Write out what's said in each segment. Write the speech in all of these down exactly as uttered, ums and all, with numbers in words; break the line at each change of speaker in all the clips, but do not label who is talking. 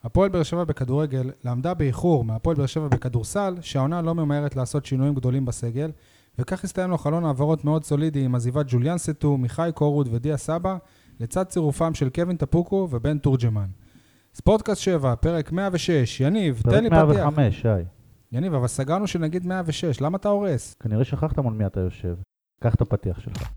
הפועל באר שבע בכדורגל למדה באיחור מהפועל באר שבע בכדורסל, שהעונה לא ממהרת לעשות שינויים גדולים בסגל, וכך הסתיים לו חלון העברות מאוד סולידי עם עזיבת ג'וליאן סטו, מיכאי קורוד ודיה סבא, לצד צירופם של קווין טפוקו ובן תורג'מן. ספורטקאסט שבע, פרק מאה ושש, יניב, תן לי פתיח.
פרק מאה וחמש, שי.
יניב, אבל סגרנו שנגיד מאה ושש, למה אתה הורס?
כנראה שכחת מול מי אתה יושב. קח את הפתיח שלך.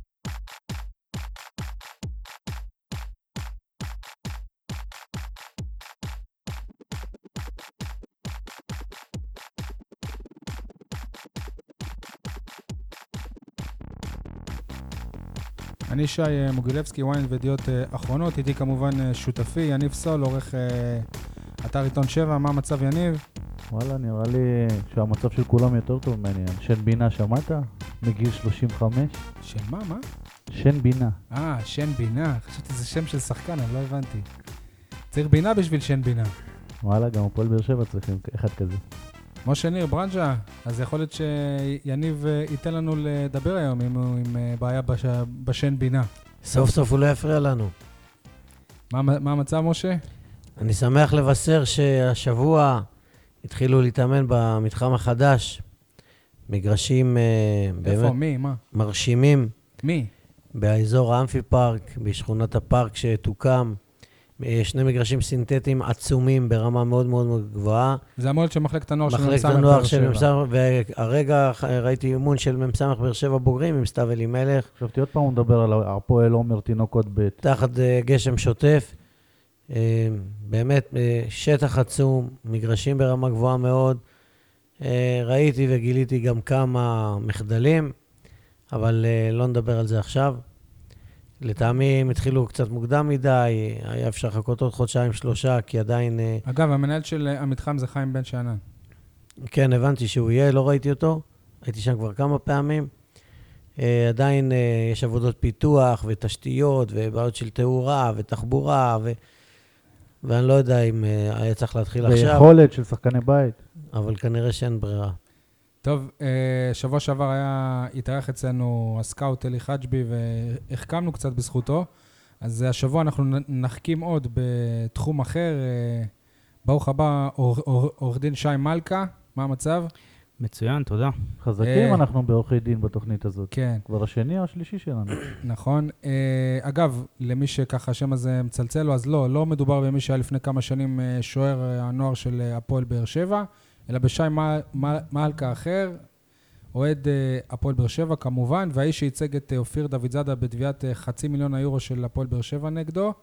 אני שי מוגילבסקי, וויינט וידיעות אחרונות, איתי כמובן שותפי, יניב סול, עורך אתר עיתון שבע. מה המצב, יניב?
וואלה, נראה לי שהמצב של כולם יותר טוב מעניין. שן בינה, שמעת? מגיל שלושים וחמש.
שן מה, מה?
שן בינה.
אה, שן בינה. חשבתי זה שם של שחקן, אני לא הבנתי. צריך בינה בשביל שן בינה.
וואלה, גם הפועל באר שבע צריכים אחד כזה.
משה ניר, ברנז'ה, אז יכול להיות שיניב ייתן לנו לדבר היום אם הוא עם בעיה בש... בשן בינה.
סוף סוף הוא לא יפריע לנו.
מה, מה המצב, משה?
אני שמח לבשר שהשבוע התחילו להתאמן במתחם החדש, מגרשים
איפה?
באמת
מי? מה?
מרשימים.
מי?
באזור האמפי פארק, בשכונת הפארק שתוקם. שני מגרשים סינתטיים עצומים ברמה מאוד מאוד מאוד גבוהה.
זה אמור להיות של מחלקת הנוער של ממסמך
מחלקת הנוער של ממסמך, והרגע ראיתי אימון של ממסמך באר שבע בוגרים עם סתיו אלימלך.
חשבתי עוד פעם הוא מדבר על הפועל עומר תינוקות ב'.
תחת גשם שוטף. באמת שטח עצום, מגרשים ברמה גבוהה מאוד. ראיתי וגיליתי גם כמה מחדלים, אבל לא נדבר על זה עכשיו. לטעמי הם התחילו קצת מוקדם מדי, היה אפשר לחכות עוד חודשיים שלושה, כי עדיין...
אגב, המנהל של המתחם זה חיים בן שאנן.
כן, הבנתי שהוא יהיה, לא ראיתי אותו. הייתי שם כבר כמה פעמים. עדיין יש עבודות פיתוח ותשתיות ובעיות של תאורה ותחבורה, ו... ואני לא יודע אם היה צריך להתחיל עכשיו.
ויכולת של שחקני בית.
אבל כנראה שאין ברירה.
טוב, שבוע שעבר היה, התארח אצלנו הסקאוט אלי חג'בי והחכמנו קצת בזכותו, אז השבוע אנחנו נחכים עוד בתחום אחר. ברוך הבא, עורך דין שי מלכה, מה המצב?
מצוין, תודה.
חזקים אנחנו בעורכי דין בתוכנית הזאת.
כן.
כבר השני או השלישי שלנו.
נכון. אגב, למי שככה השם הזה מצלצל לו, אז לא, לא מדובר במי שהיה לפני כמה שנים שוער הנוער של הפועל באר שבע, אלא בשי מלכה אחר, אוהד הפועל באר שבע כמובן, והאיש שייצג את אופיר דוד זאדה בתביעת חצי מיליון היורו של הפועל באר שבע נגדו.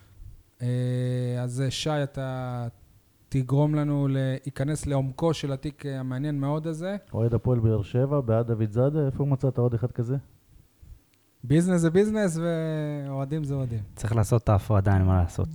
אז שי, אתה תגרום לנו להיכנס לעומקו של התיק המעניין מאוד הזה.
אוהד הפועל באר שבע, בעד דוד זאדה, איפה מצאת עוד אחד כזה?
ביזנס זה ביזנס ואוהדים זה אוהדים.
צריך לעשות את ההפרדה, אין מה לעשות.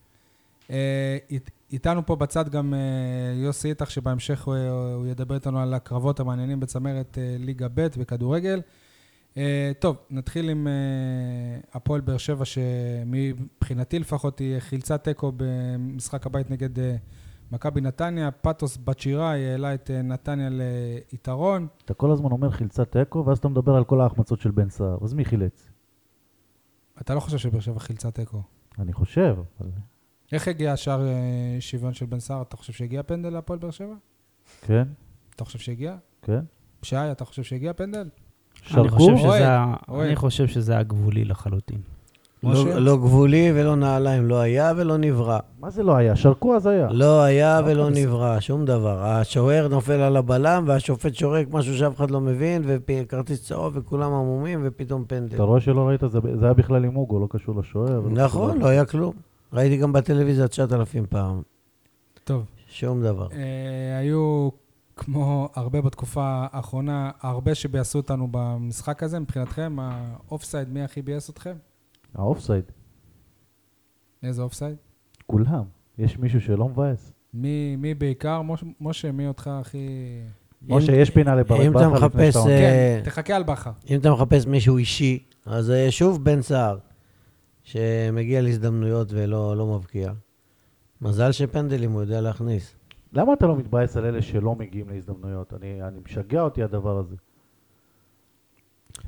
איתנו פה בצד גם יוסי איתך, שבהמשך הוא ידבר איתנו על הקרבות המעניינים בצמרת ליגה ב' בכדורגל. טוב, נתחיל עם הפועל באר שבע, שמבחינתי לפחות היא חילצת תיקו במשחק הבית נגד מכבי נתניה. פטוס בצ'יראי העלה את נתניה ליתרון.
אתה כל הזמן אומר חילצת תיקו, ואז אתה מדבר על כל ההחמצות של בן סער. אז מי חילץ?
אתה לא חושב שבאר שבע חילצת תיקו?
אני חושב, אבל...
איך הגיע השאר שוויון של בן סער? אתה חושב שהגיע פנדל להפועל באר שבע?
כן.
אתה חושב שהגיע?
כן.
שי, אתה חושב שהגיע פנדל?
שרקו?
אני חושב שזה הגבולי לחלוטין.
לא גבולי ולא נעליים, לא היה ולא נברא.
מה זה לא היה? שרקו אז היה.
לא היה ולא נברא, שום דבר. השוער נופל על הבלם והשופט שורק משהו שאף אחד לא מבין, וכרטיס צהוב וכולם עמומים ופתאום פנדל.
אתה רואה שלא ראית, זה היה בכלל עם אוגו, לא קשור לשוער.
נכון, לא היה כלום. ראיתי גם בטלוויזיה תשעת אלפים פעם.
טוב.
שום דבר.
היו, כמו הרבה בתקופה האחרונה, הרבה שביאסו אותנו במשחק הזה. מבחינתכם, האופסייד, מי הכי ביאס אתכם?
האופסייד.
איזה אופסייד?
כולם. יש מישהו שלא מבאס.
מי, מי בעיקר? משה, מי אותך הכי...
משה, יש פינה לברד
אם אתה מחפש...
כן, תחכה על בחר.
אם אתה מחפש מישהו אישי, אז שוב בן סער. שמגיע להזדמנויות ולא לא מבקיע. מזל שפנדלים הוא יודע להכניס.
למה אתה לא מתבאס על אלה שלא מגיעים להזדמנויות? אני, אני משגע אותי הדבר הזה.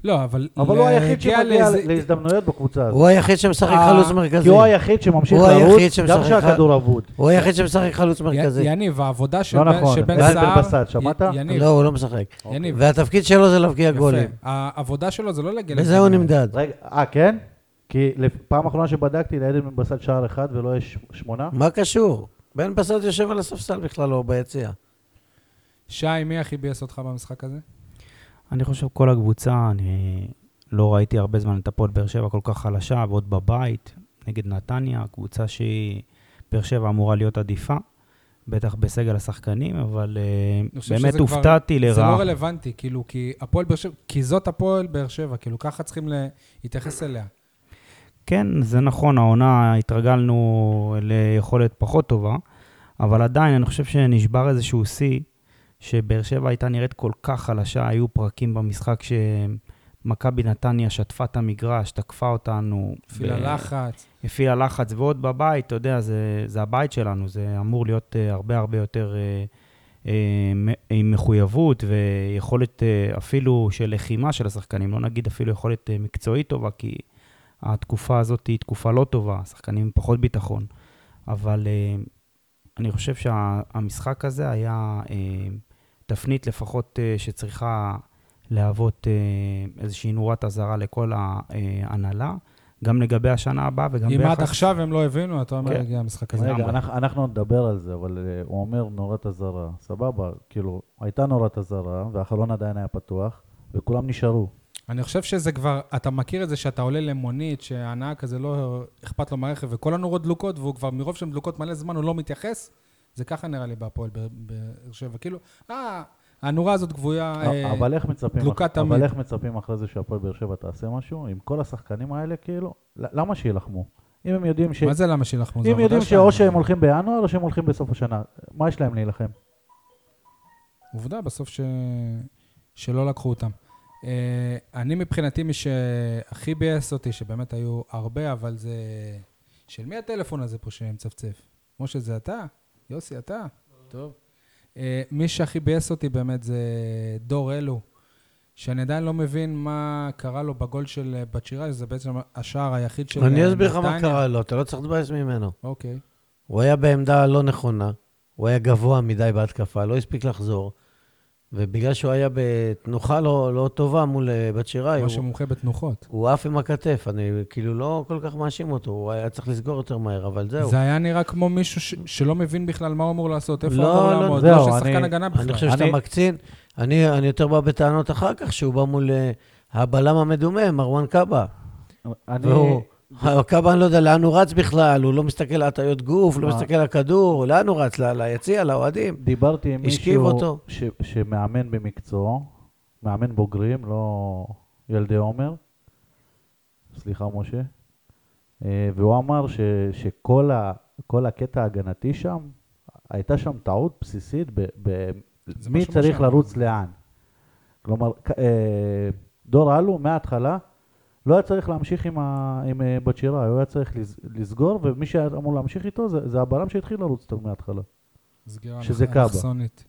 לא, אבל...
אבל הוא היחיד
להגיע
שמגיע
לאיזה-
להזדמנויות בקבוצה הזאת.
הוא היחיד שמשחק
אה,
חלוץ
כי
מרכזי.
הוא היחיד שממשיך
הוא
לרוץ,
היחיד שמשחק
גם שהכדור אבוד.
הוא היחיד שמשחק חלוץ מרכזי.
יניב, העבודה של
לא
בן-
נכון,
של בן
בן
סער...
בסט, שמעת?
י- יניב,
לא, הוא לא משחק.
יניב,
והתפקיד שלו זה להבקיע
יפה.
גולים.
העבודה שלו זה לא להגיע...
בזה הוא
לזה.
נמדד.
רגע, אה, כן? כי לפ- פעם אחרונה שבדקתי, לעדן בן בסט שער אחד ולא יש שמונה?
מה קשור? בן בסט יושב על הספסל בכלל, לא ביציע.
שי, מי הכי ביאס אותך במשחק הזה?
אני חושב כל הקבוצה, אני לא ראיתי הרבה זמן את הפועל באר שבע כל כך חלשה, ועוד בבית, נגד נתניה, קבוצה שהיא, באר שבע אמורה להיות עדיפה, בטח בסגל השחקנים, אבל אה,
אני חושב
באמת
שזה כבר-
הופתעתי
זה לא
לרעה.
רלוונטי, כאילו, כי הפועל באר שבע, כי זאת הפועל באר שבע, כאילו, ככה צריכים להתייחס אליה.
כן, זה נכון, העונה התרגלנו ליכולת פחות טובה, אבל עדיין אני חושב שנשבר איזשהו שיא, שבאר שבע הייתה נראית כל כך חלשה, היו פרקים במשחק שמכבי נתניה שטפה את המגרש, תקפה אותנו.
הפעילה
ב-
לחץ.
הפעילה לחץ, ועוד בבית, אתה יודע, זה, זה הבית שלנו, זה אמור להיות uh, הרבה הרבה יותר uh, uh, עם מחויבות ויכולת uh, אפילו של לחימה של השחקנים, לא נגיד אפילו יכולת uh, מקצועית טובה, כי התקופה הזאת היא תקופה לא טובה, השחקנים עם פחות ביטחון, אבל uh, אני חושב שהמשחק הזה היה uh, תפנית לפחות uh, שצריכה להוות uh, איזושהי נורת אזהרה לכל ההנהלה, גם לגבי השנה הבאה וגם
אם
ביחס...
עד עכשיו הם לא הבינו, אתה אומר,
כן.
הגיע המשחק הזה.
רגע,
לגמרי.
אנחנו, אנחנו נדבר על זה, אבל uh, הוא אומר נורת אזהרה. סבבה, כאילו, הייתה נורת אזהרה, והחלון עדיין היה פתוח, וכולם נשארו.
אני חושב שזה כבר, אתה מכיר את זה שאתה עולה למונית, שהנהג כזה לא אכפת לו מהרכב, וכל הנורות דלוקות, והוא כבר מרוב שהן דלוקות מלא זמן, הוא לא מתייחס. זה ככה נראה לי בהפועל באר באר שבע. כאילו, אה, הנורה הזאת גבויה, אה,
אבל איך מצפים,
דלוקה
אח-
תמיד.
אבל איך מצפים אחרי זה שהפועל באר שבע תעשה משהו? עם כל השחקנים האלה, כאילו, ל- למה שילחמו? אם הם יודעים ש...
מה זה למה שילחמו? זה
אם
עבודה
יודעים
שלהם.
שאו שהם הולכים בינואר או שהם הולכים בסוף השנה, מה יש להם להילחם?
עובדה, בסוף ש... שלא לקחו אותם. Uh, אני מבחינתי מי שהכי ביאס אותי, שבאמת היו הרבה, אבל זה... של מי הטלפון הזה פה שמצפצף? משה, זה אתה? יוסי, אתה? טוב. Uh, מי שהכי ביאס אותי באמת זה דור אלו, שאני עדיין לא מבין מה קרה לו בגול של בת שירה, שזה בעצם השער היחיד של
אני אסביר לך מה
נתניה.
קרה לו, אתה לא צריך להתבייש ממנו.
אוקיי.
הוא היה בעמדה לא נכונה, הוא היה גבוה מדי בהתקפה, לא הספיק לחזור, ובגלל שהוא היה בתנוחה לא, לא טובה מול אה, בת שיראי,
כמו
הוא,
שמומחה בתנוחות.
הוא עף עם הכתף, אני כאילו לא כל כך מאשים אותו, הוא היה צריך לסגור יותר מהר, אבל זהו.
זה היה נראה כמו מישהו ש... שלא מבין בכלל מה הוא אמור לעשות, איפה
לא,
הוא אמור
לא,
לעמוד,
זהו,
לא ששחקן
אני-
הגנה בכלל.
אני חושב שאתה
אני-
מקצין, אני, אני יותר בא בטענות אחר כך, שהוא בא מול אה, הבלם המדומה, מרואן קאבה.
אני...
והוא, קאבה אני לא יודע לאן הוא רץ בכלל, הוא לא מסתכל על הטעיות גוף, לא
מה?
מסתכל על הכדור, לאן הוא רץ? ל- ליציע, לאוהדים.
דיברתי עם
השכיב
מישהו
אותו.
ש... שמאמן במקצועו, מאמן בוגרים, לא ילדי עומר, סליחה משה, אה, והוא אמר ש... שכל ה... כל הקטע ההגנתי שם, הייתה שם טעות בסיסית ב... ב...
זה
מי
משהו
צריך
משנה.
לרוץ לאן. כלומר, ק- אה, דור אלו מההתחלה לא היה צריך להמשיך עם, ה... עם אה, בת שירה, הוא היה צריך לס... לסגור, ומי שהיה אמור להמשיך איתו זה, זה הבלם שהתחיל לרוץ טוב מההתחלה.
סגירה
שזה
אלכס-
קאבה.
אלכסונית.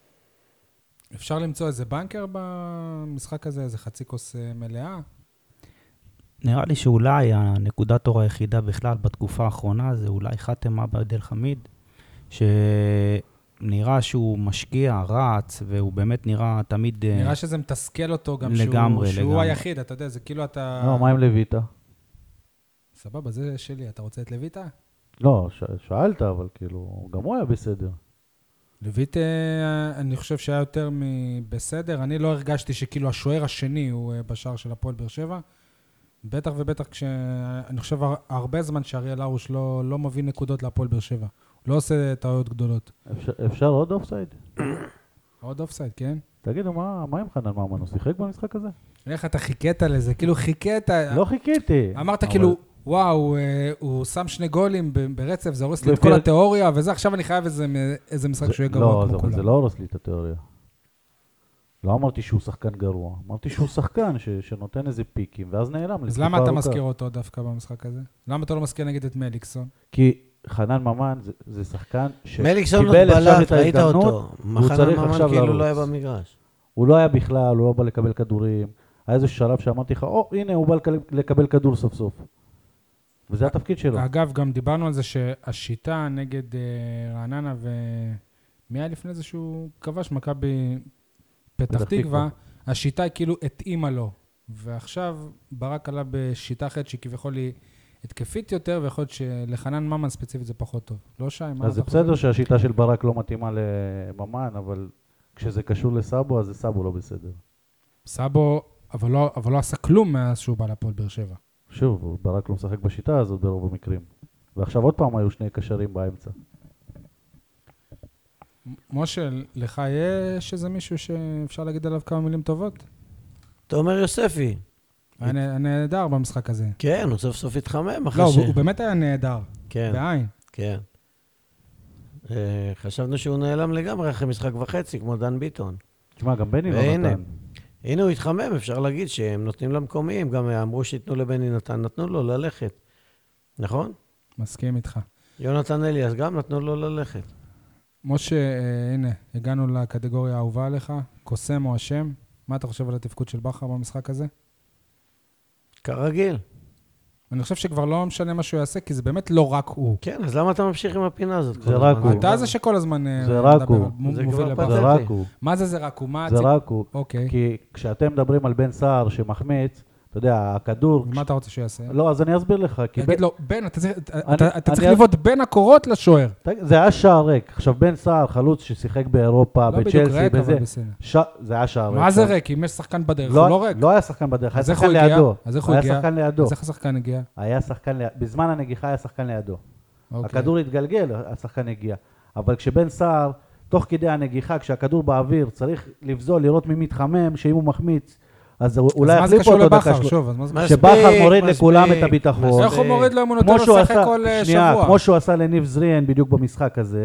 אפשר למצוא איזה בנקר במשחק הזה, איזה חצי כוס אה, מלאה?
נראה לי שאולי הנקודת אור היחידה בכלל בתקופה האחרונה זה אולי חאתם עבד אל חמיד, שנראה שהוא משקיע, רץ, והוא באמת נראה תמיד... אה,
נראה שזה מתסכל אותו גם
לגמרי,
שהוא, שהוא
לגמרי.
היחיד, אתה יודע, זה כאילו אתה...
לא, מה עם לויטה?
סבבה, זה שלי, אתה רוצה את לויטה?
לא, ש... שאלת, אבל כאילו, גם הוא היה בסדר.
לויטה, אני חושב שהיה יותר מבסדר, אני לא הרגשתי שכאילו השוער השני הוא אה, בשער של הפועל באר שבע, בטח ובטח כש... אני חושב הר- הרבה זמן שאריאל הרוש לא, לא מביא נקודות להפועל באר שבע. הוא לא עושה טעויות גדולות.
אפשר, אפשר עוד אופסייד?
עוד אופסייד, כן?
תגידו, מה, מה עם חנן ממן? הוא שיחק במשחק הזה?
איך אתה חיכית לזה? כאילו חיכית...
לא חיכיתי.
אמרת
אבל-
כאילו, וואו, אה, הוא שם שני גולים ב- ברצף, זה הורס לי את
לפי-
כל התיאוריה, וזה עכשיו אני חייב איזה, איזה משחק
זה-
שהוא יהיה
לא,
גרוע
זה-
כמו
אבל זה
כולם.
לא הורס לי את התיאוריה. לא אמרתי שהוא שחקן גרוע, אמרתי שהוא שחקן ש, שנותן איזה פיקים, ואז נעלם.
אז
לתקופה
למה אתה
ארוכה.
מזכיר אותו דווקא במשחק הזה? למה אתה לא מזכיר נגיד את מליקסון?
כי חנן ממן זה, זה שחקן
מליקסון
שקיבל עכשיו
בלט,
את
ראית
ההזדמנות,
אותו.
והוא
מחנן
צריך
ממן
עכשיו
כאילו
לרוץ.
לא היה במגרש.
הוא לא היה בכלל, הוא לא בא לקבל כדורים. היה איזה שלב שאמרתי לך, או, הנה, הוא בא לקבל כדור סוף סוף. וזה התפקיד שלו.
אגב, גם דיברנו על זה שהשיטה נגד רעננה ומי היה לפני זה שהוא כבש מכבי פתח תקווה, השיטה כאילו התאימה לו. ועכשיו ברק עלה בשיטה אחרת שהיא כביכול היא התקפית יותר, ויכול להיות שלחנן ממן ספציפית זה פחות טוב. לא שי, מה אתה חושב?
אז זה בסדר שהשיטה של ברק לא מתאימה לממן, אבל כשזה קשור לסאבו, אז זה סאבו לא בסדר.
סאבו, אבל לא, אבל לא עשה כלום מאז שהוא בא לפועל באר שבע.
שוב, ברק לא משחק בשיטה הזאת ברוב המקרים. ועכשיו עוד פעם היו שני קשרים באמצע.
משה, לך יש איזה מישהו שאפשר להגיד עליו כמה מילים טובות?
תומר יוספי.
היה נהדר במשחק הזה.
כן, הוא סוף סוף התחמם אחרי
לא,
ש...
הוא באמת היה נהדר.
כן.
בעין.
כן. חשבנו שהוא נעלם לגמרי אחרי משחק וחצי, כמו דן ביטון.
תשמע, גם בני לא נתן.
הנה הוא התחמם, אפשר להגיד שהם נותנים למקומיים, גם אמרו שיתנו לבני נתן, נתנו לו ללכת. נכון?
מסכים איתך.
יונתן אליאס גם נתנו לו ללכת.
משה, הנה, הגענו לקטגוריה האהובה עליך, קוסם או אשם. מה אתה חושב על התפקוד של בכר במשחק הזה?
כרגיל.
אני חושב שכבר לא משנה מה שהוא יעשה, כי זה באמת לא רק הוא.
כן, אז למה אתה ממשיך עם הפינה הזאת?
זה רק הוא.
אתה זה שכל הזמן
זה רק הוא.
מוביל לבכר.
זה רק הוא.
מה זה זה רק הוא?
זה רק הוא.
אוקיי.
כי כשאתם מדברים על בן סער שמחמיץ, אתה יודע, הכדור...
מה אתה רוצה שהוא יעשה?
לא, אז אני אסביר לך.
תגיד לו, בן, אתה צריך לבעוט בין הקורות לשוער.
זה היה שער ריק. עכשיו, בן סער, חלוץ ששיחק באירופה, בצ'לסי, בזה. זה היה שער ריק.
מה זה ריק? אם יש שחקן בדרך, הוא לא ריק.
לא היה שחקן בדרך, היה שחקן לידו.
אז איך הוא הגיע?
היה שחקן לידו.
אז איך השחקן הגיע?
היה שחקן לידו. בזמן הנגיחה היה שחקן לידו. הכדור התגלגל, השחקן הגיע. אבל כשבן סער, תוך כדי הנגיחה, כשהכדור באוויר, צריך לבזול, לראות מי מתחמם, שאם הוא מחמיץ, אז אולי יחליף אותו דקה שלו. שבכר מוריד לכולם את הביטחון.
איך הוא מוריד לו אם הוא נותן לו לשחק כל שבוע?
כמו שהוא עשה לניב זריאן בדיוק במשחק הזה,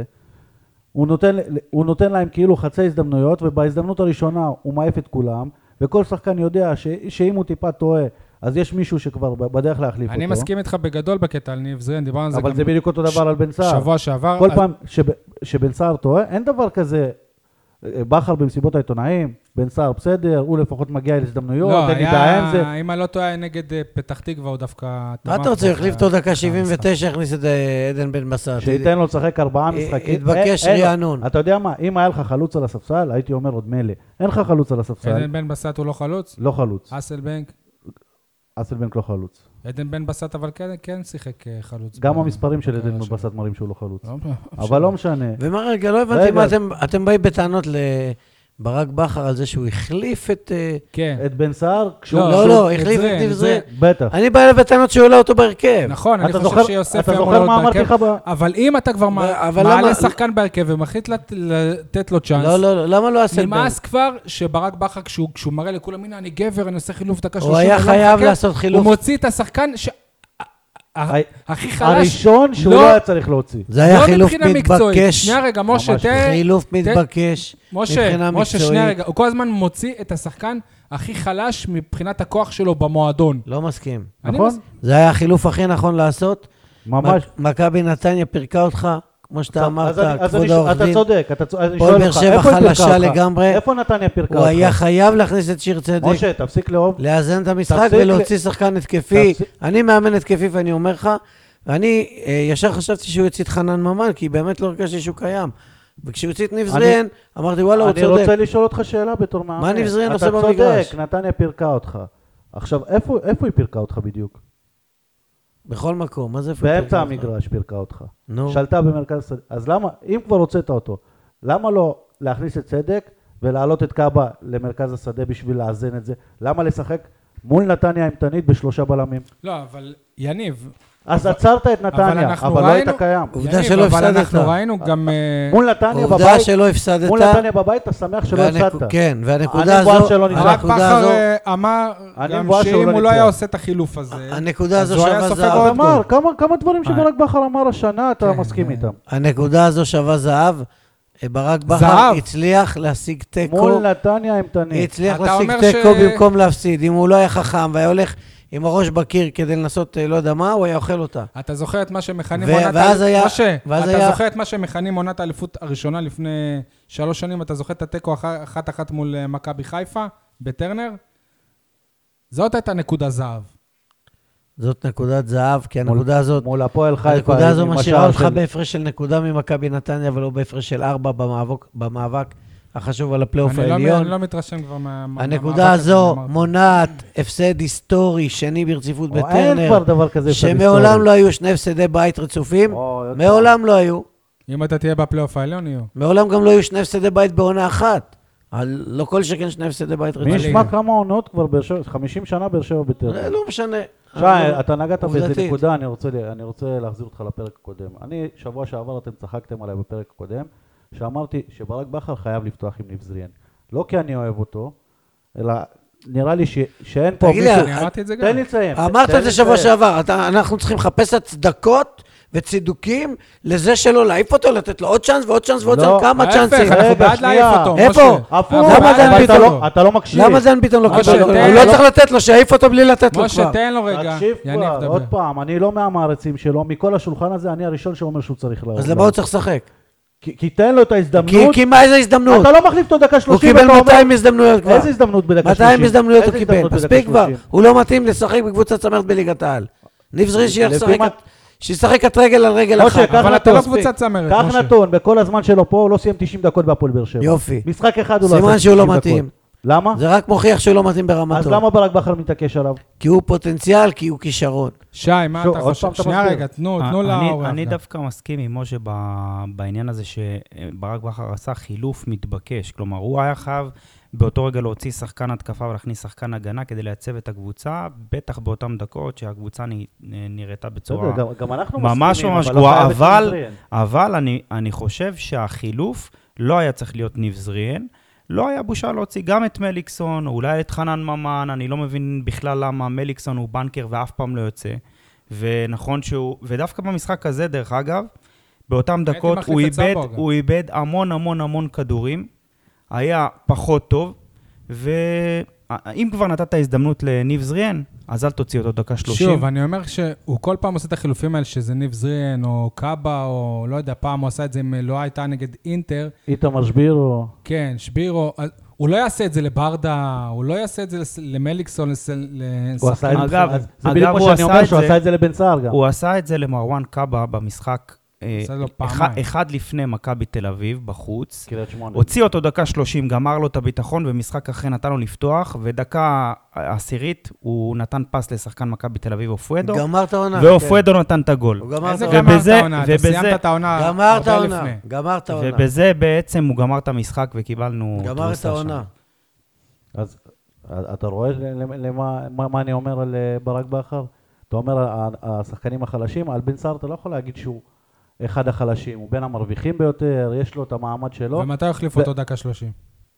הוא נותן להם כאילו חצי הזדמנויות, ובהזדמנות הראשונה הוא מעיף את כולם, וכל שחקן יודע שאם הוא טיפה טועה, אז יש מישהו שכבר בדרך להחליף אותו.
אני מסכים איתך בגדול בקטע על ניב זריאן, דיברנו על זה גם...
אבל זה בדיוק אותו דבר על בן סער.
שבוע שעבר...
כל פעם שבן סער טועה, אין דבר כזה... בכר במסיבות העיתונאים, בן סער בסדר, הוא לפחות מגיע להזדמנויות, אין לי בעיה עם זה.
אם אני לא טועה נגד פתח תקווה, הוא דווקא...
מה אתה רוצה? החליף אותו דקה שבעים ותשע, הכניס את עדן בן בסט.
שייתן לו לשחק ארבעה משחקים.
התבקש רענון.
אתה יודע מה, אם היה לך חלוץ על הספסל, הייתי אומר עוד מלא. אין לך חלוץ על הספסל.
עדן בן בסט הוא לא חלוץ?
לא חלוץ.
אסלבנק?
אסלבנק לא חלוץ.
עדן בן בסט אבל כן שיחק חלוץ.
גם המספרים של עדן בן בסט מראים שהוא לא חלוץ. אבל לא משנה.
ומה רגע, לא הבנתי מה אתם באים בטענות לברק בכר על זה שהוא החליף את...
את בן סער?
לא, לא, החליף את ניב זריאן.
בטח.
אני בא אליו בטענות שהוא עולה אותו בהרכב.
נכון, אני חושב שיוסף
אתה זוכר מה אמרתי לך ב...
אבל אם אתה כבר מעלה שחקן בהרכב ומחליט לתת לו צ'אנס...
לא, לא, למה לא עשה...
נמאס כבר שברק בכר, כשהוא מראה לכולם, הנה אני גבר, אני עושה חילוף דקה שלושים...
הוא היה חייב לעשות חילוף.
הוא מוציא את השחקן הכי חלש...
הראשון שהוא לא היה צריך להוציא.
זה היה חילוף מתבקש.
שנייה רגע, משה, תן...
חילוף מתבקש מבחינה מקצועית.
משה, שנייה רגע, הוא כל הזמן מוציא את השחקן הכי חלש מבחינת הכוח שלו במועדון.
לא מסכים.
נכון?
זה היה החילוף הכי נכון לעשות.
ממש.
מכבי נתניה פירקה אותך, כמו שאתה אמרת, כבוד העורך דין.
אתה צודק, אני
שואל אותך, איפה היא פירקה אותך? לגמרי.
איפה נתניה פירקה אותך?
הוא היה חייב להכניס את שיר צדק.
משה, תפסיק לאהוב.
לאזן את המשחק ולהוציא שחקן התקפי. אני מאמן התקפי ואני אומר לך, ואני ישר חשבתי שהוא יוציא את חנן ממן, כי באמת לא הרגשתי שהוא קיים. וכשהוא יוציא את ניב זריאן, אמרתי, וואלה, הוא צודק.
אני רוצה לשאול אותך שאלה בתור מאמן.
מה ניב זריאן עושה במגרש?
אתה צודק, נתניה פירקה אותך. עכשיו, איפה היא פירקה אותך בדיוק?
בכל מקום, מה זה איפה
פירקה אותך? באמצע המגרש פירקה אותך.
נו.
שלטה במרכז השדה. אז למה, אם כבר הוצאת אותו, למה לא להכניס את צדק ולהעלות את קאבה למרכז השדה בשביל לאזן את זה? למה לשחק מול נתניה אימתנית בשלושה בלמים?
לא, אבל יניב...
אז עצרת את נתניה, אבל לא היית קיים.
עובדה שלא הפסדת.
אבל אנחנו ראינו גם...
מול נתניה בבית,
עובדה שלא הפסדת.
מול נתניה בבית, אתה שמח שלא הפסדת.
כן, והנקודה הזו...
רק בכר אמר גם שאם הוא לא היה עושה את החילוף הזה,
הנקודה הזו שווה זהב.
אז אמר, כמה דברים שברק בכר אמר השנה, אתה מסכים איתם.
הנקודה הזו שווה זהב. ברק בכר הצליח להשיג תיקו.
מול נתניה אימתנית.
הצליח להשיג תיקו במקום להפסיד. אם הוא לא היה חכם והיה הולך... עם הראש בקיר כדי לנסות לא יודע מה, הוא היה אוכל אותה.
אתה זוכר את מה שמכנים עונת האליפות? משה, אתה זוכר את מה שמכנים עונת האליפות הראשונה לפני שלוש שנים, אתה זוכר את הטקו אחת אחת מול מכבי חיפה, בטרנר? זאת הייתה נקודה זהב.
זאת נקודת זהב, כי הנקודה הזאת,
מול הפועל חיפה.
הנקודה הזו
עם
משאירה
השער
אותך
של-
בהפרש של נקודה ממכבי נתניה, ולא בהפרש של ארבע במאבק, במאבק החשוב על הפלייאוף
אני לא,
העליון.
אני לא מתרשם כבר מה... מה-
הנקודה
מהמאבק הזה,
הזו
אמרתי.
מונעת הפסד היסטורי שני ברציפות
או, אין
בטרנר,
כבר דבר כזה.
שמעולם לא היו שני הפסדי בית רצופים,
או, יותר.
מעולם לא היו.
אם אתה תהיה בפלייאוף העליון, יהיו.
מעולם גם לא היו שני הפסדי בית בעונה אחת. על- לא כל שכן שני הפסדי בית
מי
רצופים.
ישמע כמה עונות כבר באר שבע, חמישים שנה באר שבע בטרנר.
זה לא משנה.
שי, אתה נגעת באיזה
עובדתית.
נקודה, אני רוצה, אני רוצה להחזיר אותך לפרק הקודם. אני, שבוע שעבר אתם צחקתם עליי בפרק הקודם, שאמרתי שברק בכר חייב לפתוח עם ניב זריאן. לא כי אני אוהב אותו, אלא נראה לי ש, שאין פה
תגיד לי,
מישהו...
אני אמרתי את זה גם.
תן לי לסיים.
אמרת
תן
את זה
לי
שבוע
לסיים.
שעבר, אתה- אנחנו צריכים לחפש הצדקות וצידוקים לזה שלא להעיף אותו, לתת לו עוד צ'אנס ועוד צ'אנס ועוד
לא,
צ'אנס, כמה
ההפך,
צ'אנסים.
אנחנו
רגע,
בעד
שנייה.
להעיף אותו,
איפה?
משה.
הפוך,
אנחנו
למה
בעד
דן
להעיף
אתה
ביטון?
לא- אתה לא מקשיב.
למה זן ביטון לא
משה,
קיבל אותו?
תן
הוא לא
לו.
צריך לתת לו, שיעיף אותו בלי לתת לו
משה,
כבר.
תן לו רגע.
תקשיב
יניב,
כבר,
דבר.
עוד פעם, אני לא מהמערצים שלו, מכל השולחן הזה, אני הראשון שאומר שהוא צריך לעלות.
אז למה הוא צריך לשחק?
כי כי תן לו את
כי-
ההזדמנות.
כי מה, איזה הזדמנות?
אתה לא מחליף אותו דקה
הוא
שלושים.
קיבל
ואתה אומר,
מאתיים הזדמנויות כבר.
איזה הזדמנות בדקה שלושים?
מאתיים הזדמנויות הוא
איזה
קיבל,
הזדמנות בדקה
מספיק כבר.
שלושים?
הוא לא מתאים לשחק בקבוצת צמרת בליגת העל. ניב זריאן
לפי
שישחק
מה-
את- שישחק את רגל על רגל
משה,
אחת.
קח
אבל אתה לא
מספיק.
קבוצת צמרת,
קח
משה.
נתון, בכל הזמן שלו פה, הוא לא סיים תשעים דקות בהפועל באר שבע.
יופי.
משחק אחד הוא לא
סימן
עשה
שהוא לא
תשעים
מתאים.
דקות. למה?
זה רק מוכיח שהוא לא מתאים
אז
ברמתו.
למה ברק בכר מתעקש עליו?
כי הוא פוטנציאל, כי הוא כישרון.
שי, מה
שוב,
אתה
עוד
חושב?
פעם אתה
שנייה
מסביר.
רגע, תנו,
אה,
תנו
אני-
לאורח.
אני
גם.
דווקא מסכים עם משה ב- בעניין הזה שברק בכר עשה חילוף מתבקש. כלומר, הוא היה חייב באותו רגע להוציא שחקן התקפה ולהכניס שחקן הגנה כדי לייצב את הקבוצה, בטח באותן דקות שהקבוצה נ- נראתה בצורה...
בסדר, גם- גם אנחנו
ממש
מסכימים,
ממש
אבל לא
גרועה,
חייב את
אבל-
זריאן.
אבל אני, אני חושב שהחילוף לא היה צריך להיות ניב זריאן, לא היה בושה להוציא גם את מליקסון, או אולי את חנן ממן, אני לא מבין בכלל למה מליקסון הוא בנקר ואף פעם לא יוצא. ונכון שהוא, ודווקא במשחק הזה, דרך אגב, באותם
הייתי
דקות
מחליף
הוא
את
איבד,
סבו גם.
הוא איבד המון המון המון כדורים, היה פחות טוב, ואם כבר נתת הזדמנות לניב זריאן, אז אל תוציא אותו דקה שלושים.
שוב, אני אומר שהוא כל פעם עושה את החילופים האלה, שזה ניב זריאן או קאבה, או לא יודע, פעם הוא עשה את זה אם לא הייתה נגד אינטר.
איתמר שבירו.
כן, שבירו. הוא לא יעשה את זה לברדה, הוא לא יעשה את זה לס- למליקסון, לס-
הוא עשה את זה,
אגב,
אז זה
אגב,
בדיוק
הוא
כמו שאני
עשה
אומר
את
שהוא
זה-
עשה את זה לבן סער גם.
הוא עשה את זה למרואן קאבה במשחק אה,
עשה לו
אחד,
פעמיים.
אחד לפני מכבי תל אביב בחוץ.
קריית שמונה.
הוציא אותו דקה שלושים, גמר לו את הביטחון, ומשחק אחרי נתן לו לפתוח, ודקה עשירית הוא נתן פס לשחקן מכבי תל אביב אופואדו,
גמר את העונה.
ואופואדו נתן את הגול.
הוא גמר את
איזה
העונה.
גמר את
ובזה-
העונה? אתה
ובזה-
סיימת את העונה
גמר את
הרבה
העונה.
לפני.
גמר את העונה.
ובזה בעצם הוא גמר את המשחק וקיבלנו...
גמר את
תבוסה
העונה.
שם.
אז אתה רואה למה מה- מה אני אומר על אה, ברק בכר? אתה אומר ה- השחקנים החלשים, על בן סער אתה לא יכול להגיד שהוא אחד החלשים, הוא בין המרוויחים ביותר, יש לו את המעמד שלו.
ומתי הוא החליף
ו-
אותו דקה שלושים?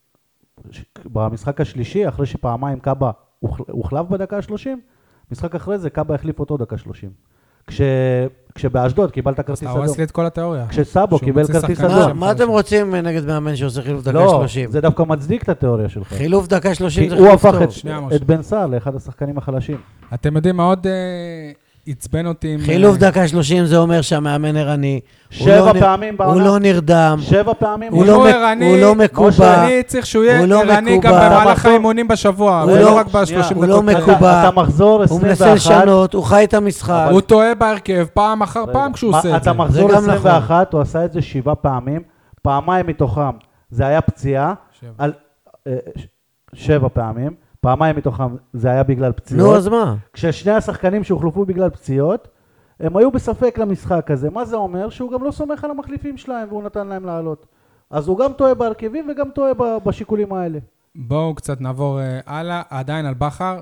ש- במשחק השלישי, אחרי שפעמיים קאבה הוחל- הוחלף בדקה ה-שלושים, משחק אחרי זה קאבה החליף אותו דקה שלושים. כש- כשבאשדוד קיבלת כרטיס
אתה
אדום.
הורס לי את כל התיאוריה.
כשסאבו
שהוא
קיבל
מוציא
כרטיס
שחקן
אדום.
מה-
שם
מה אתם
חלשים.
רוצים נגד מאמן שעושה חילוף דקה
לא,
שלושים?
זה דווקא מצדיק את התיאוריה שלך.
חילוף דקה שלושים
כי
זה
הוא
חילוף
הפך
טוב.
את-
שנייה, משה.
את בן סער לאחד השחקנים החלשים.
אתם יודעים מה עוד אה, עצבן אותי עם...
חילוף
אה,
דקה שלושים זה אומר שהמאמן ערני. הוא
שבע
לא נ-
פעמים
הוא
בעונה.
לא נרדם.
שבע פעמים.
הוא
אם
לא
הוא
מק-
ערני,
הוא לא
משה,
מקובע.
אני צריך שהוא יהיה
הוא לא
ערני גם
מקובע.
במהלך
המחזור-
האימונים בשבוע,
הוא
ולא
לא-
רק ב-שלושים
הוא
דקות.
לא
האלה.
מקובע.
אתה מחזור
הוא
עשרים
מנסה
ואחת.
לשנות, הוא חי את המשחק.
הוא טועה בהרכב פעם אחר
רגע,
פעם כשהוא
מה,
עושה את זה.
אתה מחזור
זה גם
עשרים ואחת, הוא עשה את זה שבעה פעמים, פעמיים מתוכם זה היה פציעה,
שבע.
על, אה, ש- שבע פעמים, פעמיים מתוכם זה היה בגלל
נו,
פציעות.
אז מה?
כששני השחקנים שהוחלפו בגלל פציעות, הם היו בספק למשחק הזה. מה זה אומר? שהוא גם לא סומך על המחליפים שלהם והוא נתן להם לעלות. אז הוא גם טועה בהרכבים וגם טועה ב- בשיקולים האלה.
בואו קצת נעבור אה, הלאה, עדיין על בכר.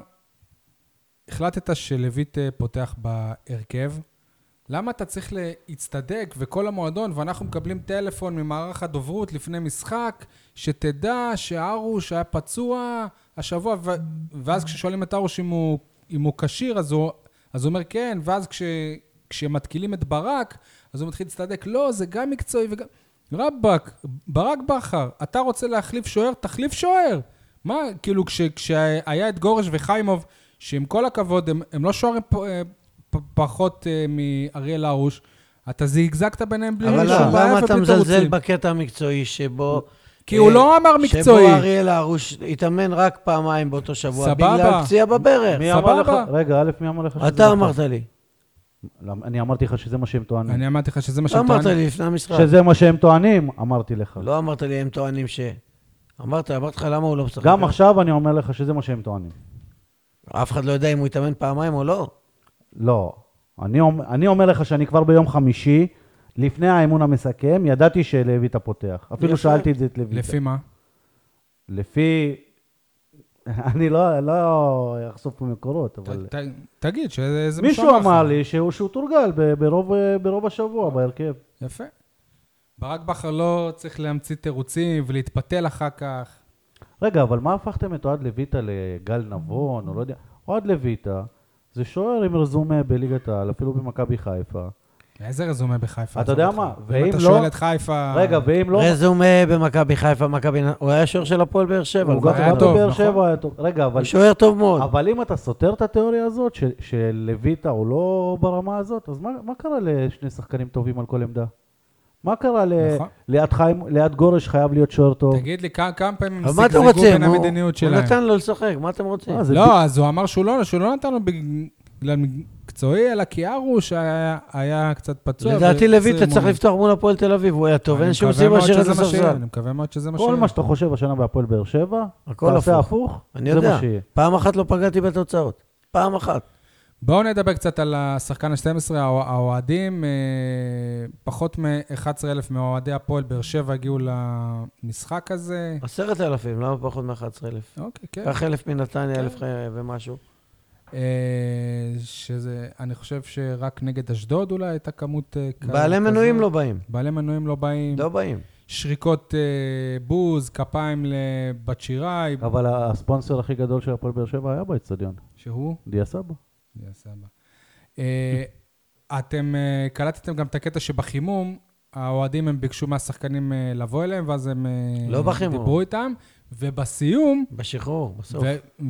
החלטת שלויט אה, פותח בהרכב. למה אתה צריך להצטדק וכל המועדון, ואנחנו מקבלים טלפון ממערך הדוברות לפני משחק, שתדע שארוש היה פצוע השבוע, ו- ואז כששואלים את ארוש אם הוא, אם הוא כשיר, אז הוא, אז הוא אומר כן, ואז כש, כשמתקילים את ברק, אז הוא מתחיל להצטדק, לא, זה גם מקצועי וגם... רבק, ברק בכר, אתה רוצה להחליף שוער, תחליף שוער. מה, כאילו, כש, כשהיה את גורש וחיימוב, שעם כל הכבוד, הם, הם לא שוערים פ, פ, פחות uh, מאריאל הרוש, אתה זיגזגת ביניהם בלי
אבל
שום בעיה
למה אתה
ובלי
מזלזל
תירוצים.
בקטע המקצועי שבו
כי הוא לא אמר מקצועי.
שבו אריאל הרוש התאמן רק פעמיים באותו שבוע,
סבבה.
בגלל פציעה בברך.
מי אמר לך?
סבבה.
רגע, א', מי אמר לך שזה
אתה
נכון?
אמרת לי.
למה- אני אמרתי לך שזה מה שהם טוענים.
אני אמרתי לך שזה מה
לא
שהם
אמרת
טוענים.
לי לפני המשחק.
שזה מה שהם טוענים, אמרתי לך.
לא אמרת לי, הם טוענים ש... אמרת, אמרתי לך למה הוא לא משחק.
גם עכשיו אני אומר לך שזה מה שהם טוענים.
אף אחד לא יודע אם הוא יתאמן פעמיים או לא.
לא. אני, אומר- אני אומר לך שאני כבר ביום חמישי, לפני האימון המסכם, ידעתי שלויטה פותח. אפילו
יפה.
שאלתי את זה את לויטה.
לפי מה?
לפי... אני לא, לא אחשוף פה מקורות, אבל...
ת- ת- תגיד שזה
מישהו אמר לי שהוא, שהוא תורגל ב- ברוב, ברוב השבוע בהרכב.
יפה. ברק בכר לא צריך להמציא תירוצים ולהתפתל אחר כך.
רגע, אבל מה הפכתם את אוהד לויטה לגל נבון, או לא יודע? אוהד לויטה זה שוער עם רזומה בליגת העל, אפילו במכבי חיפה.
איזה רזומה בחיפה?
אתה יודע
עזוב
מה?
אותך.
ואם
אם אתה
לא-
שואל את חיפה...
רגע, ואם לא...
רזומה במכבי חיפה, מכבי... הוא היה שוער של הפועל באר שבע.
הוא גם
היה
גם
טוב,
בבאר
נכון.
שבע היה טוב. רגע, אבל...
הוא שוער טוב מאוד.
אבל אם אתה סותר את התיאוריה הזאת, ש- שלויטה הוא לא ברמה הזאת, אז מה, מה קרה לשני שחקנים טובים על כל עמדה? מה קרה ל-
נכון.
ליד חיים, ליד גורש חייב להיות שוער טוב?
תגיד לי, כמה כמה פעמים הם
אבל מה אתם
זגזגו
רוצים?
בין
הוא
המדיניות
הוא
שלהם?
נתן לו לשחק, מה אתם רוצים?
אה, זה
לא, אז הוא אמר שהוא לא שהוא לא נתן לו בגלל מקצועי, אלא כי ארוש היה- היה קצת פצוע.
לדעתי
וזה
לויטה צריך
אימון.
לפתוח מול הפועל תל אביב, הוא היה טוב,
אני
אין שום
מקווה
סיבה
מאוד
שירד
שזה מה שיהיה,
לספסל.
אני מקווה מאוד שזה מה
כל
שיהיה.
מה שאתה חושב השנה בהפועל באר שבע,
הכל
תעשה
הפוך.
הפוך,
אני
זה
יודע,
מה שיהיה.
פעם אחת לא פגעתי בתוצאות. פעם אחת.
בואו נדבר קצת על השחקן ה-שתים עשרה, האוה- האוהדים. אה, פחות מ-אחד עשר אלף מאוהדי הפועל באר שבע הגיעו למשחק הזה.
עשרת אלפים, למה פחות מ-אחד עשר אלף?
אוקיי, כן.
קח אלף מנתניה, אלף ומשהו.
אה, שזה, אני חושב שרק נגד אשדוד אולי הייתה כמות אה, כ-
בעלי
כזאת.
מנויים לא באים.
בעלי מנויים לא באים.
לא באים.
שריקות אה, בוז, כפיים לבת שיראי,
אבל הספונסר הכי גדול של הפועל באר שבע היה באצטדיון,
שהוא...
דיה סבא.
זה סבא. אה, אתם אה, קלטתם גם את הקטע שבחימום, האוהדים הם ביקשו מהשחקנים אה, לבוא אליהם, ואז הם אה,
לא בחימום.
דיברו איתם, ובסיום,
בשחרור, בסוף.
ו-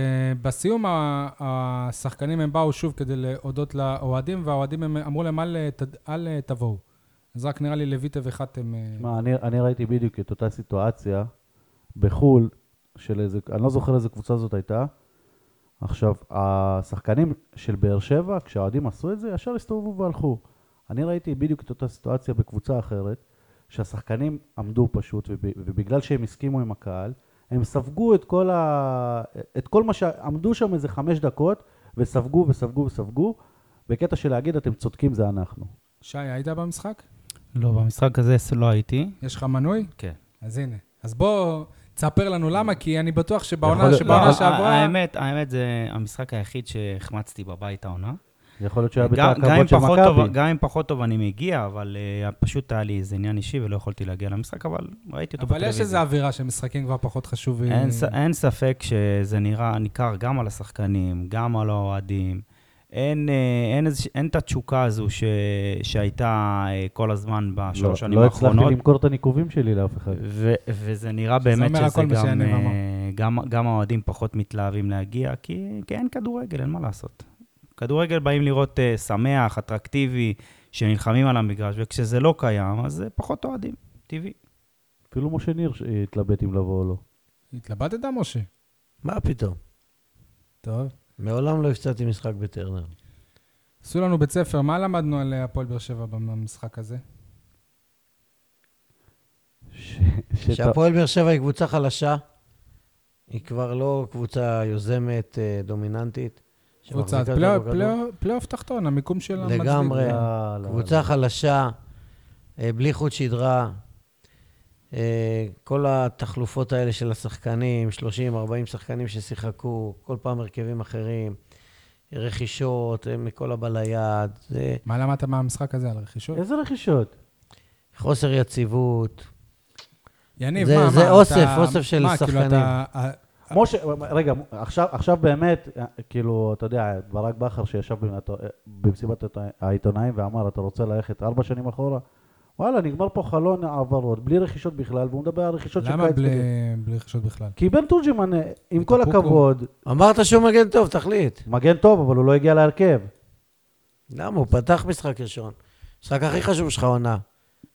ובסיום ה- השחקנים הם באו שוב כדי להודות לאוהדים, והאוהדים הם אמרו להם אל, ת- אל תבואו. אז רק נראה לי לויטה וחתם... אה,
שמע, אני, אני ראיתי בדיוק את אותה סיטואציה בחול, של איזה, אני לא זוכר איזה קבוצה זאת הייתה. עכשיו, השחקנים של באר שבע, כשהאוהדים עשו את זה, ישר הסתובבו והלכו. אני ראיתי בדיוק את אותה סיטואציה בקבוצה אחרת, שהשחקנים עמדו פשוט, וב, ובגלל שהם הסכימו עם הקהל, הם ספגו את כל, ה, את כל מה שעמדו שם איזה חמש דקות, וספגו וספגו וספגו, בקטע של להגיד, אתם צודקים, זה אנחנו.
שי, היית במשחק?
לא, במשחק הזה לא הייתי.
יש לך מנוי?
כן.
אז הנה. אז בוא, תספר לנו למה, כי אני בטוח
יכול
שבעונה
להיות-
שבעונה
לא,
שעברה...
האמת, האמת זה המשחק היחיד שהחמצתי בבית העונה.
יכול להיות שהיה
גם-
בתא
גם אם
הכבוד של
פחות טוב-
מכבי.
גם אם פחות טוב אני מגיע, אבל אה, פשוט היה לי איזה עניין אישי ולא יכולתי להגיע למשחק, אבל ראיתי אותו
אבל יש
בטלוויזיה.
איזו אווירה שמשחקים כבר פחות חשובים.
אין, ס- אין ספק שזה נראה, ניכר גם על השחקנים, גם על האוהדים. אין, אה, אין, איזוש- אין את התשוקה הזו ש, שהייתה אה, כל הזמן בשלוש
לא,
שנים
לא הצלחתי
האחרונות.
למכור את הניקובים שלי לאף אחד.
ו- וזה נראה
שזה
באמת
אומר
שזה
הכל מה
גם,
שאני
אה,
אמר.
גם, גם האוהדים פחות מתלהבים להגיע, כי, כי אין כדורגל, אין מה לעשות. כדורגל באים לראות uh, שמח, אטרקטיבי, שנלחמים על המגרש, וכשזה לא קיים, אז זה פחות אוהדים, טבעי.
אפילו משה ניר התלבט אם לבוא או לא.
התלבטת, משה?
מה פתאום?
טוב.
מעולם לא הפצעתי משחק בטרנר.
עשו לנו בית ספר, מה למדנו על הפועל באר שבע במשחק הזה?
ש- שת-
שהפועל באר שבע היא קבוצה חלשה, היא כבר לא קבוצה יוזמת, אה, דומיננטית.
קבוצת
שמחזיקה
פלייאוף-
בכדור.
פלייאוף- פלייאוף תחתון, המיקום של המצדיק.
לגמרי.
יאללה,
קבוצה חלשה, אה, בלי חוט שדרה. אה, כל התחלופות האלה של השחקנים, שלושים ארבעים שחקנים ששיחקו, כל פעם הרכבים אחרים, רכישות אה, מכל הבא ליד, זה
מה למדת מהמשחק הזה על רכישות?
איזה רכישות?
חוסר יציבות.
יניב,
זה-
מה, מה?
זה אוסף,
אתה-
אוסף של
מה, כאילו,
שחקנים.
אתה- אה,
משה, רגע, עכשיו, עכשיו באמת, כאילו, אתה יודע, ברק בכר שישב במ- במסיבת העיתונאים ואמר, אתה רוצה ללכת ארבע שנים אחורה? וואלה, נגמר פה חלון העברות, בלי רכישות בכלל, והוא מדבר על רכישות של
למה
קיץ.
בלי
כזה.
בלי רכישות בכלל?
כי בן תורג'מן, עם כל
וקוקו.
הכבוד,
אמרת שהוא מגן טוב, תחליט.
מגן טוב, אבל הוא לא הגיע להרכב.
למה? הוא פתח משחק ראשון. משחק הכי חשוב שלך עונה.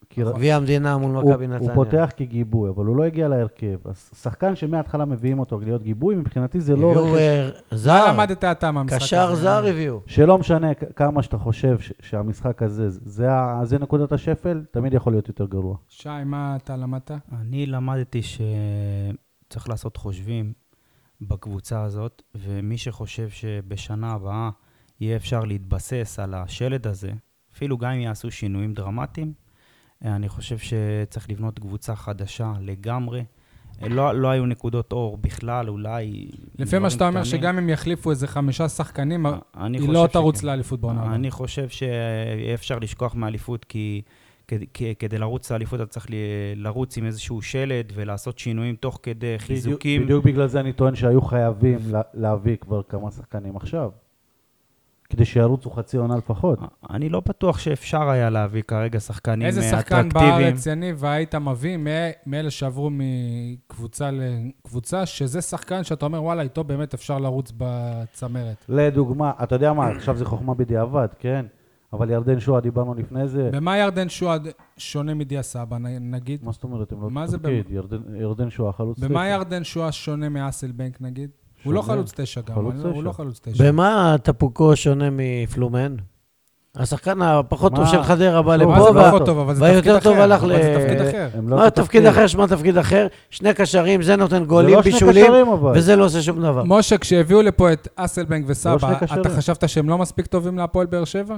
כי
גביע המדינה מול
הוא,
מכבי
הוא
נתניה.
פותח כגיבוי, אבל הוא לא הגיע להרכב. אז שחקן שמההתחלה מביאים אותו להיות גיבוי, מבחינתי זה לא
הביאו
רכש.
אה,
מה
זר,
למדת אתה מהמשחק הזה?
קשר זר הביאו.
שלא משנה כ- כמה שאתה חושב ש- שהמשחק הזה, זה, ה- זה נקודת השפל, תמיד יכול להיות יותר גרוע.
שי, מה אתה למדת?
אני למדתי שצריך לעשות חושבים בקבוצה הזאת, ומי שחושב שבשנה הבאה יהיה אפשר להתבסס על השלד הזה, אפילו גם אם יעשו שינויים דרמטיים, אני חושב שצריך לבנות קבוצה חדשה לגמרי. לא, לא היו נקודות אור בכלל, אולי...
לפי מה שאתה אומר שגם אם יחליפו איזה חמישה שחקנים, היא לא תרוץ לאליפות בעונה.
אני חושב שאפשר לשכוח מאליפות, כי כדי, כדי לרוץ לאליפות אתה צריך לרוץ עם איזשהו שלד ולעשות שינויים תוך כדי חיזוקים.
בדיוק, בדיוק בגלל זה אני טוען שהיו חייבים לה, להביא כבר כמה שחקנים עכשיו. כדי שירוצו חצי עונה לפחות.
אני לא בטוח שאפשר היה להביא כרגע שחקנים
איזה
אטרקטיביים.
שחקן בארץ, יניב, והיית מביא מאלה שעברו מקבוצה לקבוצה, שזה שחקן שאתה אומר, וואלה, איתו באמת אפשר לרוץ בצמרת.
לדוגמה, אתה יודע מה, עכשיו זה חוכמה בדיעבד, כן? אבל ירדן שועה, דיברנו לפני זה.
במה ירדן שועה שונה מדיה סבא, נגיד?
מה זאת אומרת? הם לא
מה זה
תפקיד. ירדן, ירדן שועה חלוץ תשע.
במה ירדן שועה שונה מאסלבנק, נגיד? הוא לא חלוץ תשע גם,
חלוץ
הוא
תשע.
לא חלוץ תשע.
במה טפוקו שונה מפלומן? השחקן הפחות טוב
מה?
של חדרה בא
שוב,
מה זה
לפה,
וה-
פחות טוב, אבל זה תפקיד
והיותר
אחר.
טוב הלך
אבל
ל-
זה תפקיד אחר.
הם לא
מה
אותו
תפקיד אחר, שמה תפקיד אחר? שני קשרים, זה נותן
זה
גולים,
לא שני
בישולים,
קשרים, אבל.
וזה לא עושה שום דבר.
משה, כשהביאו לפה את אסלבנק וסבא,
שני קשרים.
אתה חשבת שהם לא מספיק טובים להפועל באר שבע?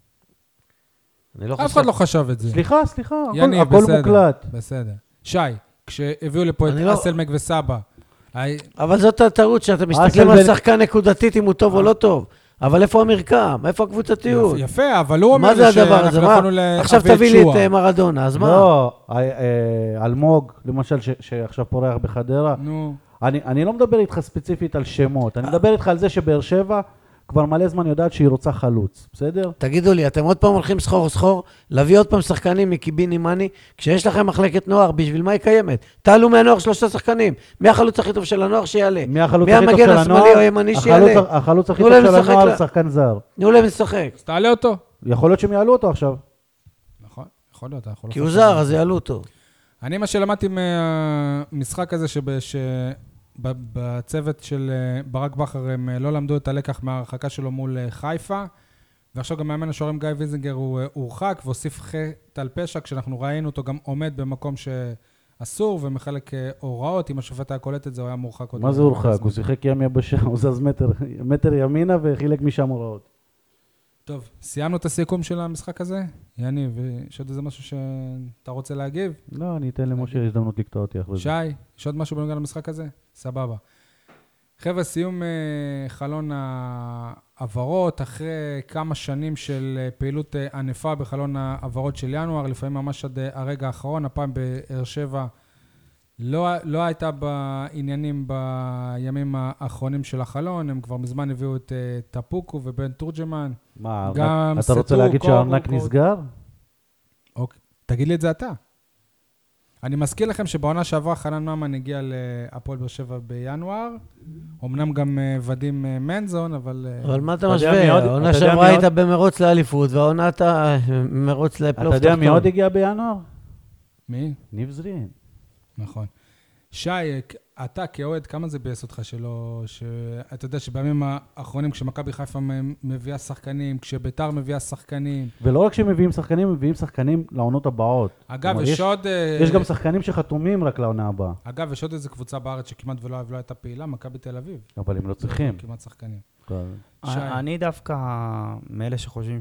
אני לא
אף
חושב.
אחד לא חשב את זה.
סליחה, סליחה, הכל-
יניב,
הכל
בסדר.
מוקלט.
בסדר. שי, כשהביאו לפה את
אני לא-
אסלבנק וסבא, הי-
אבל זאת הטעות שאתם מסתכלים על
אסלבנק-
שחקן נקודתית אם הוא טוב או לא טוב. אבל איפה המרקם? איפה הקבוצתיות?
יפה, אבל הוא
מה
אומר
זה
לי
הדבר הזה?
שאנחנו
מה?
יכולנו להביא
עכשיו
את
תביא לי את
שועה.
אה, מרדונה, אז מה?
לא, אה, אה, אלמוג, למשל, ש- שעכשיו פורח בחדרה,
נו,
אני, אני לא מדבר איתך ספציפית על שמות, אני מדבר איתך על זה שבאר שבע כבר מלא זמן יודעת שהיא רוצה חלוץ, בסדר?
תגידו לי, אתם עוד פעם הולכים סחור סחור, להביא עוד פעם שחקנים מקיבינימני, כשיש לכם מחלקת נוער, בשביל מה היא קיימת? תעלו מהנוער שלושה שחקנים. מי החלוץ הכי טוב של הנוער שיעלה?
מי החלוץ
מי
הכי טוב
המגן
של
השמאלי
הנוער?
או הימני
החלוץ-
שיעלה?
החלוץ הכי
תנו
טוב
להם
של
לשחק
הנוער
לה-
שחקן זר.
תנו להם לשחק.
אז תעלה אותו.
יכול להיות שהם יעלו אותו עכשיו.
נכון, יכול להיות, אנחנו לא
כי הוא
חשבנו.
זר, אז יעלו אותו.
אני מה שלמדתי מהמשחק הזה, שבצוות של אה, ברק בכר הם אה, לא למדו את הלקח מההרחקה שלו מול אה, חיפה, ועכשיו גם מאמן השוערים גיא ויזינגר הוא אה, הורחק, והוסיף חטא על פשע, כשאנחנו ראינו אותו גם עומד במקום שאסור, ומחלק אה, הוראות, אם השופט היה קולט את זה, הוא היה מורחק. עוד
מה זה
הרבה
הורחק?
זמן.
הוא שיחק ים יבשה, הוא זז מטר, מטר ימינה וחילק משם הוראות.
טוב, סיימנו את הסיכום של המשחק הזה? יניב, יש עוד איזה משהו שאתה רוצה להגיב?
לא, אני אתן למשה הזדמנות לקטוע אותי אחרי זה.
שי, יש עוד משהו בנוגע למשחק הזה? סבבה. חבר'ה, סיום אה, חלון העברות, אחרי כמה שנים של אה, פעילות אה, ענפה בחלון העברות של ינואר, לפעמים ממש עד אה, הרגע האחרון, הפעם באר שבע לא, לא הייתה בעניינים בימים האחרונים של החלון, הם כבר מזמן הביאו את אה, טפוקו ובן תורג'מן.
מה,
גם
אתה רוצה
סטור,
להגיד
קובו,
שהארנק
קובו.
נסגר?
אוקיי, תגיד לי את זה אתה. אני מזכיר לכם שבעונה שעברה חנן ממן הגיע להפועל באר שבע בינואר, אמנם גם אה, ודים אה, מנזון, אבל... אה,
אבל מה אתה
אתה יודע
משווה?
מי עוד-
העונה
אתה יודע
שעברה
מי
היית
עוד-
במרוץ לאליפות, והעונה אתה מרוץ לפלייאוף
אתה יודע מי
תחתון.
עוד הגיע בינואר?
מי?
ניב זרין.
נכון. שי, אתה כאוהד, כמה זה ביאס אותך שלא... אתה יודע שבימים האחרונים, כשמכבי חיפה מביאה שחקנים, כשביתר מביאה שחקנים...
ולא רק שהם מביאים שחקנים, הם מביאים שחקנים לעונות הבאות.
אגב,
כלומר,
יש עוד... אה,
יש גם שחקנים שחתומים רק לעונה הבאה,
אגב, יש עוד איזו קבוצה בארץ שכמעט ולא ולא הייתה פעילה, מכבי תל אביב.
אבל הם לא צריכים.
כמעט שחקנים.
טוב.
שי.
אני דווקא מאלה שחושבים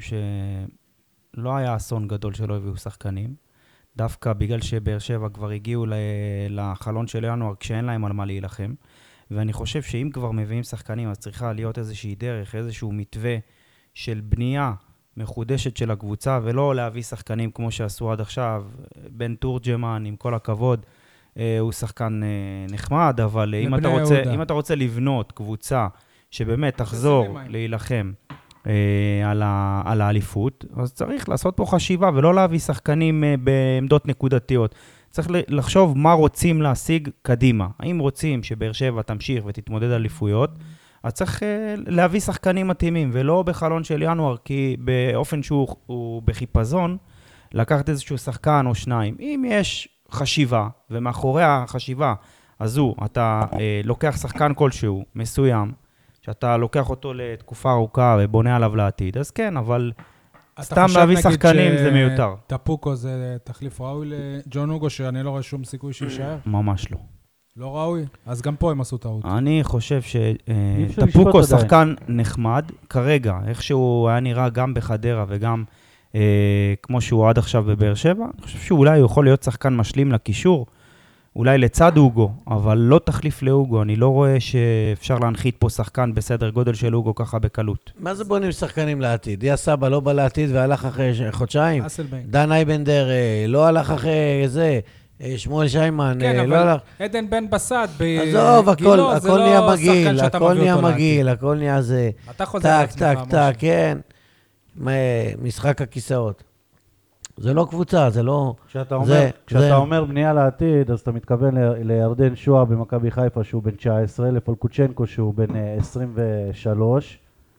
שלא היה אסון גדול שלא הביאו שחקנים, דווקא בגלל שבאר שבע כבר הגיעו ל- לחלון של ינואר כשאין להם על מה להילחם, ואני חושב שאם כבר מביאים שחקנים אז צריכה להיות איזושהי דרך, איזשהו מתווה של בנייה מחודשת של הקבוצה, ולא להביא שחקנים כמו שעשו עד עכשיו. בן תורג'מן, עם כל הכבוד, אה, הוא שחקן אה, נחמד, אבל אם אתה, רוצה,
יהודה.
אם אתה רוצה לבנות קבוצה שבאמת תחזור
מים.
להילחם אה, על, ה, על האליפות, אז צריך לעשות פה חשיבה ולא להביא שחקנים אה, בעמדות נקודתיות. צריך לחשוב מה רוצים להשיג קדימה. האם רוצים שבאר שבע תמשיך ותתמודד על אליפויות, אז צריך אה, להביא שחקנים מתאימים, ולא בחלון של ינואר, כי באופן שהוא הוא בחיפזון, לקחת איזשהו שחקן או שניים. אם יש חשיבה, ומאחורי החשיבה הזו אתה אה, לוקח שחקן כלשהו, מסוים, שאתה לוקח אותו לתקופה ארוכה ובונה עליו לעתיד, אז כן, אבל סתם להביא שחקנים זה מיותר.
טפוקו זה תחליף ראוי לג'ון אוגו, שאני לא רואה שום סיכוי שישאר?
ממש לא.
לא ראוי? אז גם פה הם עשו טעות.
אני חושב שטפוקו שחקן נחמד, כרגע, איך שהוא היה נראה גם בחדרה וגם אה, כמו שהוא עד עכשיו בבאר שבע, אני חושב שאולי הוא יכול להיות שחקן משלים לקישור, אולי לצד אוגו, אבל לא תחליף לאוגו. אני לא רואה שאפשר להנחית פה שחקן בסדר גודל של אוגו ככה בקלות.
מה זה בונים שחקנים לעתיד? דיה סבא לא בא לעתיד והלך אחרי חודשיים?
אסלבנק.
דן אייבנדר לא הלך אחרי זה, שמואל שיימן
כן,
לא
אבל
הלך.
עדן בן בסט
עזוב, הכל
בגילו, זה
הכל נהיה
לא
מגעיל,
שחקן שאתה
הכל
מביא
נהיה
אותו
מגעיל,
לעתיד.
הכל נהיה זה.
אתה חוזר על
טק,
עצמך,
טק,
משה.
טק, כן. מה, משחק הכיסאות. זה לא קבוצה, זה לא...
כשאתה אומר,
זה-
כשאתה
זה-
אומר בנייה לעתיד, אז אתה מתכוון ל- לירדן שואה במכבי חיפה שהוא בן תשע עשרה, לפולקוצ'נקו שהוא בן אה, עשרים ושלוש.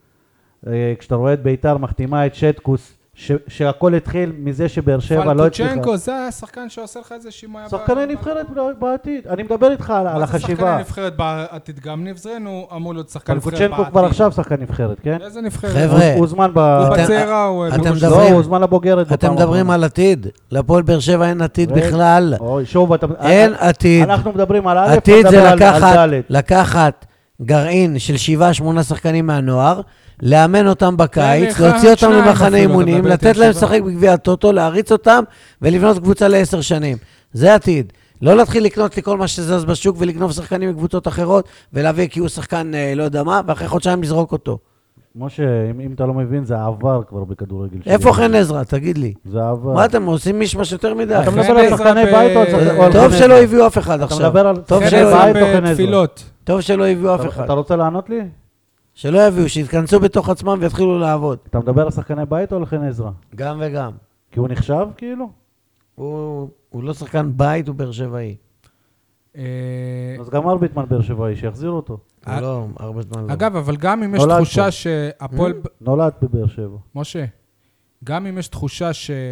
אה, כשאתה רואה את ביתר מחתימה את שטקוס, ש- שהכל התחיל מזה שבאר שבע לא הצליחה.
פלקוצ'נקו, זה השחקן שעושה לך איזה שימוע.
שחקני נבחרת בעתיד, אני מדבר איתך על- על
מה זה
החשיבה.
שחקני נבחרת בעתיד? גם נבזרן הוא אמור להיות שחקן נבחרת
פולקוצ'נקו
בעתיד.
כבר עכשיו שחקן נבחרת, כן?
איזה נבחרת?
חבר'ה,
הוא הוזמן ב...
הוא
אתם-
בצעירה, הוא...
אתם
בגוש-
מדברים-
לא, הוא הוזמן לבוגרת.
אתם
בפעם
מדברים
האחרונה.
על עתיד. להפועל באר שבע אין עתיד
רגע.
בכלל.
אוי, שוב, אתה...
אין עתיד.
אנחנו מדברים על א',
עתיד
נדבר
זה
על-
לקחת,
על ד'.
לקחת גרעין של שבעה, שמונה שחקנים מהנוער, לאמן אותם בקיץ,
כן,
להוציא אותם
שניים
למחנה
אפילו,
אימונים,
אתה
לתת
בטח
להם
שבעה.
לשחק בגביע הטוטו, להריץ אותם ולבנות קבוצה לעשר שנים. זה עתיד. לא להתחיל לקנות לי כל מה שזז בשוק ולגנוב שחקנים מקבוצות אחרות ולהביא כי הוא שחקן אה, לא יודע מה, ואחרי חודשיים לזרוק אותו.
משה, אם, אם אתה לא מבין, זה עבר כבר בכדורגל.
איפה
שלי.
חן עזרא? תגיד לי.
זה עבר.
מה אתם עושים מישמש יותר מדי?
אתה
חן
מדבר על
עזרא
שחקני
ב-
בית או על שחקני- או על
טוב
חן
שלא
עזרא?
הביאו אף אחד
אתה
עכשיו.
מדבר על
טוב
חן
שחקני
שלא-
בית או
עזרא
חן עזרא?
בתפילות.
טוב שלא הביאו אף
אתה-
אחד.
אתה רוצה לענות לי?
שלא יביאו, שיתכנסו בתוך עצמם ויתחילו לעבוד.
אתה מדבר על שחקני בית או על חן עזרא?
גם וגם.
כי הוא נחשב כאילו?
הוא, הוא לא שחקן בית, הוא באר שבעי.
אה,
אז גם ארביטמן באר שבעי, שיחזיר אותו.
הוא לא, הרבה זמן לא.
אגב, אבל גם אם יש
נולד
תחושה
פה.
שהפועל...
נולד בבאר שבע.
משה, גם אם יש תחושה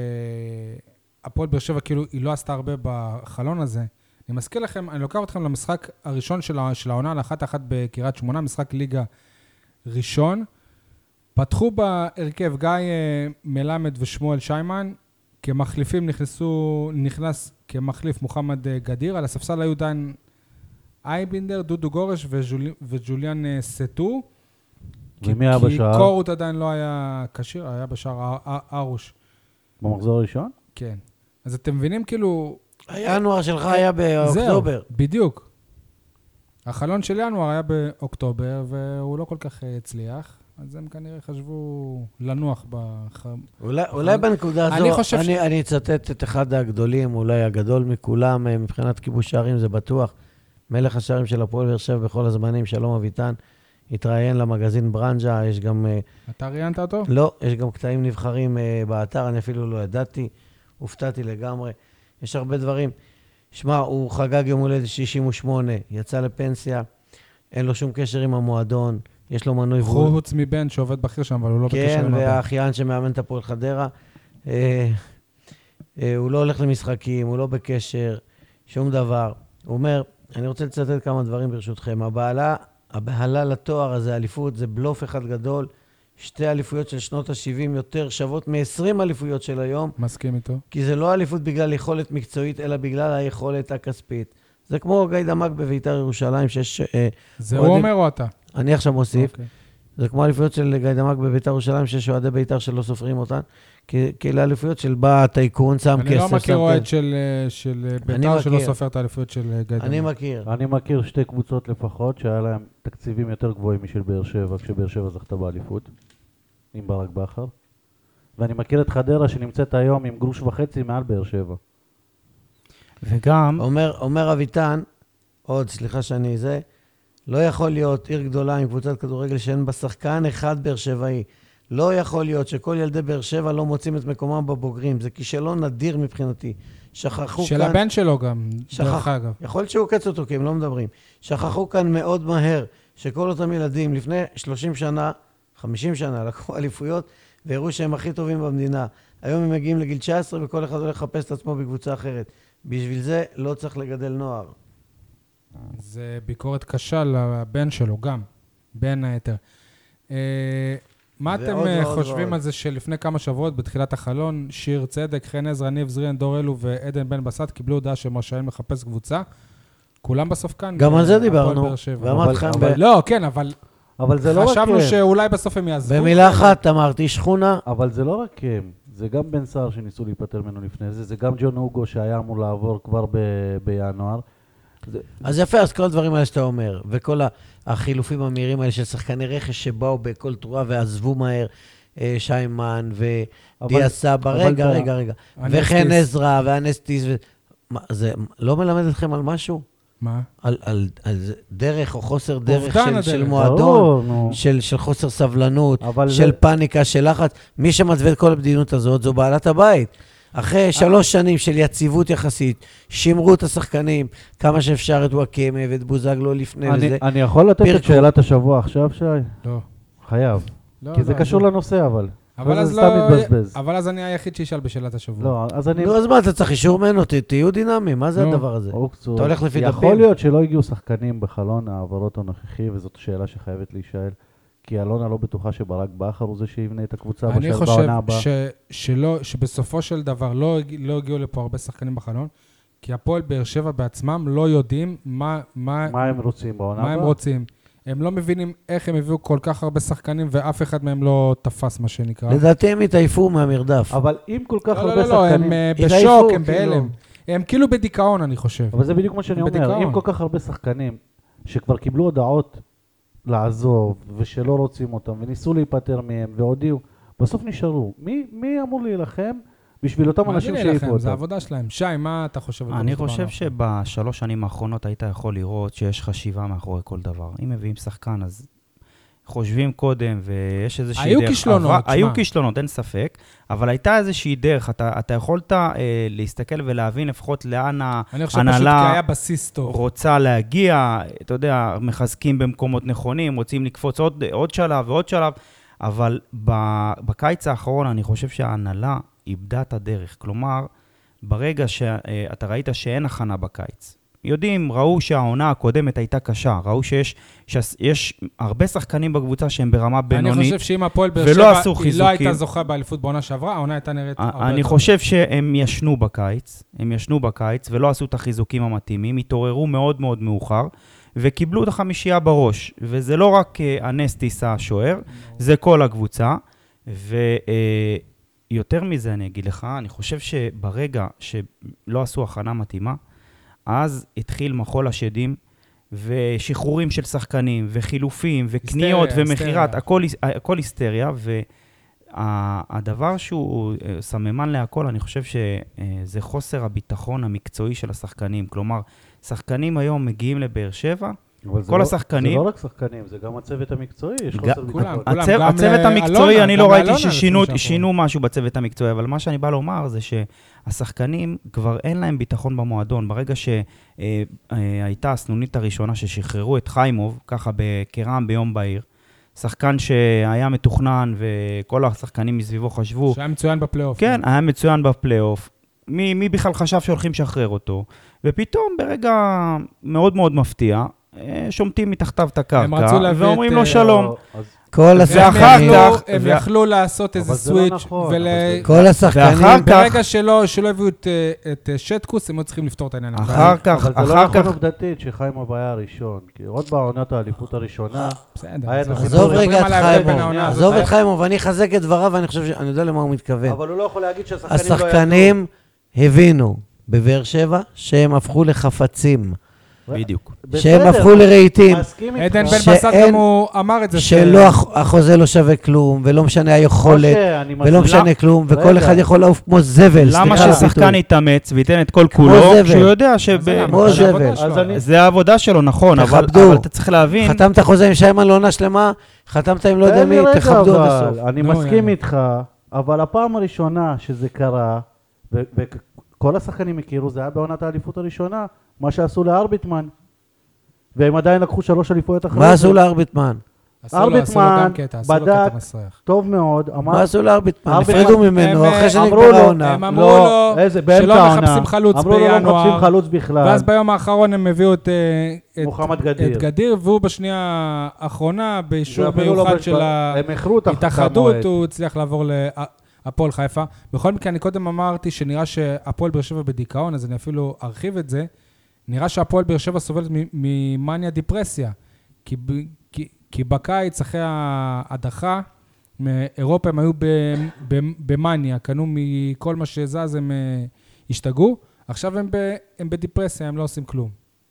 שהפועל באר שבע כאילו היא לא עשתה הרבה בחלון הזה, אני מזכיר לכם, אני לוקח אתכם למשחק הראשון של ה- של העונה, לאחת אחת בקריית שמונה, משחק ליגה ראשון. פתחו בהרכב גיא אה, מלמד ושמואל שיימן, כמחליפים נכנסו, נכנס כמחליף מוחמד אה, גדיר, על הספסל היו דן אייבינדר, דודו גורש וג'ול, וג'וליאן אה, סטו.
ומי היה בשער?
כי קורות עדיין לא היה כשיר, היה בשער א- א- ארוש.
במחזור הראשון?
כן. אז אתם מבינים כאילו...
הינואר שלך היה באוקטובר.
זהו, בדיוק. החלון של ינואר היה באוקטובר, והוא לא כל כך אה, הצליח, אז הם כנראה חשבו לנוח בח...
אולי, אולי בנקודה הזו,
אני חושב ש-
אני, אני אצטט את אחד הגדולים, אולי הגדול מכולם, אה, מבחינת כיבוש שערים, זה בטוח. מלך השערים של הפועל באר שבע בכל הזמנים, שלום אביטן, התראיין למגזין ברנז'ה, יש גם... אה,
אתה ראיינת אותו?
לא, יש גם קטעים נבחרים אה, באתר, אני אפילו לא ידעתי, הופתעתי לגמרי. יש הרבה דברים. שמע, הוא חגג יום הולדת שישים ושמונה, יצא לפנסיה, אין לו שום קשר עם המועדון, יש לו מנוי... והוא-
חוץ מבן שעובד בכיר שם, אבל הוא לא בקשר
כן,
עם הבן.
והאחיין שמאמן את הפועל חדרה. אה, אה, הוא לא הולך למשחקים, הוא לא בקשר, שום דבר. הוא אומר, אני רוצה לצטט כמה דברים ברשותכם. הבעלה, הבעלה לתואר הזה, אליפות, זה בלוף אחד גדול. שתי אליפויות של שנות ה-שבעים יותר שוות מ-עשרים אליפויות של היום,
מסכים איתו.
כי זה לא אליפות בגלל יכולת מקצועית, אלא בגלל היכולת הכספית. זה כמו גיא דמק בביתר ירושלים, שיש... אה,
זה
אוהדים-
הוא אומר או אתה?
אני עכשיו מוסיף.
אוקיי.
זה כמו אליפויות של גיא דמק בביתר ירושלים, שיש אוהדי ביתר שלא סופרים אותן, כי כאלה אליפויות של בא טייקון, שם כסף.
אני לא מכיר
שם
אוהד
כסף.
של, אה, של אה,
אני
בית"ר שלא
מכיר.
סופר את האליפויות של אה, גיא
אני
דמק.
מכיר.
אני מכיר שתי קבוצות לפחות, שהיה להם תקציבים יותר גבוהים משל באר שבע, כשבאר שבע זכתה באליפות, עם ברק בכר. ואני מכיר את חדרה שנמצאת היום עם גרוש וחצי מעל באר שבע.
וגם,
אומר, אומר אביטן, עוד, סליחה שאני זה, לא יכול להיות עיר גדולה עם קבוצת כדורגל שאין בה שחקן אחד באר שבעי. לא יכול להיות שכל ילדי באר שבע לא מוצאים את מקומם בבוגרים. זה כישלון נדיר מבחינתי. שכחו
של
כאן...
הבן שלו גם,
שכח-
דרך אגב.
יכול להיות שהוא קץ אותו, כי הם לא מדברים. שכחו כאן מאוד מהר שכל אותם ילדים לפני שלושים שנה, חמישים שנה, לקחו אליפויות והראו שהם הכי טובים במדינה. היום הם מגיעים לגיל תשע עשרה וכל אחד הולך לחפש את עצמו בקבוצה אחרת. בשביל זה לא צריך לגדל נוער.
זה ביקורת קשה לבן שלו גם, בין היתר. מה אתם חושבים על זה שלפני כמה שבועות, בתחילת החלון, שיר צדק, חן עזרא, ניב זריאן, דור אלו ועדן בן בסט קיבלו הודעה שהם רשאים לחפש קבוצה? כולם בסוף כאן.
גם על זה דיברנו. ואמרת לכם...
לא, כן, אבל...
אבל זה לא רק...
חשבנו שאולי בסוף הם יעזבו.
במילה אחת אמרתי שכונה.
אבל זה לא רק הם. זה גם בן סער שניסו להיפטר ממנו לפני זה. זה גם ג'ון אוגו שהיה אמור לעבור כבר בינואר.
אז יפה, אז כל הדברים האלה שאתה אומר, וכל החילופים המהירים האלה של שחקני רכש שבאו בכל תרועה ועזבו מהר, שיימן ודיה סבא, רגע, רגע, רגע, וחן עזרא ואנסטיס, זה לא מלמד אתכם על משהו?
מה?
על, על, על דרך או חוסר דרך של, של מועדון, של, של חוסר סבלנות, של זה... פאניקה, של לחץ. מי שמתווה את כל המדינות הזאת זו בעלת הבית. אחרי שלוש שנים של יציבות יחסית, שימרו את השחקנים, כמה שאפשר את וואקמה ואת בוזגלו לפני
אני,
וזה.
אני יכול לתת את שאלת השבוע עכשיו, שי?
לא.
חייב.
לא,
כי
לא,
זה קשור
לא.
לנושא, אבל.
אבל אז
סתם
לא...
מתבזבז.
אבל אז אני היחיד שישאל בשאלת השבוע.
לא, אז אני...
נו, אז מה, אתה צריך אישור ממנו, תהיו דינמיים, מה זה
נו.
הדבר הזה?
אוקצור.
אתה הולך לפי דפים?
יכול להיות שלא הגיעו שחקנים בחלון העברות הנוכחי, וזאת שאלה שחייבת להישאל. כי אלונה לא בטוחה שברק בכר הוא זה שיבנה את הקבוצה
אני חושב ש, שלא, שבסופו של דבר לא, לא הגיעו לפה הרבה שחקנים בחלון, כי הפועל באר שבע בעצמם לא יודעים מה, מה,
מה הם רוצים בעונה
מה הם רוצים. הם לא מבינים איך הם הביאו כל כך הרבה שחקנים, ואף אחד מהם לא תפס מה שנקרא.
לדעתי הם התעייפו מהמרדף.
אבל אם כל כך
לא,
הרבה
לא, לא,
שחקנים...
הם בשוק, הם בהלם. הם כאילו בדיכאון, אני חושב.
אבל זה בדיוק מה שאני אומר. אם כל כך הרבה שחקנים שכבר קיבלו הודעות לעזוב, ושלא רוצים אותם, וניסו להיפטר מהם, והודיעו, בסוף נשארו. מי, מי אמור להילחם בשביל אותם אנשים שהעיפו אותם?
זה העבודה שלהם. שי, מה אתה חושב?
אני חושב שבשלוש שנים האחרונות היית יכול לראות שיש חשיבה מאחורי כל דבר. אם מביאים שחקן, אז חושבים קודם, ויש איזושהי דרך.
היו כישלונות.
היו כישלונות, אין ספק, אבל הייתה איזושהי דרך. אתה, אתה יכולת אה, להסתכל ולהבין לפחות לאן ההנהלה רוצה להגיע. אתה יודע, מחזקים במקומות נכונים, רוצים לקפוץ עוד, עוד שלב ועוד שלב, אבל בקיץ האחרון אני חושב שההנהלה איבדה את הדרך. כלומר, ברגע שאתה ראית שאין הכנה בקיץ, יודעים, ראו שהעונה הקודמת הייתה קשה, ראו שיש שיש הרבה שחקנים בקבוצה שהם ברמה בינונית,
אני חושב שאם הפועל באר שבע היא לא הייתה זוכה באליפות בעונה שעברה, העונה הייתה נראית הרבה יותר.
אני חושב שהם ישנו בקיץ, הם ישנו בקיץ ולא עשו את החיזוקים המתאימים, התעוררו מאוד מאוד מאוחר, וקיבלו את החמישייה בראש, וזה לא רק אנסטיס השוער, זה כל הקבוצה, ויותר מזה אני אגיד לך, אני חושב שברגע שלא עשו הכנה מתאימה, אז התחיל מחול השדים, ושחרורים של שחקנים, וחילופים, וקניות, ומחירת, הכל, הכל היסטריה, והדבר שהוא סממן להכל, אני חושב שזה חוסר הביטחון המקצועי של השחקנים. כלומר, שחקנים היום מגיעים לבאר שבע, כל השחקנים...
זה לא רק שחקנים, זה גם הצוות המקצועי, יש חוסר ביטחון.
הצוות המקצועי, אני לא ראיתי ששינו משהו בצוות המקצועי, אבל מה שאני בא לומר זה שהשחקנים כבר אין להם ביטחון במועדון. ברגע שהייתה הסנונית הראשונה ששחררו את חיימוב, ככה בקרם ביום בהיר, שחקן שהיה מתוכנן וכל השחקנים מסביבו חשבו...
שהיה מצוין בפלייאוף.
כן, היה מצוין בפלייאוף. מי, מי בכלל חשב שהולכים לשחרר אותו? ופתאום ברגע מאוד מאוד מפתיע, שומטים מתחתיו את הקרקע, ואומרים לו שלום.
כל השחקנים...
הם יכלו לעשות איזה סוויץ'
כל השחקנים...
ברגע שלא הביאו את שטקוס, הם עוד צריכים לפתור את העניין.
אחר כך... אבל זה לא נכון עובדתית שחיימוב היה הראשון, כי עוד בעונת האליפות הראשונה...
עזוב רגע את חיימוב, עזוב את חיימוב, ואני אחזק את דבריו, ואני חושב שאני יודע למה הוא מתכוון.
אבל הוא לא יכול להגיד שהשחקנים...
השחקנים הבינו בבאר שבע שהם הפכו לחפצים.
בדיוק.
שהם הפכו לרהיטים.
עדן בן בסט גם הוא אמר את זה.
שלא החוזה לא שווה כלום, ולא משנה היכולת, ולא משנה כלום, וכל אחד יכול לעוף כמו זבל.
למה ששחקן יתאמץ וייתן את כל כולו, כשהוא יודע שזה העבודה שלו, נכון, אבל אתה צריך להבין.
חתמת חוזה עם שיימן לעונה שלמה, חתמת עם לא יודע מי, תכבדו עד הסוף.
אני מסכים איתך, אבל הפעם הראשונה שזה קרה, וכל השחקנים הכירו, זה היה בעונת האליפות הראשונה, מה שעשו לארביטמן, והם עדיין לקחו שלוש אליפויות אחרות.
מה עשו לארביטמן?
עשו לו עשו לו גם קטע, עשו לו
בדק,
קטע מסריח.
טוב מאוד, אמר...
מה עשו לארביטמן?
ארביטמן-
נפרדו ממנו
הם,
אחרי
אה,
אמרו
שנגמר
לו-
העונה.
הם אמרו
לא,
לו
איזה, באמצע
שלא
העונה.
מחפשים חלוץ
אמרו לו לא
בינואר.
מחפשים חלוץ בכלל.
ואז ביום האחרון הם הביאו את, אה, את,
מוחמד גדיר.
את גדיר, והוא בשנייה האחרונה, באישור
ואפילו לא
מיוחד
בש-
של
הם איחרו את
ההתאחדות,
המועד.
הוא הצליח לעבור להפועל חיפה. בכל מקרה, אני קודם אמרתי שנראה שהפועל באר שבע בדיכאון, אז אני אפילו ארחיב את זה. נראה שהפועל באר שבע סובלת ממניה דיפרסיה. כי, כי, כי בקיץ, אחרי ההדחה, מאירופה הם היו במניה, קנו מכל מה שזז, הם השתגעו. עכשיו הם, ב, הם בדיפרסיה, הם לא עושים כלום.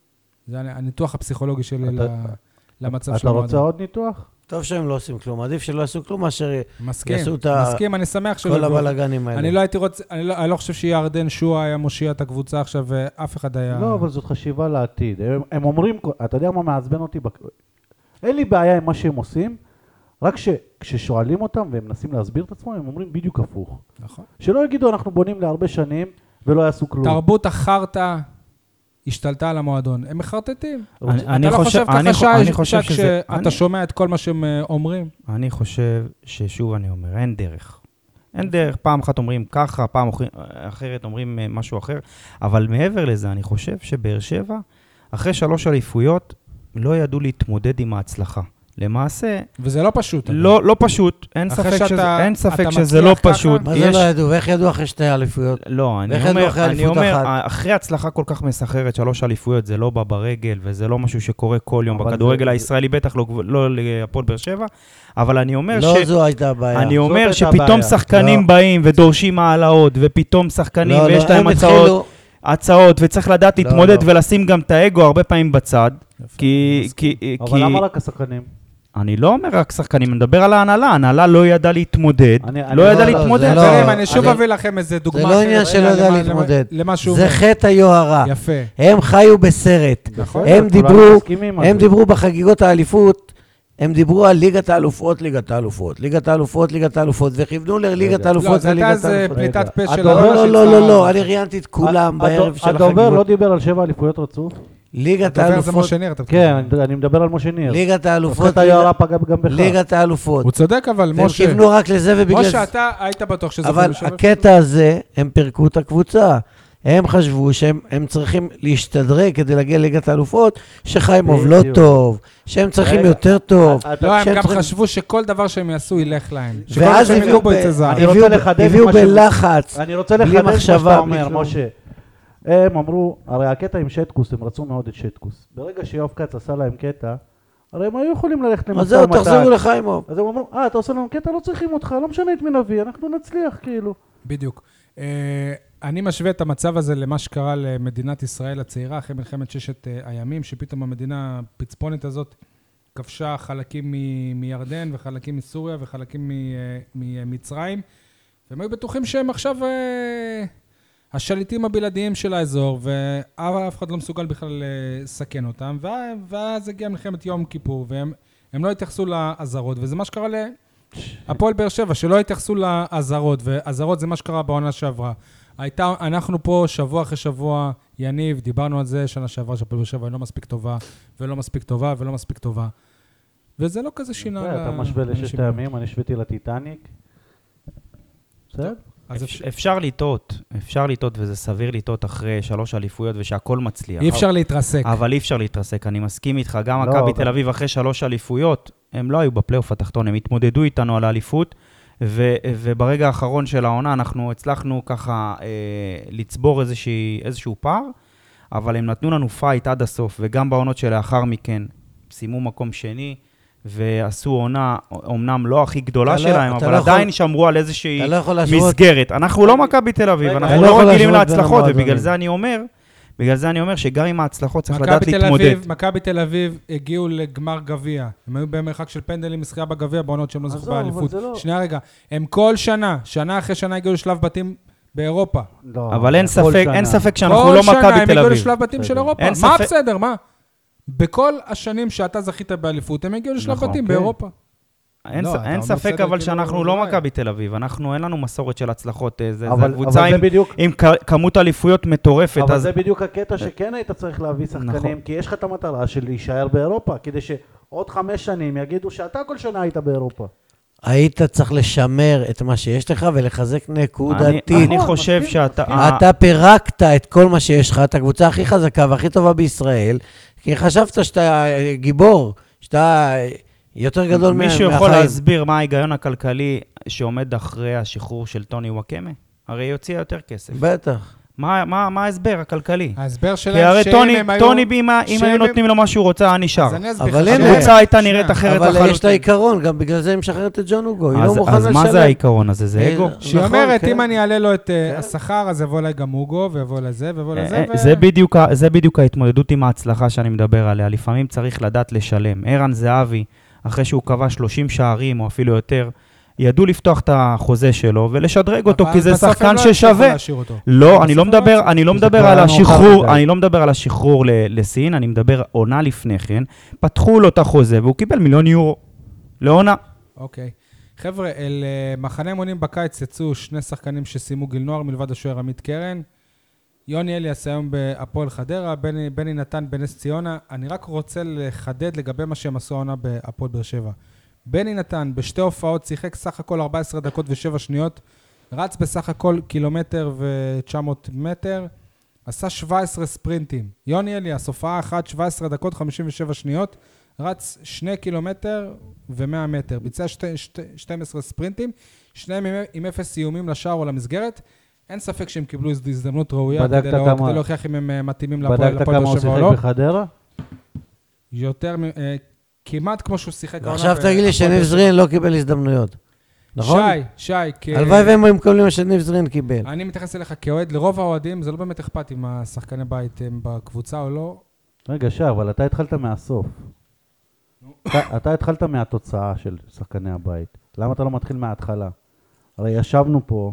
זה הניתוח הפסיכולוגי שלי
אתה,
למצב
אתה
של
רוצה עוד ניתוח?
טוב שהם לא עושים כלום, עדיף שלא יעשו כלום, מאשר
מסכים,
יעשו את ה-
מסכים, אני שמח שלא...
כל הבלגנים האלה.
אני לא הייתי רוצה, אני לא, אני לא חושב שירדן שועה היה מושיע את הקבוצה עכשיו, ואף אחד היה...
לא, אבל זאת חשיבה לעתיד. הם, הם אומרים, אתה יודע מה מעצבן אותי? בק... אין לי בעיה עם מה שהם עושים, רק ש, כששואלים אותם והם מנסים להסביר את עצמם, הם אומרים בדיוק הפוך.
נכון.
שלא יגידו, אנחנו בונים להרבה שנים ולא יעשו כלום.
תרבות החרטא השתלטה על המועדון. הם מחרטטים.
אני- אני
אתה לא
חושב-
חושב
אני
ככה
חו- אני
שי-
חושב שזה-
שכשאתה
אני-
שומע את כל מה שהם אה, אומרים?
אני חושב ששוב אני אומר, אין דרך. אין דרך, פעם אחת אומרים ככה, פעם אחרת אומרים אה, משהו אחר, אבל מעבר לזה, אני חושב שבאר שבע, אחרי שלוש אליפויות, לא ידעו להתמודד עם ההצלחה. למעשה,
וזה לא פשוט. אבל.
לא, לא פשוט, אין
אחרי
ספק,
שאתה-
שזה, אין ספק
אתה
שזה לא
מצליח ככה?
פשוט.
מה זה
יש-
לא ידעו? ואיך ידעו אחרי שתי אליפויות?
לא, אני
ואיך ידעו
אומר,
אחרי
אני
אליפות
אומר,
אחת?
אחרי הצלחה כל כך מסחררת, שלוש אליפויות, זה לא בא ברגל, וזה לא משהו שקורה כל יום
אבל
בכדורגל
זה-
הישראלי, בטח לא, לא להפועל באר שבע, אבל אני אומר
לא
ש...
זו הייתה הבעיה.
אני
זאת
אומר
הייתה
שפתאום
הבעיה.
שחקנים
לא.
באים ודורשים העלאות, ופתאום שחקנים
לא,
ויש
לא,
להם
הם
הצעות,
התחילו-
הצעות, וצריך לדעת
לא,
להתמודד
לא.
ולשים גם את האגו הרבה פעמים בצד, כי... כי,
אבל
כי
למה רק השחקנים?
אני לא אומר רק שחקנים, אני מדבר על ההנהלה, ההנהלה לא ידעה להתמודד,
אני- אני-
לא
לא,
ידעה
לא,
להתמודד.
זה לא-
חברים, אני שוב
אני-
אביא לכם איזה דוגמה
זה
אחרת.
לא עניין שלא
רגע,
יודע
למה-
להתמודד.
למה שהוא
זה
אומר.
חטא היוהרה.
יפה.
הם חיו בסרט.
נכון.
הם
כולם
דיברו,
מסכימים על
הם
זה.
דיברו בחגיגות האליפות, הם דיברו על ליגת האלופות, ליגת האלופות, ליגת האלופות, ליגת האלופות, וכיוונו לליגת
רגע.
לא,
האלופות
זה הייתה
וליגת
איזה
האלופות.
פליטת פה
רגע.
של...
הדובר-
לא,
הרבע
לא,
של
לא,
צה"ל.
לא, אני ראיינתי את כולם
הדוב-
בערב של
הדובר לא
החגיגות.
דיבר על שבע אליפויות רצוף?
ליגת
הדובר זה
האלופות,
משה ניר, אתה
כן,
מתכוון.
אני- אני מדבר על משה ניר.
ליגת האלופות,
חטא היוהרה פגע גם בך.
ליגת האלופות.
הוא צודק אבל,
והם
משה.
כיוונו רק לזה ובגלל זה.
משה, אתה היית בטוח שזה...
אבל הקטע הזה, הם פירקו את הקבוצה. הם חשבו שהם הם צריכים להשתדרג כדי להגיע לליגת האלופות, שחיימוב לא
בדיוק.
טוב, שהם צריכים
רגע,
יותר טוב.
אתה-
לא, הם
שהם
גם
צריכים-
חשבו שכל דבר שהם יעשו ילך להם. שכל
ואז
מה שהם
הביאו
ידעו בו
ב-
יצא זהב.
אני רוצה
הביאו ב-
לחדד
הביאו
מה ש-
בלחץ.
אני רוצה
בלי
לחדד מה
מחשבה,
שאתה
בלי
אומר,
כלום.
משה. הם אמרו, הרי הקטע עם שטקוס, הם רצו מאוד את שטקוס. ברגע שיואב כץ עשה להם קטע, הרי הם היו יכולים ללכת
אז
למשא
זהו,
ומתן.
תחזרו לחיימוב.
אז הם אמרו, אה, אתה עושה לנו קטע, לא צריכים אותך, לא משנה את מי נביא, אנחנו נצליח, כאילו.
בדיוק. אה, אני משווה את המצב הזה למה שקרה למדינת ישראל הצעירה, אחרי מלחמת ששת אה, הימים, שפתאום המדינה הפצפונת הזאת כבשה חלקים מ- מירדן וחלקים מסוריה וחלקים מ- אה, ממצרים, והם היו בטוחים שהם עכשיו אה, השליטים הבלעדיים של האזור, ואף אחד לא מסוגל בכלל לסכן אותם, וה- ואז הגיעה מלחמת יום כיפור, והם הם לא התייחסו לעזרות, וזה מה שקרה להפועל באר שבע, שלא התייחסו לעזרות, ועזרות זה מה שקרה בעונה שעברה. הייתה, אנחנו פה שבוע אחרי שבוע, יניב, דיברנו על זה, שנה שעברה שהפועל באר שבע היא לא מספיק טובה, ולא מספיק טובה, ולא מספיק טובה. וזה לא כזה שינה.
אתה משווה לששת הימים, אני שוויתי לטיטניק. בסדר?
אז
אפ- אפשר לטעות, אפשר לטעות, וזה סביר לטעות אחרי שלוש אליפויות ושהכל מצליח.
אי אפשר להתרסק.
אבל אי אפשר להתרסק, אני מסכים איתך, גם
לא,
מכבי
גם-
תל אביב אחרי שלוש אליפויות, הם לא היו בפלייאוף התחתון, הם התמודדו איתנו על האליפות, ו- וברגע האחרון של העונה אנחנו הצלחנו ככה אה, לצבור איזושהי, איזשהו פער, אבל הם נתנו לנו פייט עד הסוף, וגם בעונות שלאחר מכן סיימו מקום שני, ועשו עונה, אמנם לא הכי גדולה
אתה לא-
שלהם,
אתה
אבל
לא יכול-
עדיין שמרו על איזושהי
אתה לא יכול להשוות.
מסגרת. אנחנו לא מכבי תל אביב,
רגע,
אנחנו
אתה לא
לא
יכול
רגילים
להשוות בין
להצלחות, ובגלל
המועדונים.
זה אני אומר, בגלל זה אני אומר שגם עם ההצלחות צריך לדעת
מכבי תל
להתמודד.
אביב, מכבי תל אביב הגיעו לגמר גביע. הם היו במרחק של פנדלים משחייה בגביע, בעונות שהם לא זכו
עזוב, אבל
באליפות.
זה לא-
שנייה רגע, הם כל שנה, שנה אחרי שנה הגיעו לשלב בתים באירופה.
לא,
אבל אין
כל
ספק,
שנה.
אין ספק שאנחנו
כל
לא
שנה
מכבי
הם
תל
הגיעו
אביב.
לשלב בתים של
בסדר.
אירופה.
אין
מה
ספק-
בסדר, מה? בכל השנים שאתה זכית באליפות, הם הגיעו לשלב
נכון,
בתים
כן.
באירופה.
אין
לא,
ס-
אתה
אין
אומר
ספק
בסדר,
אבל
כאילו,
שאנחנו לא
אולי.
מכבי תל אביב, אנחנו אין לנו מסורת של הצלחות, אה, זה זה
אבל
קבוצה
אבל זה
עם-
בדיוק...
עם כ- כמות אליפויות מטורפת,
אבל
אז
זה בדיוק הקטע שכן היית צריך להביא
נכון.
שחקנים, כי יש לך את המטרה של להישאר באירופה, כדי עוד חמש שנים יגידו שאתה כל שנה היית באירופה.
היית צריך לשמר את מה שיש לך ולחזק נקודתית.
אני, אני חושב שאתה...
אתה פירקת את כל מה שיש לך, את הקבוצה הכי חזקה והכי טובה בישראל, כי חשבת שאתה גיבור, שאתה יותר גדול מהחיים.
מישהו יכול להסביר מה ההיגיון הכלכלי שעומד אחרי השחרור של טוני וואקמה? הרי יוציא יותר כסף.
בטח.
מה, מה, מה ההסבר הכלכלי?
ההסבר שלהם
כי הרי
שהם
טוני,
הם היו...
טוני בימה, אם היו נותנים לו מה שהוא רוצה, היה נשאר.
אז אני אסביר
אבל
לך.
הנה,
הקבוצה הייתה נראית אחרת
אבל
לחלוטין.
יש את העיקרון, גם בגלל זה היא משחררת את ג'ון אוגו, היא
אז,
לא מוכנה
אז
לשלם.
מה זה העיקרון הזה? זה אגו?
שהיא
נכון,
אומרת,
כן.
אם אני אעלה לו את אה,
כן.
השכר, אז יבוא אליי גם אוגו, ויבוא לזה, ויבוא לזה.
אה,
ו-
זה בדיוק, ה- זה בדיוק ההתמודדות עם ההצלחה שאני מדבר עליה. לפעמים צריך לדעת לשלם. ערן זהבי, אחרי שהוא קבע שלושים שערים או אפילו יותר, ידעו לפתוח את החוזה שלו ולשדרג אותו, כי זה שחקן ששווה. לא, אני לא מדבר, אני לא מדבר על השחרור, אני לא מדבר על השחרור ל- לסין, אני מדבר עונה לפני כן. פתחו לו את החוזה והוא קיבל מיליון יורו לעונה.
אוקיי. חבר'ה, אל אה, מחנה אימונים בקיץ יצאו שני שחקנים שסיימו גיל נוער מלבד השוער עמית קרן. יוני אליאס היום בהפועל חדרה, בני, בני נתן בנס ציונה. אני רק רוצה לחדד לגבי מה שהם עשו העונה בהפועל באר שבע. בני נתן בשתי הופעות שיחק סך הכל ארבע עשרה דקות ושבע שניות, רץ בסך הכל קילומטר ו-תשע מאות מטר, עשה שבע עשרה ספרינטים. יוני אליאס, הופעה אחת, שבע עשרה דקות חמישים ושבע שניות, רץ שני קילומטר ו-מאה מטר, ביצע שתי, שתי, שתים עשרה ספרינטים, שניהם עם, עם אפס איומים לשער או למסגרת. אין ספק שהם קיבלו הזדמנות ראויה כדי, לא, כדי להוכיח אם הם מתאימים להפועל באר שבע או לא.
בדקת כמה הוא שיחק בחדרה?
יותר, אה, כמעט כמו שהוא שיחק.
עכשיו תגיד לי שניב זרין לא קיבל הזדמנויות. נכון?
שי, שי, כ...
הלוואי והם מקבלים מה שניב זרין קיבל.
אני מתייחס אליך כאוהד, לרוב האוהדים, זה לא באמת אכפת אם השחקני בית הם בקבוצה או לא.
רגע, שי, אבל אתה התחלת מהסוף. אתה, אתה התחלת מהתוצאה של שחקני הבית. למה אתה לא מתחיל מההתחלה? הרי ישבנו פה,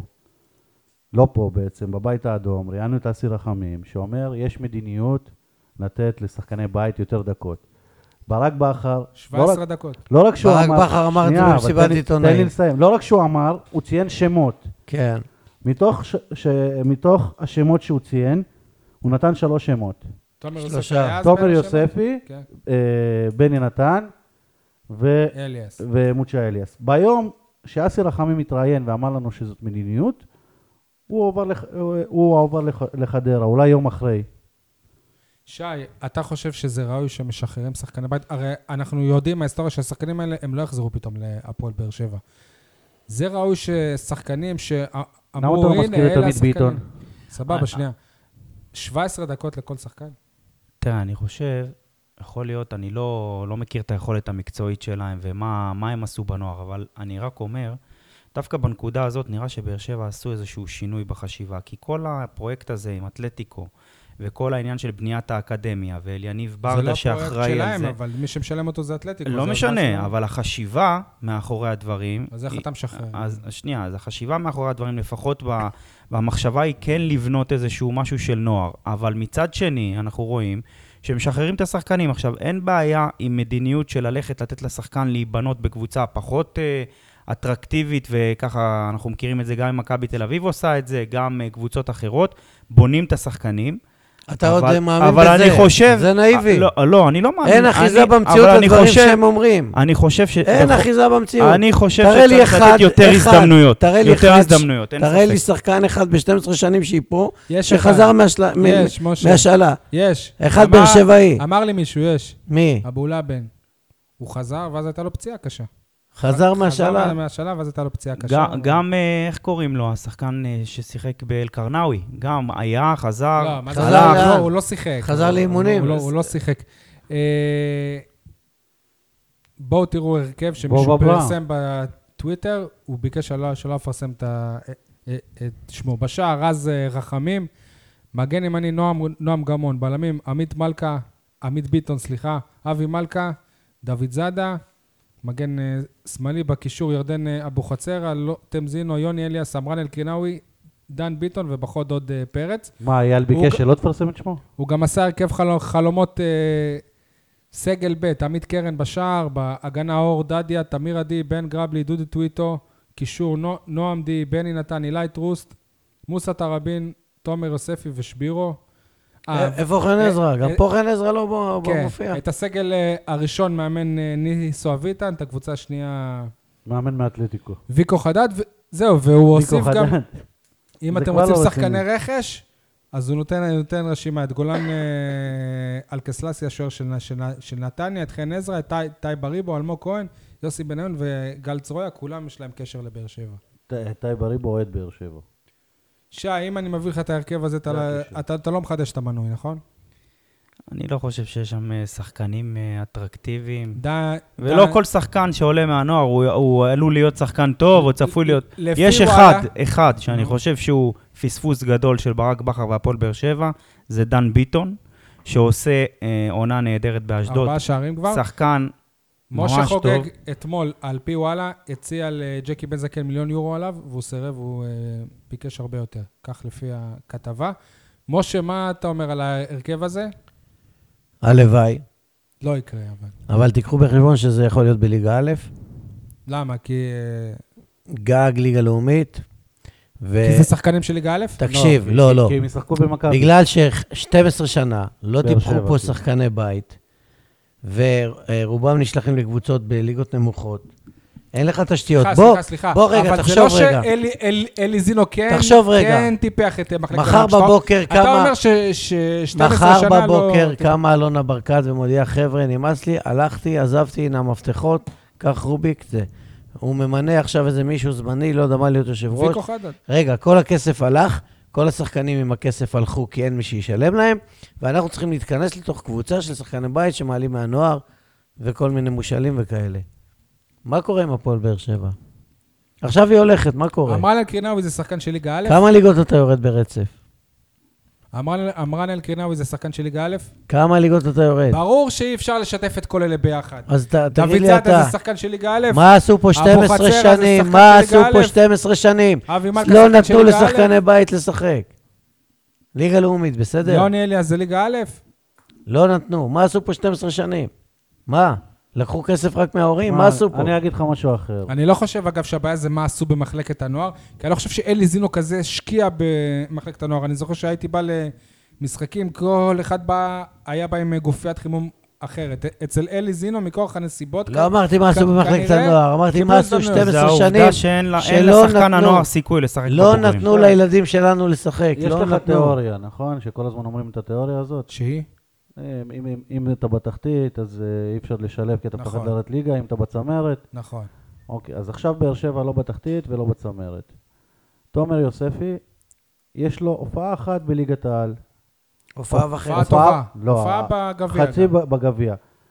לא פה בעצם, בבית האדום, ראיינו את אסי רחמים, שאומר, יש מדיניות לתת לשחקני בית יותר דקות. ברק בכר,
שבע עשרה דקות.
לא רק שהוא
ברק
אמר...
בכר אמר את זה
שנייה, אבל
במסיבת
תן לי-
עיתונאים.
תן לי לסיים. לא רק שהוא אמר, הוא ציין שמות.
כן.
מתוך, ש... ש... מתוך השמות שהוא ציין, הוא נתן שלוש שמות.
תומר
שלושה.
יוספי היה אז
תומר
בין
יוספי,
כן.
אה, בני נתן ו...
אליאס.
ומוצ'ה אליאס. ביום שאסי רחמים מתראיין ואמר לנו שזאת מדיניות, הוא עובר, לח... הוא עובר לח... לחדרה, אולי יום אחרי.
שי, אתה חושב שזה ראוי שמשחררים שחקני בית? הרי אנחנו יודעים מההיסטוריה שהשחקנים האלה, הם לא יחזרו פתאום להפועל באר שבע. זה ראוי ששחקנים שאמרו,
למה אתה לא מזכיר את עמית ביטון?
סבבה, שנייה. שבע עשרה דקות לכל שחקן?
תראה, אני חושב, יכול להיות, אני לא, לא מכיר את היכולת המקצועית שלהם ומה מה הם עשו בנוער, אבל אני רק אומר, דווקא בנקודה הזאת נראה שבאר שבע עשו איזשהו שינוי בחשיבה, כי כל הפרויקט הזה עם אתלטיקו, וכל העניין של בניית האקדמיה, ואליניב ברדה שאחראי על זה.
זה לא הפרויקט שלהם, אבל מי שמשלם אותו זה אתלטיקו.
לא משנה, אבל החשיבה מאחורי הדברים...
אז איך אתה משחרר?
אז שנייה, אז החשיבה מאחורי הדברים, לפחות במחשבה היא כן לבנות איזשהו משהו של נוער, אבל מצד שני, אנחנו רואים שמשחררים את השחקנים. עכשיו, אין בעיה עם מדיניות של ללכת לתת לשחקן להיבנות בקבוצה פחות אטרקטיבית, וככה אנחנו מכירים את זה גם עם מכבי תל אביב עושה את זה, גם קבוצות אחרות, בונים את השחקנים.
אתה עוד מאמין בזה?
אבל אני חושב...
זה נאיבי.
לא, לא, אני לא מאמין.
אין אחיזה במציאות לדברים שהם אומרים.
אני חושב ש...
אין אחיזה במציאות.
אני חושב שצריך לתת יותר הזדמנויות. יותר הזדמנויות, אין ספק.
תראה לי שחקן אחד ב-שתים עשרה שנים שהיא פה, שחזר מהשאלה.
יש.
אחד באר שבעי.
אמר לי מישהו, יש.
מי?
אבו לבן. הוא חזר, ואז הייתה לו פציעה קשה.
חזר מהשאלה.
חזר מהשאלה, ואז הייתה לו פציעה קשה.
גם, איך קוראים לו, השחקן ששיחק באל-קרנאווי, גם היה, חזר,
לא, מה זה חזר? הוא לא שיחק.
חזר לאימונים.
הוא לא שיחק. בואו תראו הרכב שמישהו פרסם בטוויטר, הוא ביקש שלא אפרסם את שמו. בשער רז רחמים, מגן ימני נועם גמון, בלמים עמית מלכה, עמית ביטון, סליחה, אבי מלכה, דוד זאדה, מגן שמאלי בקישור ירדן אבו חצר, תמזינו, יוני אליאס, אמרן אלקרינאווי, דן ביטון ובחוד עוד פרץ.
מה, אייל ביקש שלא תפרסם את שמו?
הוא גם עשה הרכב חלומות סגל ב', עמית קרן בשער, בהגנה אור דדיה, תמיר עדי, בן גרבלי, דודי טוויטו, קישור נועם די, בני נתן, אילי טרוסט, מוסא תראבין, תומר יוספי ושבירו.
איפה חן עזרא? גם פה חן עזרא לא מופיע.
כן, את הסגל הראשון מאמן ניסו אביטן, את הקבוצה השנייה...
מאמן מאתלטיקו.
ויקו חדד, זהו, והוא הוסיף גם... אם אתם רוצים שחקני רכש, אז הוא נותן רשימה, את גולן אלקסלסי, השוער של נתניה, את חן עזרא, את טי בריבו, אלמוג כהן, יוסי בניון וגל צרויה, כולם יש להם קשר לבאר שבע.
טי בריבו אוהד באר שבע.
שי, אם אני מביא לך את ההרכב הזה, אתה לא מחדש את המנוי, נכון?
אני לא חושב שיש שם שחקנים אטרקטיביים. ולא כל שחקן שעולה מהנוער, הוא עלול להיות שחקן טוב, או צפוי להיות... יש אחד, אחד, שאני חושב שהוא פספוס גדול של ברק בכר והפועל באר שבע, זה דן ביטון, שעושה עונה נהדרת באשדוד.
ארבעה שערים כבר.
שחקן ממש טוב.
משה חוגג אתמול, על פי וואלה, הציע לג'קי בן זקן מיליון יורו עליו, והוא סירב, הוא ביקש הרבה יותר. כך לפי הכתבה. משה, מה אתה אומר על ההרכב הזה?
הלוואי.
לא יקרה, אבל.
אבל תיקחו בחשבון שזה יכול להיות בליגה א'.
למה? כי...
גג ליגה לאומית. ו...
כי זה שחקנים של ליגה א'?
תקשיב, לא, לא.
כי הם ישחקו במכבי.
בגלל ש-שתים עשרה שנה לא דיווחו פה שחקני בית, ורובם נשלחים לקבוצות בליגות נמוכות. אין לך תשתיות. בוא, בוא רגע, תחשוב רגע.
אבל זה לא שאלי זינו כן, כן טיפח את מחלקת
מחר בבוקר כמה...
אתה אומר ש-שתים עשרה שנה לא...
מחר בבוקר כמה אלונה ברקת ומודיע, חבר'ה, נמאס לי, הלכתי, עזבתי, הנה המפתחות, כך רוביק, זה. הוא ממנה עכשיו איזה מישהו זמני, לא יודע מה להיות יושב ראש.
ויקו חדד.
רגע, כל הכסף הלך, כל השחקנים עם הכסף הלכו, כי אין מי שישלם להם, ואנחנו צריכים להתכנס לתוך קבוצה של שחקני בית שמעלים מהנוער, וכל מיני מושאלים וכאלה. מה קורה עם הפועל באר שבע? עכשיו היא הולכת, מה קורה?
אמרן אלקרינאוי זה שחקן של ליגה א'?
כמה ליגות אתה יורד ברצף?
אמרן אלקרינאוי זה שחקן של ליגה א'?
כמה ליגות אתה יורד?
ברור שאי אפשר לשתף את כל אלה ביחד.
אז תגיד לי אתה...
דוד זאדה זה שחקן של ליגה א'?
מה עשו פה שתים עשרה שנים? מה עשו פה שתים עשרה שנים? לא נתנו לשחקני בית לשחק. ליגה לאומית, בסדר?
יוני אליאס זה ליגה א'?
לא נתנו. מה עשו פה שתים עשרה שנים? מה? לקחו כסף רק מההורים? מה עשו פה?
אני אגיד לך משהו אחר.
אני לא חושב, אגב, שהבעיה זה מה עשו במחלקת הנוער, כי אני לא חושב שאלי זינו כזה השקיע במחלקת הנוער. אני זוכר שהייתי בא למשחקים, כל אחד בא, היה בא עם גופיית חימום אחרת. אצל אלי זינו, מכוח הנסיבות...
לא אמרתי מה עשו במחלקת הנוער, אמרתי מה עשו שתים עשרה שנים.
זה העובדה שאין לשחקן הנוער סיכוי לשחק בבוגרים.
לא נתנו לילדים שלנו לשחק.
יש לך תיאוריה, נכון? שכל הזמן אומרים את התיאוריה הזאת.
שהיא?
אם, אם, אם אתה בתחתית, אז אי אפשר לשלב, כי אתה
נכון.
פחד לרדת ליגה, אם אתה בצמרת.
נכון.
אוקיי, אז עכשיו באר שבע לא בתחתית ולא בצמרת. תומר יוספי, יש לו הופעה אחת בליגת העל.
הופעה וחצי.
הופעה טובה.
לא,
הופעה בגביע.
חצי בגביע.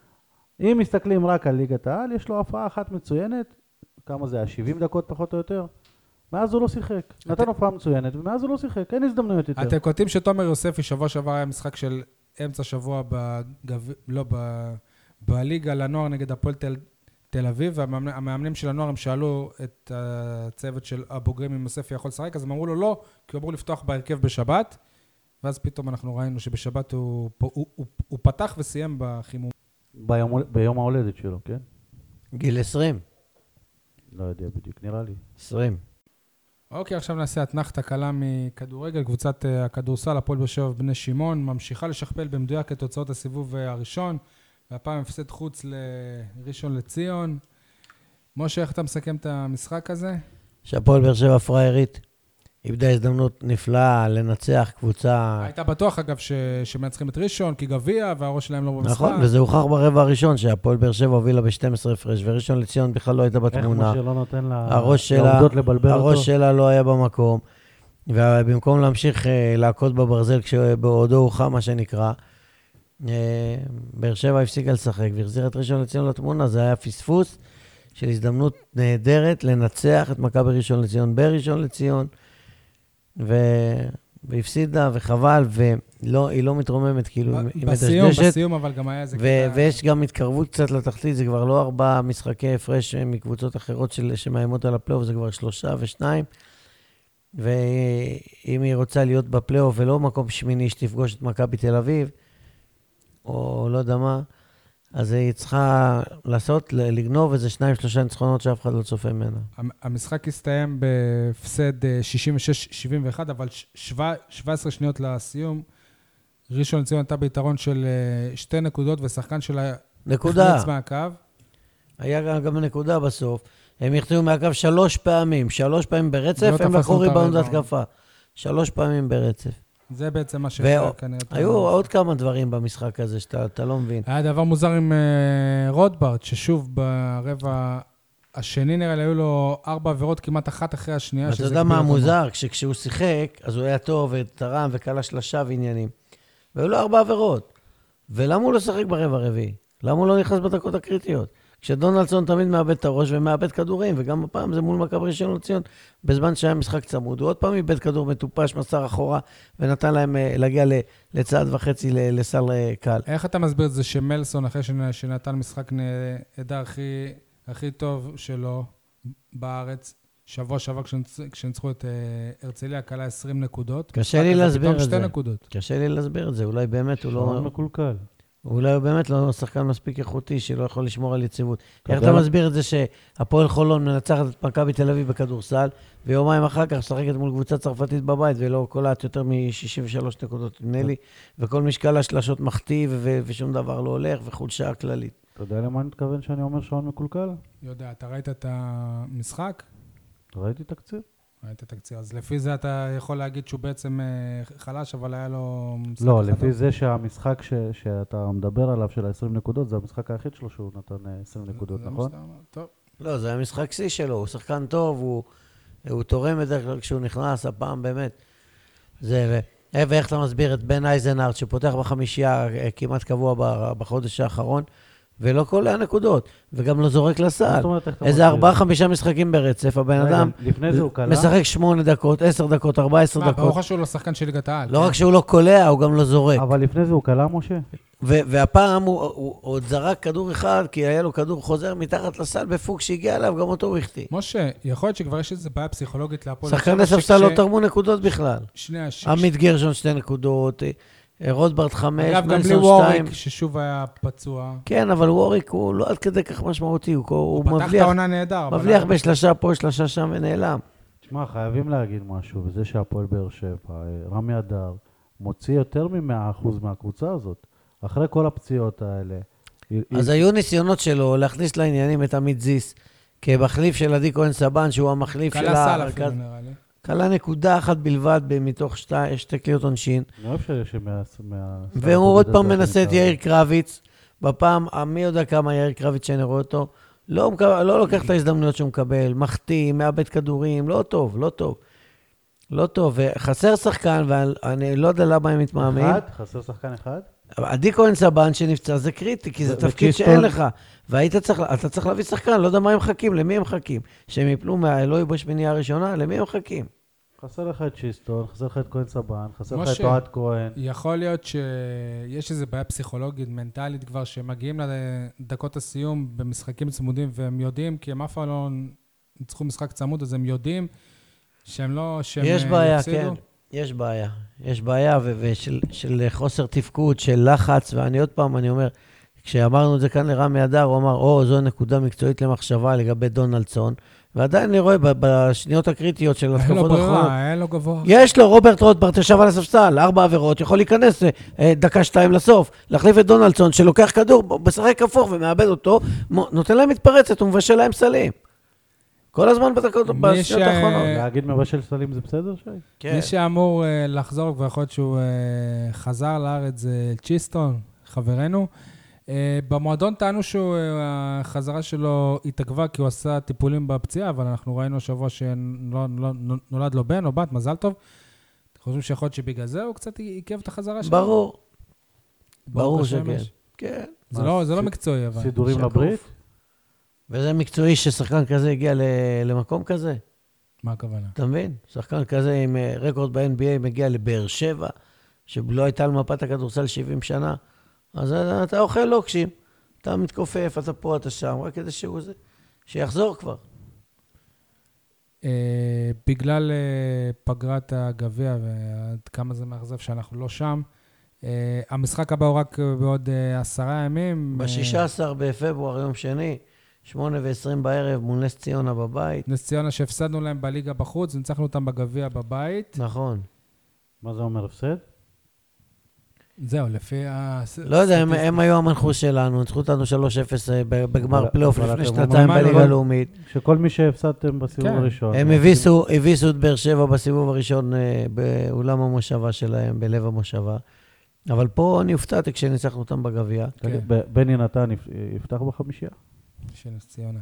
אם מסתכלים רק על ליגת העל, יש לו הופעה אחת מצוינת. כמה זה היה? שבעים דקות פחות או יותר? מאז הוא לא שיחק. נתן הופעה מצוינת, ומאז הוא לא שיחק. אין הזדמנויות יותר.
אתם קוטעים שתומר יוספי שבוע שעבר היה משחק של אמצע שבוע בגב... לא, ב... בליגה לנוער נגד הפועל תל... תל אביב, והמאמנים של הנוער הם שאלו את הצוות של הבוגרים אם יוספי יכול לשחק, אז הם אמרו לו לא, כי הוא אמרו לפתוח בהרכב בשבת, ואז פתאום אנחנו ראינו שבשבת הוא, הוא, הוא, הוא, הוא פתח וסיים בחימום.
ביום, ביום ההולדת שלו, כן?
גיל עשרים.
לא יודע בדיוק, נראה לי.
עשרים.
אוקיי, עכשיו נעשה אתנחתא קלה מכדורגל. קבוצת הכדורסל, הפועל באר שבע בני שמעון, ממשיכה לשכפל במדויק את תוצאות הסיבוב הראשון, והפעם הפסד חוץ לראשון לציון. משה, איך אתה מסכם את המשחק הזה?
שהפועל באר שבע פריירית, איבדה הזדמנות נפלאה לנצח קבוצה...
היית בטוח, אגב, ש... שמנצחים את ראשון, כי גביע, והראש שלהם לא במשחק.
נכון, וזה הוכח ברבע הראשון, שהפועל באר שבע הובילה ב-שתים עשרה הפרש, וראשון לציון בכלל לא הייתה בתמונה.
איך משה לא נותן לה...
הראש שלה, הראש שלה לא היה במקום, ובמקום להמשיך להכות בברזל כשבעודו הוא חם, מה שנקרא, באר שבע הפסיקה לשחק, והחזיר את ראשון לציון לתמונה, זה היה פספוס של הזדמנות נהדרת לנצח את מכבי ראשון לציון בראשון לציון, ו... והפסידה, וחבל, והיא לא מתרוממת, כאילו, היא מדשדשת.
בסיום, בסיום, אבל גם היה איזה...
ו- ויש גם התקרבות קצת לתחתית, זה כבר לא ארבעה משחקי הפרש מקבוצות אחרות של... שמאיימות על הפלייאוף, זה כבר שלושה ושניים, ואם היא רוצה להיות בפלייאוף ולא מקום שמיני שתפגוש את מכבי תל אביב, או לא יודע מה, אז היא צריכה לעשות, לגנוב איזה שניים, שלושה ניצחונות שאף אחד לא צופה ממנה.
המשחק הסתיים בהפסד שישים ושש שבעים ואחת, אבל שבע עשרה שניות לסיום, ראשון לציון הייתה ביתרון של אה, שתי נקודות, ושחקן שלה
נקודה.
החמיץ מהקו.
היה גם, גם נקודה בסוף. הם החטיאו מהקו שלוש פעמים, שלוש פעמים ברצף,
לא
הם
תפסנו
לקחו
את
ריבאונד
הריבאונד.
התקפה. שלוש פעמים ברצף.
זה בעצם מה שהיה כנראה.
היו עוד כמה דברים במשחק הזה שאתה אתה לא מבין.
היה דבר מוזר עם אה, רוטברט, ששוב ברבע השני נראה לי, היו לו ארבע עבירות כמעט אחת אחרי השנייה.
אתה יודע מה המוזר? כשהוא שיחק, אז הוא היה טוב ותרם וקלה שלשה ועניינים. והיו לו ארבע עבירות. ולמה הוא לא שחק ברבע הרביעי? למה הוא לא נכנס בדקות הקריטיות? כשדונלדסון תמיד מאבד את הראש ומאבד כדורים, וגם הפעם זה מול מכבי ראשון לציון, בזמן שהיה משחק צמוד. הוא עוד פעם איבד כדור מטופש, מסר אחורה, ונתן להם להגיע לצעד וחצי לסל קל.
איך אתה מסביר את זה שמלסון, אחרי שנתן משחק נהדר הכי, הכי טוב שלו בארץ, שבוע שבוע כשניצחו את הרצליה, קלה עשרים נקודות.
קשה לי להסביר את זה.
נקודות.
קשה לי להסביר את זה. אולי באמת הוא לא...
שעון מקולקל.
אולי הוא באמת לא שחקן מספיק איכותי, שלא יכול לשמור על יציבות. איך אתה מסביר את זה שהפועל חולון מנצחת את מכבי תל אביב בכדורסל, ויומיים אחר כך שחקת מול קבוצה צרפתית בבית, ולא קולעת יותר מ-שישים ושלוש נקודות, נדמה לי, וכל משקל השלשות מכתיב, ושום דבר לא הולך, וחולשה כללית.
אתה יודע למה אני מתכוון שאני אומר שעון מקולקל?
יודע, אתה ראית את המשחק?
ראיתי תקציר.
ראית תקציר. אז לפי זה אתה יכול להגיד שהוא בעצם חלש, אבל היה לו...
לא, לפי זה שהמשחק ש, שאתה מדבר עליו של ה-עשרים נקודות, זה המשחק היחיד שלו שהוא נתן עשרים נקודות, נכון?
טוב.
לא, זה המשחק שיא שלו, הוא שחקן טוב, הוא, הוא תורם בדרך כלל כשהוא נכנס, הפעם באמת. זה, ו... ואיך אתה מסביר את בן אייזנארט, שפותח בחמישייה כמעט קבוע בחודש האחרון, ולא כל הנקודות, וגם לא זורק לסל. איזה ארבעה, חמישה משחקים ברצף, הבן אדם משחק שמונה דקות, עשר דקות, ארבע עשר דקות.
ברוך שהוא לא שחקן של ליגת העל.
לא רק שהוא לא קולע, הוא גם לא זורק.
אבל לפני זה הוא קלע, משה?
והפעם הוא עוד זרק כדור אחד, כי היה לו כדור חוזר מתחת לסל בפוק שהגיע אליו, גם אותו הוא החטיא.
משה, יכול להיות שכבר יש איזו בעיה פסיכולוגית להפועל.
שחקן הספסל לא תרמו נקודות בכלל.
שני השיש.
עמית גרשון שתי נקודות, רוטברט חמש,
אגב, גם בלי
מלסון
ווריק,
שתיים.
ששוב היה פצוע.
כן, אבל ווריק הוא לא עד כדי כך משמעותי, הוא, הוא,
הוא
הוא
פתח
מבליח,
את העונה נהדר.
מבליח בשלושה פה, שלושה שם ונעלם.
תשמע, חייבים להגיד משהו, וזה שהפועל באר שבע, רמי אדר, מוציא יותר מ-מאה אחוז מהקבוצה הזאת. אחרי כל הפציעות האלה.
אז היו ניסיונות שלו להכניס לעניינים את עמית זיס, כמחליף של עדי כהן סבן, שהוא המחליף של...
קלה סל אפילו נראה לי.
קלה נקודה אחת בלבד מתוך שתי, שתי קליעות עונשין.
אני אוהב שמה...
והוא עוד פעם מנסה את יאיר קרביץ. בפעם, מי יודע כמה יאיר קרביץ שאני רואה אותו, לא, לא לוקח את ההזדמנויות שהוא מקבל, מחטיא, מאבד כדורים, לא טוב, לא טוב. לא טוב, וחסר שחקן, ואני לא יודע למה הם מתמהמים.
אחד? חסר שחקן אחד?
עדי כהן סבן שנפצע, זה קריטי, כי זה תפקיד שאין לך. והיית צריך, אתה צריך להביא שחקן, לא יודע מה הם מחכים, למי הם מחכים? שהם יפלו מהאלוהי בשמינייה הראשונה, למי הם מחכים?
חסר לך את צ'יסטון, חסר לך את כהן סבן, חסר לך את אוהד כהן.
יכול להיות שיש איזו בעיה פסיכולוגית, מנטלית כבר, שמגיעים לדקות הסיום במשחקים צמודים, והם יודעים, כי הם אף פעם לא ניצחו משחק צמוד, אז הם יודעים שהם לא...
יש בעיה, כן. יש בעיה. יש בעיה ושל של חוסר תפקוד, של לחץ, ואני עוד פעם, אני אומר, כשאמרנו את זה כאן לרמי אדר, הוא אמר, או, זו נקודה מקצועית למחשבה לגבי דונלדסון, ועדיין אני רואה בשניות הקריטיות של התקפות האחרונות.
אין לו ברירה, אין לו גבוה.
יש לו, רוברט רוטברט ישב על הספסל, ארבע עבירות, יכול להיכנס דקה שתיים לסוף, להחליף את דונלדסון, שלוקח כדור, בשחק הפוך ומאבד אותו, נותן להם מתפרצת, הוא מבשל להם סלים. כל הזמן בדקות, בשניות האחרונות.
להגיד מבשל סלים זה בסדר, שי?
כן. מי שאמור לחזור, ויכול להיות שהוא חזר לארץ, זה צ'יסטון, חברנו. במועדון טענו שהחזרה שלו התעכבה כי הוא עשה טיפולים בפציעה, אבל אנחנו ראינו שבוע שנולד לו בן או בת, מזל טוב. אתם חושבים שיכול להיות שבגלל זה הוא קצת עיכב את החזרה שלו?
ברור. ברור שכן. כן.
זה לא מקצועי, אבל.
סידורים לברית?
וזה מקצועי ששחקן כזה הגיע למקום כזה.
מה הכוונה?
אתה מבין? שחקן כזה עם רקורד ב-אן בי איי מגיע לבאר שבע, שלא הייתה על מפת הכדורסל שבעים שנה. אז אתה אוכל לוקשים, אתה מתכופף, אתה פה, אתה שם, רק כדי שהוא זה, שיחזור כבר.
בגלל פגרת הגביע ועד כמה זה מאכזב שאנחנו לא שם, המשחק הבא הוא רק בעוד עשרה ימים.
ב-שישה עשר בפברואר, יום שני, שמונה ועשרים בערב, מול נס ציונה בבית.
נס ציונה שהפסדנו להם בליגה בחוץ, ניצחנו אותם בגביע בבית.
נכון.
מה זה אומר הפסד?
זהו, לפי ה...
לא יודע, הם, הם היו המנחוס שלנו, ניצחו אותנו שלוש אפס בגמר
אבל-
פלייאוף
אבל
לפני
אתם
שנתיים
אומרים,
בליגה
אבל-
הלאומית.
שכל מי שהפסדתם בסיבוב
כן.
הראשון.
הם הביסו, הביסו את באר שבע בסיבוב הראשון אה, באולם המושבה שלהם, בלב המושבה. אבל פה אני הופתעתי כשניצחנו אותם בגביע.
תגיד,
כן.
ב- בני נתן יפ- יפתח בחמישייה?
של נס ציונה.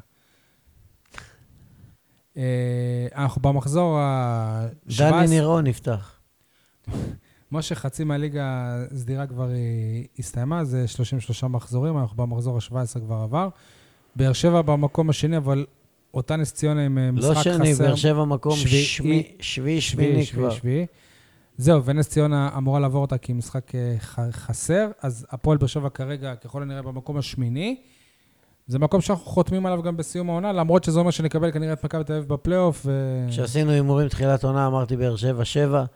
אה, אנחנו במחזור ה-שבע עשרה.
דני נירו נפתח.
משה, חצי מהליגה הסדירה כבר היא הסתיימה, זה שלושים ושלושה מחזורים, אנחנו במחזור ה-שבע עשרה כבר עבר. באר שבע במקום השני, אבל אותה נס ציונה עם אה, משחק
לא
חסר.
שני, באר שבע מקום
שביעי-
שמי- שביעי, שמיני כבר.
שביעי. זהו, ונס ציונה אמורה לעבור אותה כי משחק אה, ח- חסר, אז הפועל באר שבע כרגע, ככל הנראה, במקום השמיני. זה מקום שאנחנו חותמים עליו גם בסיום העונה, למרות שזה אומר שנקבל כנראה את מכבי תל אביב בפלייאוף. ו...
כשעשינו הימורים תחילת עונה, אמרתי באר שבע, שבע,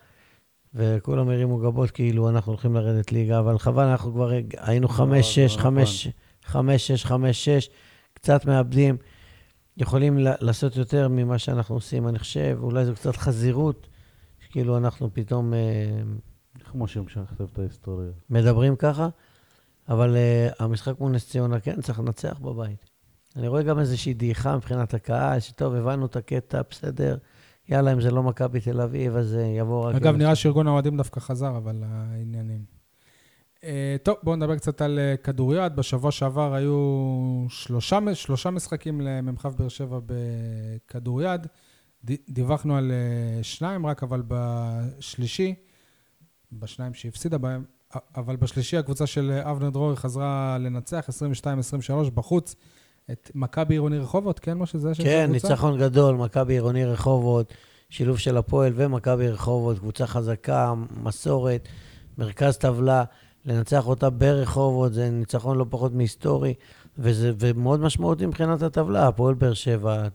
וכולם הרימו גבות כאילו אנחנו הולכים לרדת ליגה, אבל חבל, אנחנו כבר היינו חמש, שש,
לא
חמש, חמש, שש, חמש, שש, קצת מאבדים, יכולים ל- לעשות יותר ממה שאנחנו עושים, אני חושב, אולי זו קצת חזירות, שכאילו אנחנו פתאום אה,
כמו שהמשכתם את ההיסטוריה.
מדברים ככה, אבל uh, המשחק מול נס ציונה, כן, צריך לנצח בבית. אני רואה גם איזושהי דעיכה מבחינת הקהל, שטוב, הבנו את הקטע, בסדר, יאללה, אם זה לא מכבי תל אביב, אז uh, יבוא רק...
אגב, נראה שארגון האוהדים דווקא חזר, אבל העניינים. Uh, טוב, בואו נדבר קצת על uh, כדוריד. בשבוע שעבר היו שלושה, שלושה משחקים לממחב באר שבע בכדוריד. ד, דיווחנו על uh, שניים רק, אבל בשלישי, בשניים שהפסידה בהם, אבל בשלישי הקבוצה של אבנר דרורי חזרה לנצח, עשרים ושתיים עשרים ושלוש בחוץ, את מכבי עירוני רחובות, כן, משה? זה
כן,
הקבוצה?
ניצחון גדול, מכבי עירוני רחובות, שילוב של הפועל ומכבי רחובות, קבוצה חזקה, מסורת, מרכז טבלה, לנצח אותה ברחובות, זה ניצחון לא פחות מהיסטורי, וזה ומאוד משמעותי מבחינת הטבלה, הפועל באר שבע,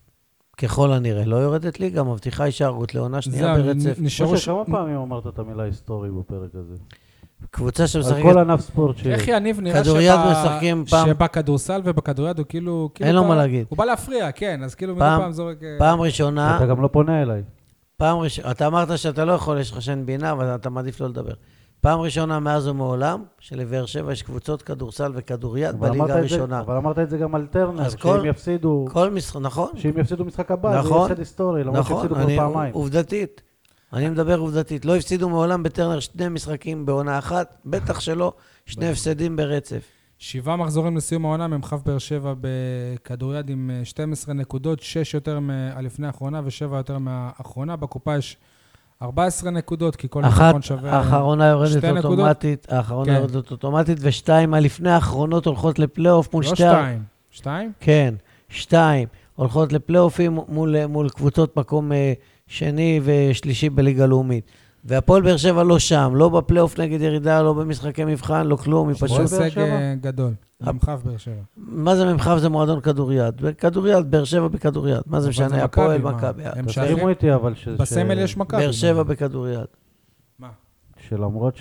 ככל הנראה, לא יורדת ליגה, מבטיחה הישארות לעונה שנייה
זהו,
ברצף.
נ- נשארו...
משה, כמה פעמים אמרת את המילה היסטורי בפרק הזה?
קבוצה
על
שמשחקת,
כל ענף ספורט ש...
איך יניב נראה
כדוריד
שב-
משחקים פעם-
שבכדורסל ובכדוריד הוא כאילו... כאילו
אין לו
בא-
מה להגיד.
הוא בא להפריע, כן, אז כאילו מדי
פעם-
פעם זורק... אה,
פעם ראשונה,
אתה גם לא פונה אליי.
פעם ראשונה, אתה אמרת שאתה לא יכול, יש לך שן בינה, אבל אתה מעדיף לא לדבר. פעם ראשונה מאז ומעולם, שלבאר שבע יש קבוצות כדורסל וכדוריד
אבל אמרת
בליגה
את זה-
הראשונה.
אבל אמרת את זה גם על טרנר,
אז
שאם
כל-
יפסידו...
כל משחק, נכון?
שאם יפסידו משחק הבא, זה
נכון,
יפסד היסטורי, למרות
נכון,
שהפסידו כבר
אני-
פעמיים.
עובדתית. אני מדבר עובדתית. לא הפסידו מעולם בטרנר שני משחקים בעונה אחת, בטח שלא, שני הפסדים ברצף.
שבעה מחזורים לסיום העונה, ממחב באר שבע בכדוריד עם אה, שתים עשרה נקודות, שש יותר מהלפני האחרונה ושבע יותר מהאחרונה. בקופה יש ארבע עשרה נקודות, כי כל
אחת,
ניצחון שווה...
האחרונה יורדת
שתי נקודות?
אוטומטית, האחרונה
כן.
יורדת אוטומטית, ושתיים הלפני האחרונות הולכות לפלייאוף מול
לא
שתי... ה-
שתיים. שתיים?
כן, שתיים. הולכות לפלייאופים מול, מול קבוצות מקום אה, שני ושלישי בליגה לאומית. והפועל באר שבע לא שם, לא בפלייאוף נגד ירידה, לא במשחקי מבחן, לא כלום, היא
זה
פשוט...
באר
הישג
שבע?
אה, גדול. ממחב באר שבע.
מה זה ממחב? זה מועדון כדוריד. כדוריד, באר שבע בכדוריד. מה זה
אבל
משנה?
זה
הפועל,
מכבי, מה?
מכבי.
הם
אתה
שייכים-
תסכימו איתי, אבל ש...
בסמל
ש-
יש מכבי.
באר שבע בכדוריד.
מה?
שלמרות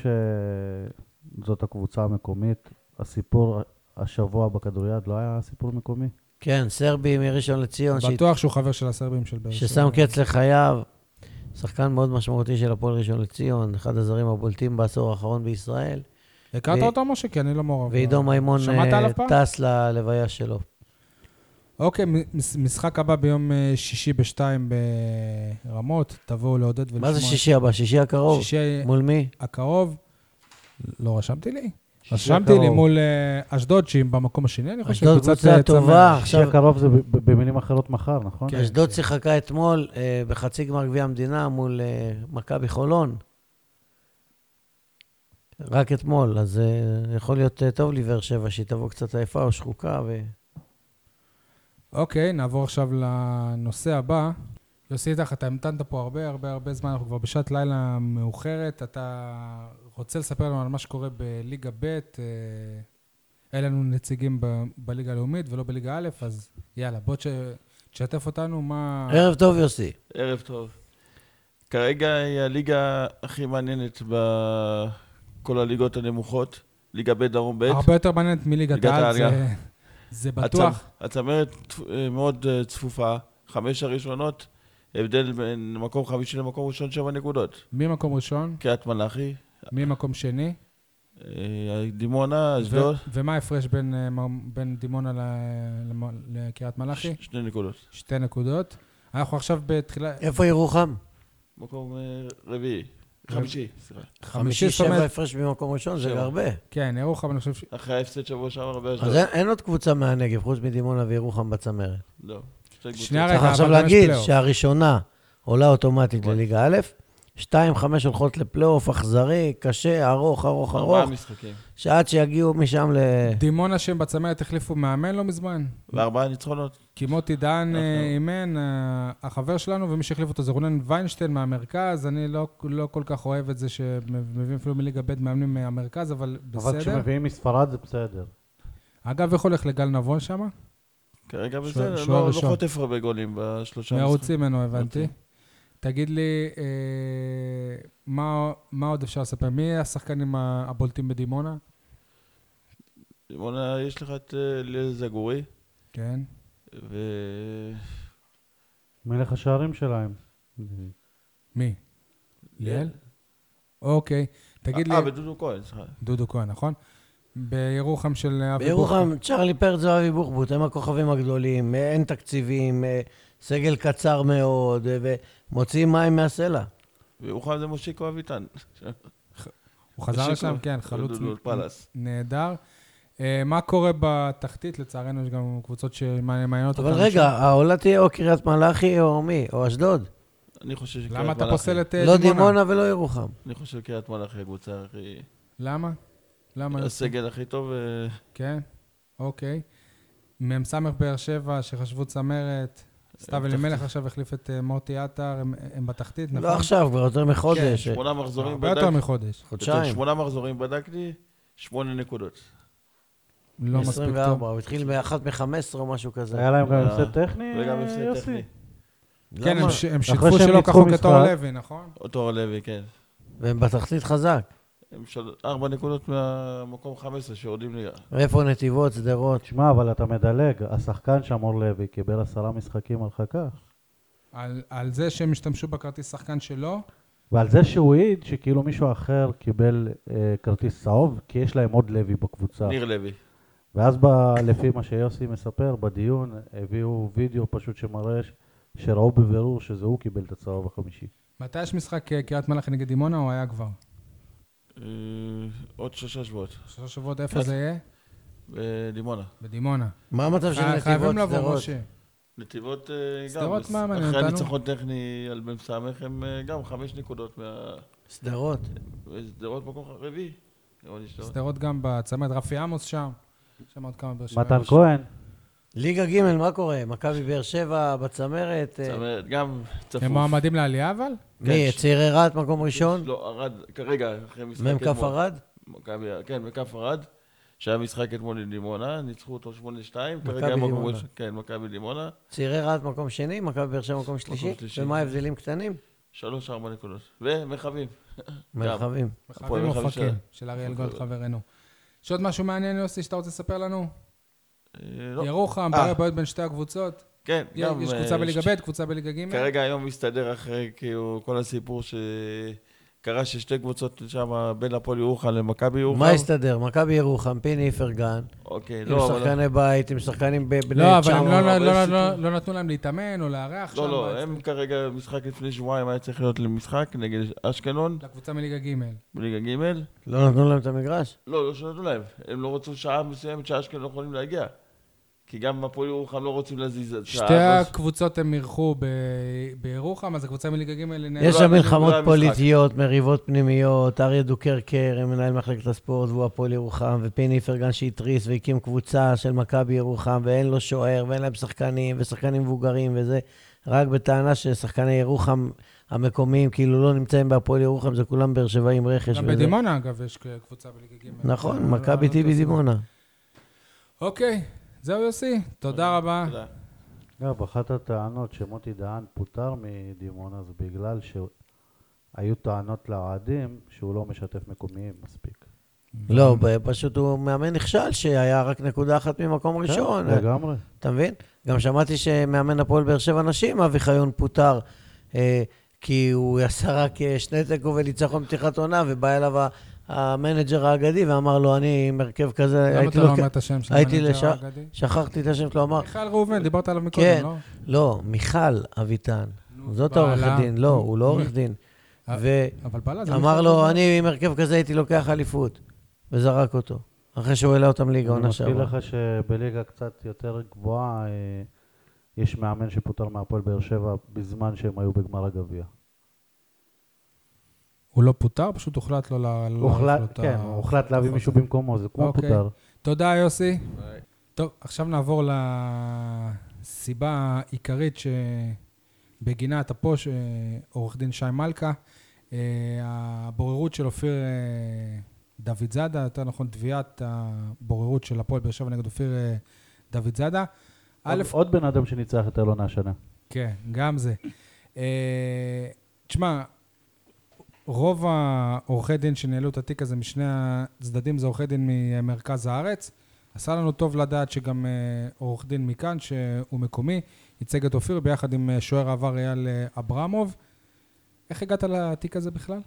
שזאת הקבוצה המקומית, הסיפור השבוע בכדוריד לא היה סיפור מקומי.
כן, סרבי מראשון לציון, שהת-
בטוח שהוא חבר של הסרבים של באר שבע.
ששם קץ לחייו. שחקן מאוד משמעותי של הפועל ראשון לציון, אחד הזרים הבולטים בעשור האחרון בישראל.
הכרת
ו-
אותו, משה? כי אני לא מעורב.
ועידו מימון
שמעת
אה,
עליו פעם?
טס ללוויה שלו.
אוקיי, מש- משחק הבא ביום אה, שישי בשתיים ברמות, תבואו לעודד ולשמוע.
מה זה שישי הבא? שישי הקרוב?
שישי
מול מי?
הקרוב, לא רשמתי לי.
שישי
רשמתי לי
הקרוב.
מול אה, אשדוד, שהיא במקום השני, אני חושב.
אשדוד
קבוצת,
קבוצה
אה,
טובה.
צמרת.
שישי
עכשיו-
הקרוב זה ב- ב- במילים אחרות מחר, נכון?
כן.
אשדוד שיחקה אתמול אה, בחצי גמר גביע המדינה מול אה, מכבי חולון. רק אתמול, אז אה, יכול להיות אה, טוב לבאר שבע, שהיא תבוא קצת עייפה או שחוקה. ו...
אוקיי, נעבור עכשיו לנושא הבא. יוסי איתך, אתה המתנת פה הרבה הרבה הרבה זמן, אנחנו כבר בשעת לילה מאוחרת. אתה רוצה לספר לנו על מה שקורה בליגה ב', אה, אין לנו נציגים ב- בליגה הלאומית ולא בליגה א', אז יאללה, בוא תש- תשתף אותנו מה...
ערב טוב, יוסי.
ערב טוב. כרגע היא הליגה הכי מעניינת בכל הליגות הנמוכות, ליגה ב' דרום ב'.
הרבה יותר מעניינת מליגת
ליגת
העל,
העל,
זה-
גם.
זה בטוח.
הצמ- הצמרת אה, מאוד אה, צפופה, חמש הראשונות, הבדל בין מקום חמישי למקום ראשון שבע נקודות.
מי מקום ראשון?
קריית מלאכי,
מי מקום שני?
אה, דימונה, אשדוד.
ו- ומה ההפרש בין, אה, מ- בין דימונה ל- למ- לקריית מלאכי?
ש- שני נקודות.
שתי נקודות. אנחנו עכשיו בתחילה...
איפה ירוחם?
מקום אה, רביעי. חמישי, סליחה.
חמישי
זאת
שבע
אומרת-
הפרש במקום ראשון, זה
שבע.
הרבה.
כן, ירוחם, אני חושב ש...
אחרי ההפסד שבוע שעבר באשדוד.
אז אין- אין עוד קבוצה מהנגב, חוץ מדימונה וירוחם בצמרת.
לא. שתי קבוצות.
שנייה
צריך
רגע,
עכשיו
אבל גם יש
להגיד
פלייאוף.
שהראשונה עולה אוטומטית
נכון.
לליגה א', שתיים חמש הולכות לפלייאוף אכזרי, קשה, ארוך, ארוך,
ארבעה
ארוך,
משחקים.
שעד שיגיעו משם ל...
דימונה שהם בצמרת החליפו מאמן לא מזמן.
וארבעה ניצחונות.
כי מוטי דהן
נכון.
אה, אימן, אה, החבר שלנו, ומי שהחליף אותו זה רונן ויינשטיין מהמרכז. אני לא, לא כל כך אוהב את זה שמביאים אפילו מליגה ב' מאמנים מהמרכז, אבל בסדר.
אבל כשמביאים מספרד זה בסדר.
אגב, איך הולך לגל נבון שם?
כרגע
שוער-
בסדר,
שוער
לא לא
ראשון.
חוטף הרבה גולים בשלושה
מרוצים ממנו, הבנתי.
מרוצים.
תגיד לי, אה, מה, מה עוד אפשר לספר? מי השחקנים ה- הבולטים בדימונה?
דימונה, יש לך את אה, ליאל זגורי,
כן.
ו...
מלך השערים שלהם.
מי? ליאל? אוקיי. תגיד לי,
אה, ודודו כהן, סליחה.
דודו כהן, נכון? בירוחם של אבי
בירוחם, צ'רלי פרץ ואבי בוחבוט, הם הכוכבים הגדולים, אין תקציבים, סגל קצר מאוד, ומוציאים מים מהסלע.
וירוחם זה מושיקו אביטן.
הוא חזר
מושיקו,
לשם, כן, חלוץ
דודו פלס.
נהדר. אה, מה קורה בתחתית? לצערנו יש גם קבוצות שמעניינות
אבל
אותנו
רגע,
שם.
העולה תהיה או קריית מלאכי או מי? או אשדוד.
אני חושב שקריית
למה אתה
מלאכי.
פוסל את אה,
לא
דימונה?
דימונה ולא ירוחם.
אני חושב שקריית מלאכי הקבוצה הכי...
למה? למה?
הסגל הכי טוב. אה,
כן, אוקיי. מ"ס באר שבע שחשבו צמרת, סתיו
בתחתית.
אלימלך עכשיו החליף את אה, מוטי עטר, הם, הם בתחתית, נכון?
לא עכשיו, כבר יותר
כן,
מחודש.
שמונה מחזורים
הרבה יותר
בדקתי.
מחודש.
חודשיים.
שמונה מחזורים בדקתי, שמונה נקודות.
לא מספיק
עשרים
טוב.
וארבע, הוא התחיל באחת מ-חמש עשרה או משהו כזה.
היה להם גם
אה,
הפסד טכני,
וגם הפסד
יוסי?
טכני.
כן,
למה?
הם, ש... הם
אחרי
שיתפו
שהם
שלא
ניצחו
כחו כתור
משחק.
לוי, נכון?
אותו לוי, כן.
והם בתחתית חזק.
הם של... ארבע נקודות מהמקום חמש עשרה שיורדים ליגה.
ואיפה נתיבות, שדרות?
תשמע, אבל אתה מדלג, השחקן שם אור לוי קיבל עשרה משחקים על חכה.
על, על זה שהם השתמשו בכרטיס שחקן שלו,
ועל זה שהוא העיד שכאילו מישהו אחר קיבל אה, כרטיס צהוב, כי יש להם עוד לוי בקבוצה.
ניר לוי.
ואז ב, לפי מה שיוסי מספר, בדיון הביאו וידאו פשוט שמראה ש- שראו בבירור שזה הוא קיבל את הצהוב החמישי.
מתי יש משחק אה, קריית מלאכי נגד דימונה או היה כבר?
אה, עוד שלושה שבועות.
שלושה שבועות, איפה זה יהיה?
בדימונה.
בדימונה.
מה המצב של
חי-
נתיבות,
חייבים לבוא,
שדרות?
משה.
נתיבות אה, גם.
שדרות מה מעניין
אחרי
אותנו?
הניצחון טכני על מ"ס הם אה, גם חמש נקודות מה...
שדרות.
שדרות מקום רביעי. נראה לי שדרות.
שדרות גם בצמד, רפי עמוס שם. שם עוד כמה באר שבע.
מתן כהן,
ליגה ג' מה קורה? מכבי באר שבע בצמרת? אה,
צמרת, גם צפוף.
הם מועמדים לעלייה אבל?
מי?
ש-
צעירי רהט מקום ראשון?
לא, ארד, כרגע, אחרי משחק
מ"כ
אתמול.
ארד?
מכבי, כן, מכף ארד, שהיה משחק אתמול עם דימונה, ניצחו אותו שמונה שתיים,
מכבי
כרגע הם מקום
דימונה.
ראשון, כן, מכבי דימונה,
צעירי רהט מקום שני? מכבי באר שבע מקום שלישי?
שלישי.
ומה ההבדלים קטנים?
שלוש, ארבע נקודות. ומרחבים.
מרחבים.
מחברים
מרחבים
אופקים,
של-
של אריאל גולד חברנו. יש עוד משהו מעניין, יוסי, שאתה רוצה לספר לנו?
אה, לא.
ירוחם,
אה.
בעיה בעיות בין שתי הקבוצות.
כן, גם...
יש
אה,
קבוצה בליגה
ש-
ב', קבוצה בליגה ג'.
כרגע היום מסתדר אחרי, כאילו, כל הסיפור שקרה ששתי קבוצות שם בין הפועל ירוחם למכבי ירוחם.
מה הסתדר? מכבי ירוחם, פיני איפרגן,
אוקיי,
עם
לא, אבל...
שחקני בית, עם שחקנים ב- בני
לא, אבל הם
תשע
לא-
מאות.
לא- לא-
אבל
לא-
סיפור.
לא נתנו להם להתאמן או לארח שם.
לא, לא,
בעצם.
הם כרגע, משחק לפני שבועיים היה צריך להיות למשחק נגד אשקלון,
לקבוצה מליגה ג'.
בליגה ג'.
לא נתנו להם את המגרש?
לא, לא שנתנו להם. הם לא רצו שעה מסוימת שאשקלון לא יכולים להגיע. כי גם הפועל ירוחם לא רוצים להזיז את
שתי
שעה. אז-
הקבוצות הם אירחו ב- בירוחם, אז הקבוצה מליגה ג' לנהל.
יש
לא,
שם
אני-
מלחמות
לא היה
פוליטיות, מריבות פנימיות, אריה דוקרקר, מנהל מחלקת הספורט, והוא הפועל ירוחם, ופיני איפרגן שהתריס והקים קבוצה של מכבי ירוחם, ואין לו שוער, ואין להם שחקנים, ושחקנים מבוגרים, וזה רק בטענה ששחקני ירוחם המקומיים כאילו לא נמצאים בהפועל ירוחם, זה כולם באר שבעים רכש.
גם
וזה.
בדימונה, אגב, יש קבוצה בליגה ג'.
נכון,
לא-
מכבי
לא-
טיבי
לא-
דימונה.
אוקיי, זהו יוסי, תודה רבה.
תודה.
אגב, אחת הטענות שמוטי דהן פוטר מדימונה זה בגלל שהיו טענות לאוהדים שהוא לא משתף מקומיים מספיק.
לא, ב- פשוט הוא מאמן נכשל, שהיה רק נקודה אחת ממקום ראשון.
כן, לגמרי.
אתה מבין? גם שמעתי שמאמן הפועל באר שבע נשים, אבי חיון פוטר, אה, כי הוא עשה רק אה, שני תיקו וניצחון פתיחת עונה, ובא אליו ה- המנג'ר האגדי ואמר לו, אני עם הרכב כזה,
למה
הייתי
אתה לא
לוקח-
אומר את השם של
הייתי
המנג'ר
לש-
האגדי?
שכחתי את השם שלו, אמר,
מיכל ראובן, דיברת עליו
כן.
מקודם, לא?
לא, מיכל אביטן.
נו,
זאת
בעלה.
העורך דין, לא, הוא לא
מי?
עורך דין.
אה,
ואמר
אבל בעלה זה מיכל
לו,
ראובן.
אני עם הרכב כזה הייתי לוקח אליפות. וזרק אותו. אחרי שהוא העלה אותם ליגה,
אני
עונה
מזכיר
שעברה.
לך שבליגה קצת יותר גבוהה, אה, יש מאמן שפוטר מהפועל באר שבע בזמן שהם היו בגמר הגביע.
הוא לא פוטר, פשוט הוחלט לו לה- להאריך
הוחלט,
לו את
כן,
ה-
הוחלט להביא
החוזה.
מישהו במקומו, זה כמו
אוקיי.
פוטר.
תודה, יוסי.
ביי.
טוב, עכשיו נעבור לסיבה העיקרית שבגינה אתה פה, ש- עורך דין שי מלכה. אה, הבוררות של אופיר אה, דוד זאדה, יותר נכון תביעת הבוררות של הפועל באר שבע נגד אופיר אה, דוד זאדה. א',
עוד- עוד בן אדם שניצח את אלונה השנה.
כן, גם זה. אה, תשמע, רוב העורכי דין שניהלו את התיק הזה משני הצדדים זה עורכי דין ממרכז הארץ. עשה לנו טוב לדעת שגם אה, עורך דין מכאן, שהוא מקומי, ייצג את אופיר ביחד עם אה, שוער העבר אייל אה, אברמוב. איך הגעת לתיק הזה בכלל?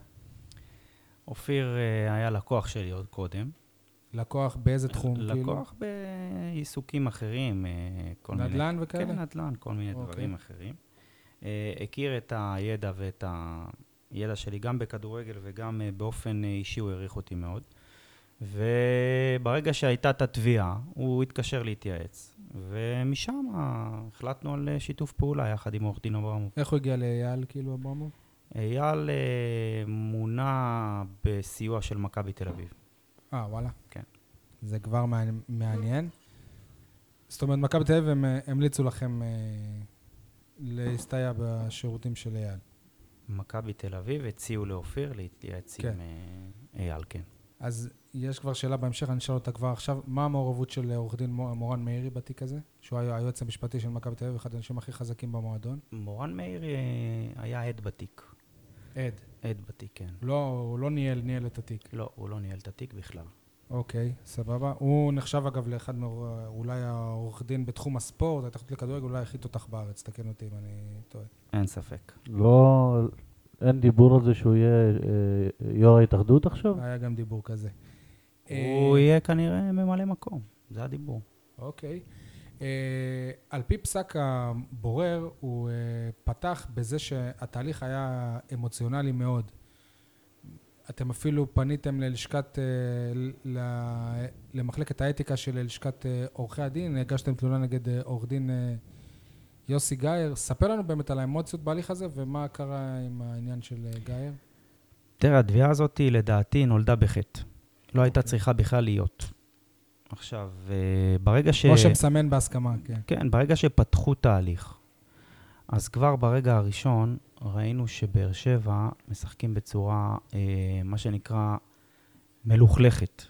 אופיר אה, היה לקוח שלי עוד קודם.
לקוח באיזה תחום?
לקוח בעיסוקים אחרים. אה, כל מיני-
נדל"ן וכאלה?
כן, נדל"ן, כל מיני
אוקיי.
דברים אחרים. אה, הכיר את הידע ואת הידע שלי גם בכדורגל וגם אה, באופן אה, אישי הוא העריך אותי מאוד. וברגע שהייתה את התביעה, הוא התקשר להתייעץ. ומשם אה, החלטנו על אה, שיתוף פעולה יחד עם עורך דין אברמוב.
איך הוא הגיע לאייל, כאילו, אברמוב?
אייל אה, מונה בסיוע של מכבי תל אביב.
אה, וואלה.
כן.
זה כבר מעניין- מעניין. זאת אומרת, מכבי תל אביב הם אה, המליצו לכם אה, להסתייע בשירותים של אייל.
מכבי תל אביב הציעו לאופיר להתייעץ
כן.
עם אה, אייל, כן.
אז יש כבר שאלה בהמשך, אני אשאל אותה כבר עכשיו. מה המעורבות של עורך דין מו- מורן מאירי בתיק הזה? שהוא היה היועץ המשפטי של מכבי תל אביב, אחד האנשים הכי חזקים במועדון.
מורן מאיר אה, היה עד בתיק.
עד.
עד בתיק, כן.
לא, הוא לא ניהל, ניהל את התיק.
לא, הוא לא ניהל את התיק בכלל.
אוקיי, סבבה. הוא נחשב אגב לאחד מאור... אולי העורך דין בתחום הספורט, ההתאחדות לכדורגל, אולי הכי תותח בארץ, תקן אותי אם אני טועה.
אין ספק.
לא, אין דיבור על זה שהוא יהיה אה, יו"ר ההתאחדות עכשיו?
היה גם דיבור כזה.
הוא יהיה כנראה ממלא מקום, זה הדיבור.
אוקיי. אה, על פי פסק הבורר, הוא אה, פתח בזה שהתהליך היה אמוציונלי מאוד. אתם אפילו פניתם ללשכת, אה, ל- למחלקת האתיקה של לשכת אה, עורכי הדין, הגשתם תלונה נגד אה, עורך דין אה, יוסי גייר. ספר לנו באמת על האמוציות בהליך הזה, ומה קרה עם העניין של אה, גייר.
תראה, התביעה הזאת היא לדעתי נולדה בחטא. לא הייתה צריכה בכלל להיות. עכשיו, אה, ברגע ש...
כמו שמסמן בהסכמה, כן.
כן, ברגע שפתחו תהליך, אז כבר ברגע הראשון ראינו שבאר שבע משחקים בצורה, אה, מה שנקרא, מלוכלכת.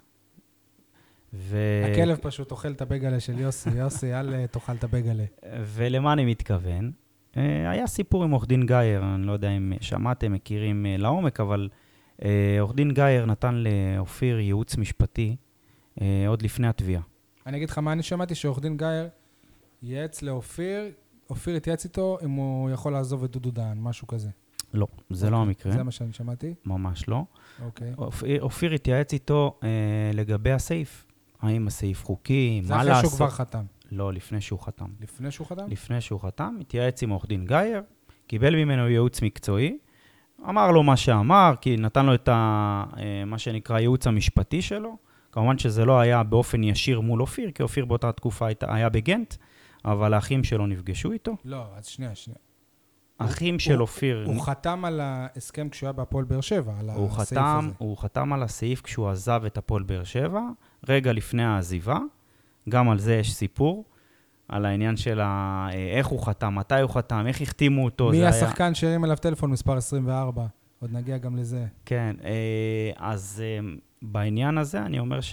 ו...
הכלב פשוט אוכל את הבגלה של יוסי. יוסי, אל אה, תאכל את הבגלה.
ולמה אני מתכוון? אה, היה סיפור עם עורך דין גייר, אני לא יודע אם שמעתם, מכירים אה, לעומק, אבל אה, עורך דין גייר נתן לאופיר ייעוץ משפטי אה, עוד לפני התביעה.
אני אגיד לך מה אני שמעתי, שעורך דין גייר ייעץ לאופיר, אופיר התייעץ איתו אם הוא יכול לעזוב את דודו דהן, משהו כזה.
לא, זה לא המקרה,
זה מה שאני שמעתי.
ממש לא.
אוקיי.
אופיר, אופיר התייעץ איתו אה, לגבי הסעיף. האם הסעיף חוקי,
זה
מה
אחרי
לעשות?
שהוא כבר חתם.
לא, לפני שהוא חתם.
לפני שהוא חתם?
לפני שהוא חתם, התייעץ עם עורך דין גייר, קיבל ממנו ייעוץ מקצועי, אמר לו מה שאמר, כי נתן לו את ה, אה, מה שנקרא ייעוץ המשפטי שלו. כמובן שזה לא היה באופן ישיר מול אופיר, כי אופיר באותה תקופה היית- היה בגנט, אבל האחים שלו נפגשו איתו.
לא, אז שנייה, שנייה.
האחים
הוא-
של אופיר,
הוא חתם על ההסכם כשהוא היה בהפועל באר שבע, על
הוא
הסעיף
חתם,
הזה.
הוא חתם על הסעיף כשהוא עזב את הפועל באר שבע, רגע לפני העזיבה, גם על זה יש סיפור, על העניין של ה... איך הוא חתם, מתי הוא חתם, איך החתימו אותו.
מי
זה היה-
השחקן שהרים אליו טלפון מספר עשרים וארבע? עוד נגיע גם לזה.
כן, אה, אז אה, בעניין הזה אני אומר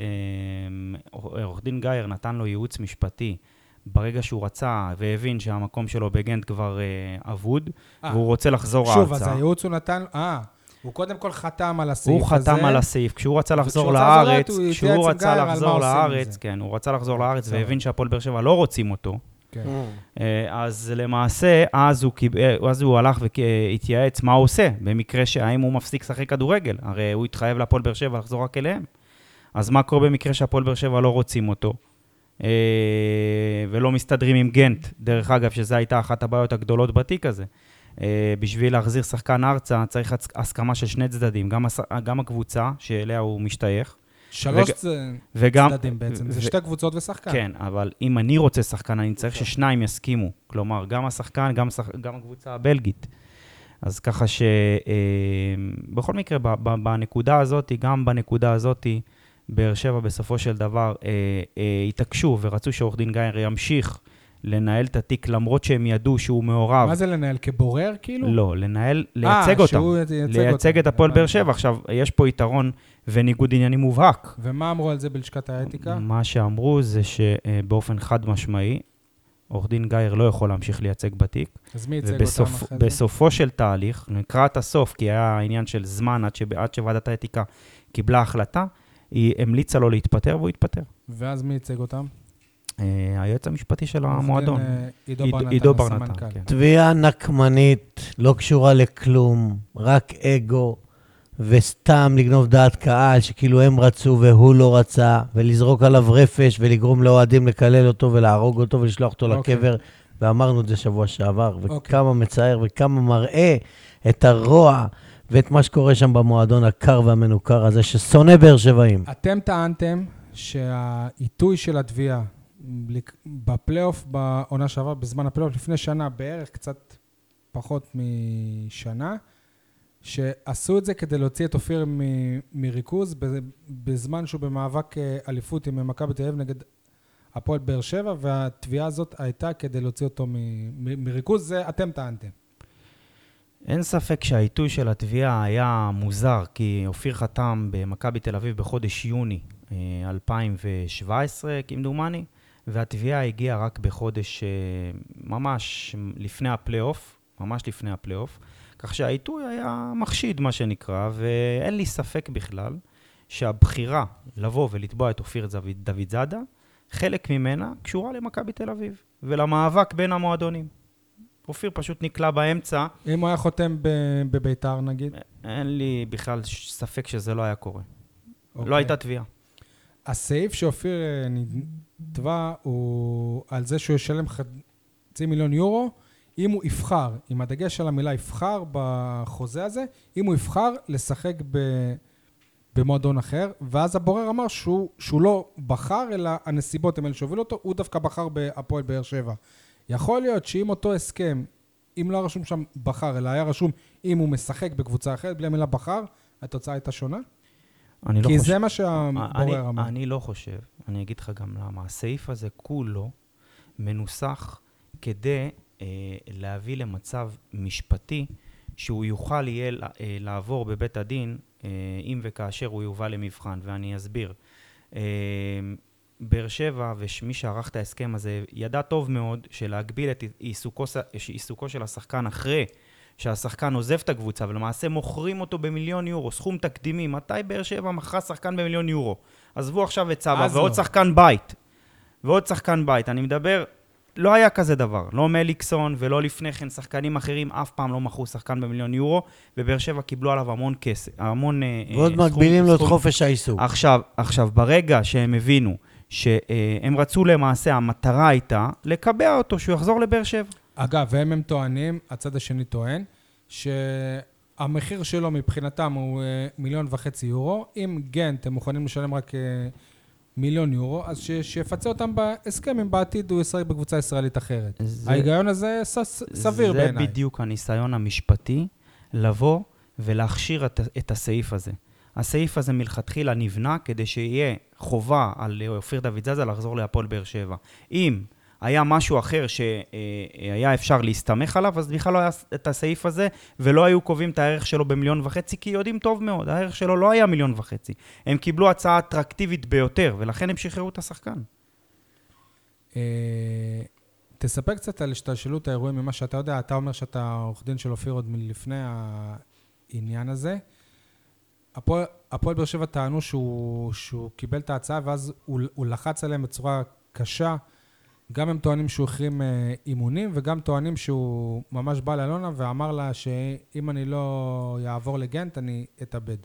שעורך דין גייר נתן לו ייעוץ משפטי ברגע שהוא רצה והבין שהמקום שלו בגנט כבר אה, אבוד,
אה,
והוא רוצה לחזור
שוב,
ארצה.
אז הייעוץ הוא נתן... אה, הוא קודם כל חתם על הסעיף
הוא
הזה.
חתם על הסעיף, כשהוא רצה לחזור
וכשהוא רצה לחזור
לארץ,
לארץ, הוא
כשהוא
התייעץ עם
רצה
גייר על מה
לחזור
עושים עם
לארץ,
זה.
כן, הוא רצה לחזור לארץ
בסדר.
והבין שהפועל באר שבע לא רוצים אותו,
כן.
אז למעשה, אז הוא, אז הוא הלך והתייעץ מה הוא עושה, במקרה שהאם הוא מפסיק לשחק כדורגל, הרי הוא התחייב להפועל באר שבע לחזור רק אליהם. אז מה קורה במקרה שהפועל באר שבע לא רוצים אותו, ולא מסתדרים עם גנט, דרך אגב, שזו הייתה אחת הבעיות הגדולות בתיק הזה. בשביל להחזיר שחקן ארצה, צריך הסכמה של שני צדדים, גם, גם הקבוצה שאליה הוא משתייך,
שלוש
וג...
צ...
וגם...
צדדים בעצם,
ו...
זה שתי קבוצות ושחקן.
כן, אבל אם אני רוצה שחקן, אני צריך ששניים יסכימו. כלומר, גם השחקן, גם, שח... גם הקבוצה הבלגית. אז ככה ש... בכל מקרה, בנקודה הזאת, גם בנקודה הזאת, באר שבע בסופו של דבר אה, אה, התעקשו ורצו שעורך דין גייר ימשיך לנהל את התיק, למרות שהם ידעו שהוא מעורב.
מה זה לנהל? כבורר כאילו?
לא, לנהל, לייצג אותם. לייצג את הפועל באר שבע. עכשיו, יש פה יתרון וניגוד עניינים מובהק.
ומה אמרו על זה בלשכת האתיקה?
מה שאמרו זה שבאופן חד משמעי, עורך דין גייר לא יכול להמשיך לייצג בתיק.
אז מי ייצג אותם אחרי זה?
בסופו של תהליך, נקרא את הסוף, כי היה העניין של זמן עד, עד שוועדת האתיקה קיבלה החלטה, היא המליצה לו להתפטר והוא התפטר.
ואז מי ייצג אותם?
היועץ המשפטי של המועדון.
עידו בר נתן.
תביעה נקמנית, לא קשורה לכלום, רק אגו, וסתם לגנוב דעת קהל, שכאילו הם רצו והוא לא רצה, ולזרוק עליו רפש, ולגרום לאוהדים לקלל אותו, ולהרוג אותו, ולשלוח אותו לקבר, ואמרנו את זה שבוע שעבר, וכמה מצער, וכמה מראה את הרוע, ואת מה שקורה שם במועדון הקר והמנוכר הזה, ששונא באר שבעים.
אתם טענתם שהעיתוי של התביעה, בפלייאוף, בעונה שעבר, בזמן הפלייאוף, לפני שנה, בערך קצת פחות משנה, שעשו את זה כדי להוציא את אופיר מ- מריכוז, בזמן שהוא במאבק אליפות עם מכבי תל אביב נגד הפועל באר שבע, והתביעה הזאת הייתה כדי להוציא אותו מ- מ- מריכוז, זה אתם טענתם.
אין ספק שהעיתוי של התביעה היה מוזר, כי אופיר חתם במכבי תל אביב בחודש יוני אלפיים שבע עשרה, כמדומני, והתביעה הגיעה רק בחודש ממש לפני הפלייאוף, ממש לפני הפלייאוף, כך שהעיתוי היה מחשיד, מה שנקרא, ואין לי ספק בכלל שהבחירה לבוא ולתבוע את אופיר דוד זאדה, חלק ממנה קשורה למכבי תל אביב, ולמאבק בין המועדונים. אופיר פשוט נקלע באמצע.
אם הוא היה חותם בביתר, נגיד?
אין לי בכלל ספק שזה לא היה קורה. Okay. לא הייתה תביעה.
הסעיף שאופיר נתבע הוא על זה שהוא ישלם חצי מיליון יורו, אם הוא יבחר, עם הדגש על המילה יבחר בחוזה הזה, אם הוא יבחר לשחק ב... במועדון אחר, ואז הבורר אמר שהוא, שהוא לא בחר, אלא הנסיבות הם אלה שהובילו אותו, הוא דווקא בחר בהפועל באר שבע. יכול להיות שאם אותו הסכם, אם לא רשום שם בחר, אלא היה רשום אם הוא משחק בקבוצה אחרת, בלי המילה בחר, התוצאה הייתה שונה?
אני לא
כי
חושב.
זה מה שהבורר אמר.
אני לא חושב, אני אגיד לך גם למה. הסעיף הזה כולו מנוסח כדי אה, להביא למצב משפטי, שהוא יוכל יהיה אה, לעבור בבית הדין, אה, אם וכאשר הוא יובא למבחן, ואני אסביר. אה, באר שבע ומי שערך את ההסכם הזה ידע טוב מאוד שלהגביל את עיסוקו, עיסוקו של השחקן אחרי שהשחקן עוזב את הקבוצה, ולמעשה מוכרים אותו במיליון יורו, סכום תקדימי. מתי באר שבע מכרה שחקן במיליון יורו? עזבו עכשיו את סבא, ועוד לא. שחקן בית. ועוד שחקן בית. אני מדבר, לא היה כזה דבר. לא מליקסון ולא לפני כן שחקנים אחרים, אף פעם לא מכרו שחקן במיליון יורו, ובאר שבע קיבלו עליו המון כסף, המון
ועוד
סכום,
מגבילים לו את
סכום.
חופש העיסוק.
עכשיו, עכשיו, ברגע שהם הבינו שהם רצו למעשה, המטרה הייתה לקבע אותו, שהוא יחזור לבאר שבע.
אגב, והם הם טוענים, הצד השני טוען, שהמחיר שלו מבחינתם הוא מיליון וחצי יורו. אם גנט הם מוכנים לשלם רק מיליון יורו, אז שיפצה אותם בהסכם, אם בעתיד הוא ישחק בקבוצה ישראלית אחרת. זה, ההיגיון הזה ס, סביר
זה
בעיניי.
זה בדיוק הניסיון המשפטי, לבוא ולהכשיר את, את הסעיף הזה. הסעיף הזה מלכתחילה נבנה כדי שיהיה חובה על אופיר דוד זאדה לחזור להפועל באר שבע. אם היה משהו אחר שהיה אפשר להסתמך עליו, אז בכלל לא היה את הסעיף הזה, ולא היו קובעים את הערך שלו במיליון וחצי, כי יודעים טוב מאוד, הערך שלו לא היה מיליון וחצי. הם קיבלו הצעה אטרקטיבית ביותר, ולכן הם שחררו את השחקן.
תספר קצת על השתלשלות האירועים ממה שאתה יודע. אתה אומר שאתה עורך דין של אופיר עוד מלפני העניין הזה. הפועל, הפועל באר שבע טענו שהוא, שהוא קיבל את ההצעה, ואז הוא, הוא לחץ עליהם בצורה קשה, גם הם טוענים שהוא החרים אה, אימונים, וגם טוענים שהוא ממש בא לאלונה ואמר לה שאם אני לא יעבור לגנט, אני אתאבד.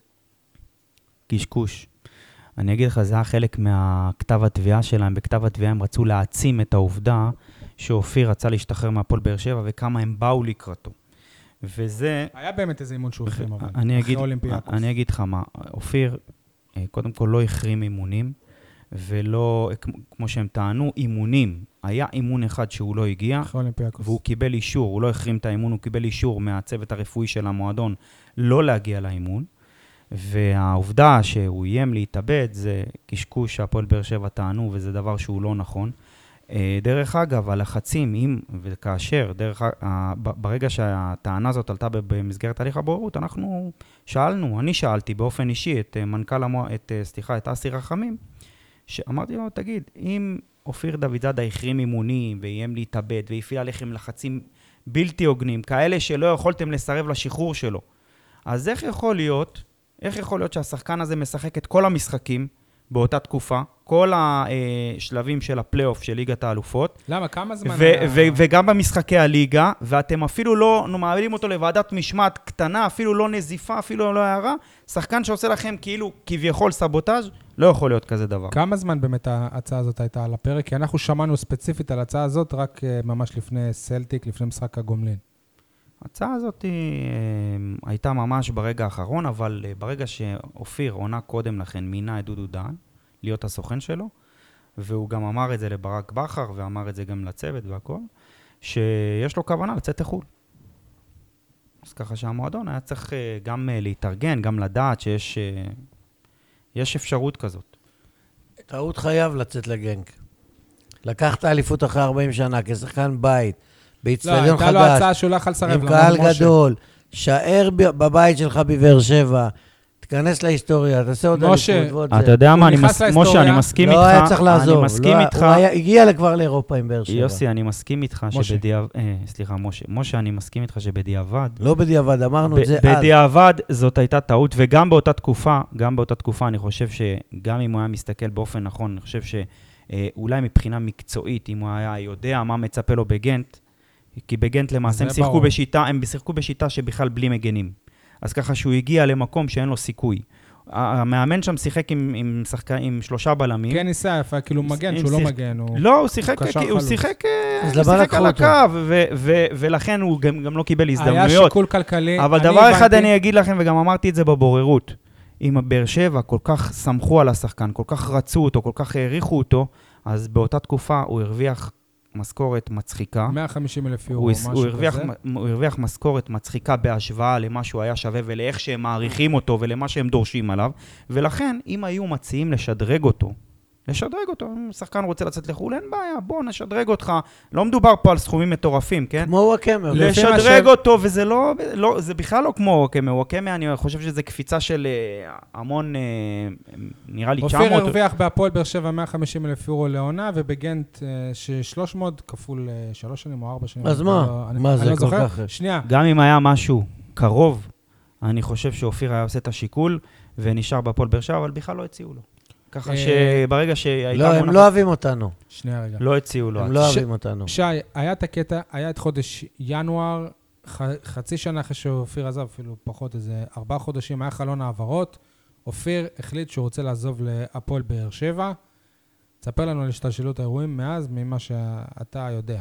קשקוש. אני אגיד לך, זה היה חלק מהכתב התביעה שלהם. בכתב התביעה הם רצו להעצים את העובדה שאופיר רצה להשתחרר מהפועל באר שבע, וכמה הם באו לקראתו. וזה...
היה באמת איזה אימון שהוא החרים, אבל.
אני
אחרי
אגיד,
אולימפיאקוס.
אני אגיד לך מה, אופיר, קודם כל לא החרים אימונים, ולא, כמו שהם טענו, אימונים. היה אימון אחד שהוא לא הגיע,
אחרי אולימפיאקוס.
והוא קיבל אישור, הוא לא החרים את האימון, הוא קיבל אישור מהצוות הרפואי של המועדון לא להגיע לאימון, והעובדה שהוא איים להתאבד, זה קשקוש שהפועל באר שבע טענו, וזה דבר שהוא לא נכון. דרך אגב, הלחצים, אם וכאשר, דרך, ברגע שהטענה הזאת עלתה במסגרת הליך הבוררות, אנחנו שאלנו, אני שאלתי באופן אישי את מנכ"ל המוע... את, סליחה, את אסי רחמים, שאמרתי לו, תגיד, אם אופיר דוידזאדה החרים אימונים, ואיים להתאבד, והפעיל עליכם לחצים בלתי הוגנים, כאלה שלא יכולתם לסרב לשחרור שלו, אז איך יכול להיות, איך יכול להיות שהשחקן הזה משחק את כל המשחקים, באותה תקופה, כל השלבים של הפלייאוף של ליגת האלופות.
למה? כמה זמן?
ו- היה... ו- וגם במשחקי הליגה, ואתם אפילו לא מעבירים אותו לוועדת משמעת קטנה, אפילו לא נזיפה, אפילו לא הערה. שחקן שעושה לכם כאילו כביכול סבוטאז', לא יכול להיות כזה דבר.
כמה זמן באמת ההצעה הזאת הייתה על הפרק? כי אנחנו שמענו ספציפית על ההצעה הזאת רק ממש לפני סלטיק, לפני משחק הגומלין.
ההצעה הזאת היא, הייתה ממש ברגע האחרון, אבל ברגע שאופיר עונה קודם לכן מינה את דודו דהן, להיות הסוכן שלו, והוא גם אמר את זה לברק בכר, ואמר את זה גם לצוות והכל, שיש לו כוונה לצאת לחו"ל. אז ככה שהמועדון היה צריך גם להתארגן, גם לדעת שיש יש אפשרות כזאת.
טעות חייב לצאת לגנק. לקחת אליפות אחרי ארבעים שנה, כשחקן בית, באצטדיון
לא,
חדש,
הייתה לו הצעה שהוא לא יכול לסרב,
עם קהל גדול, שער בבית שלך בבאר שבע, תיכנס להיסטוריה, תעשה עוד אליפות ועוד זה.
אתה יודע מה, משה, אני מסכים איתך.
לא היה צריך לעזור,
אני מסכים איתך.
הוא הגיע כבר לאירופה עם באר שבע.
יוסי, אני מסכים איתך שבדיעבד, סליחה, משה, משה, אני מסכים איתך שבדיעבד.
לא בדיעבד, אמרנו את זה אז.
בדיעבד זאת הייתה טעות, וגם באותה תקופה, גם באותה תקופה, אני חושב שגם אם הוא היה מסתכל באופן נכון, אני חושב שאולי מבחינה מקצועית, אם הוא היה יודע מה מצפה לו בגנט, כי בגנט למעשה הם שיחקו בשיטה, הם שיחקו בשיטה שבכלל בלי מגנים. אז ככה שהוא הגיע למקום שאין לו סיכוי. המאמן שם שיחק עם, עם, שחק... עם שלושה בלמים.
כן, ניסה, כאילו מגן, שהוא לא מגן. הוא...
לא, הוא שיחק, הוא שיחק, הוא שיחק על הקו, ו- ו- ולכן הוא גם, גם לא קיבל הזדמנויות.
היה שיקול כלכלי.
אבל דבר הבנתי... אחד אני אגיד לכם, וגם אמרתי את זה בבוררות, אם באר שבע כל כך סמכו על השחקן, כל כך רצו אותו, כל כך העריכו אותו, אז באותה תקופה הוא הרוויח משכורת מצחיקה.
מאה וחמישים אלף יורו, משהו
הוא הרוויח,
כזה.
הוא הרוויח משכורת מצחיקה בהשוואה למה שהוא היה שווה ולאיך שהם מעריכים אותו ולמה שהם דורשים עליו. ולכן, אם היו מציעים לשדרג אותו, לשדרג אותו, אם שחקן רוצה לצאת לחול, אין בעיה, בוא נשדרג אותך. לא מדובר פה על סכומים מטורפים, כן?
כמו וואקמה.
לשדרג אותו, וזה לא, לא, זה בכלל לא כמו וואקמה. וואקמה, אני חושב שזה קפיצה של המון, נראה לי תשע מאות.
אופיר הרוויח בהפועל באר שבע מאה וחמישים אלף יורו לעונה, ובגנט ש-שלוש מאות כפול שלוש שנים או ארבע שנים.
אז מה? מה זה כל כך?
שנייה.
גם אם היה משהו קרוב, אני חושב שאופיר היה עושה את השיקול, ונשאר בהפועל באר שבע, אבל בכלל לא הציעו לו. ככה שברגע שהייתה...
לא, הם לא אוהבים אותנו.
שנייה רגע.
לא הציעו לו.
הם לא אוהבים אותנו.
שי, היה את הקטע, היה את חודש ינואר, חצי שנה אחרי שאופיר עזב, אפילו פחות איזה ארבעה חודשים, היה חלון העברות, אופיר החליט שהוא רוצה לעזוב להפועל באר שבע. תספר לנו על השתלשלות האירועים מאז, ממה שאתה יודע.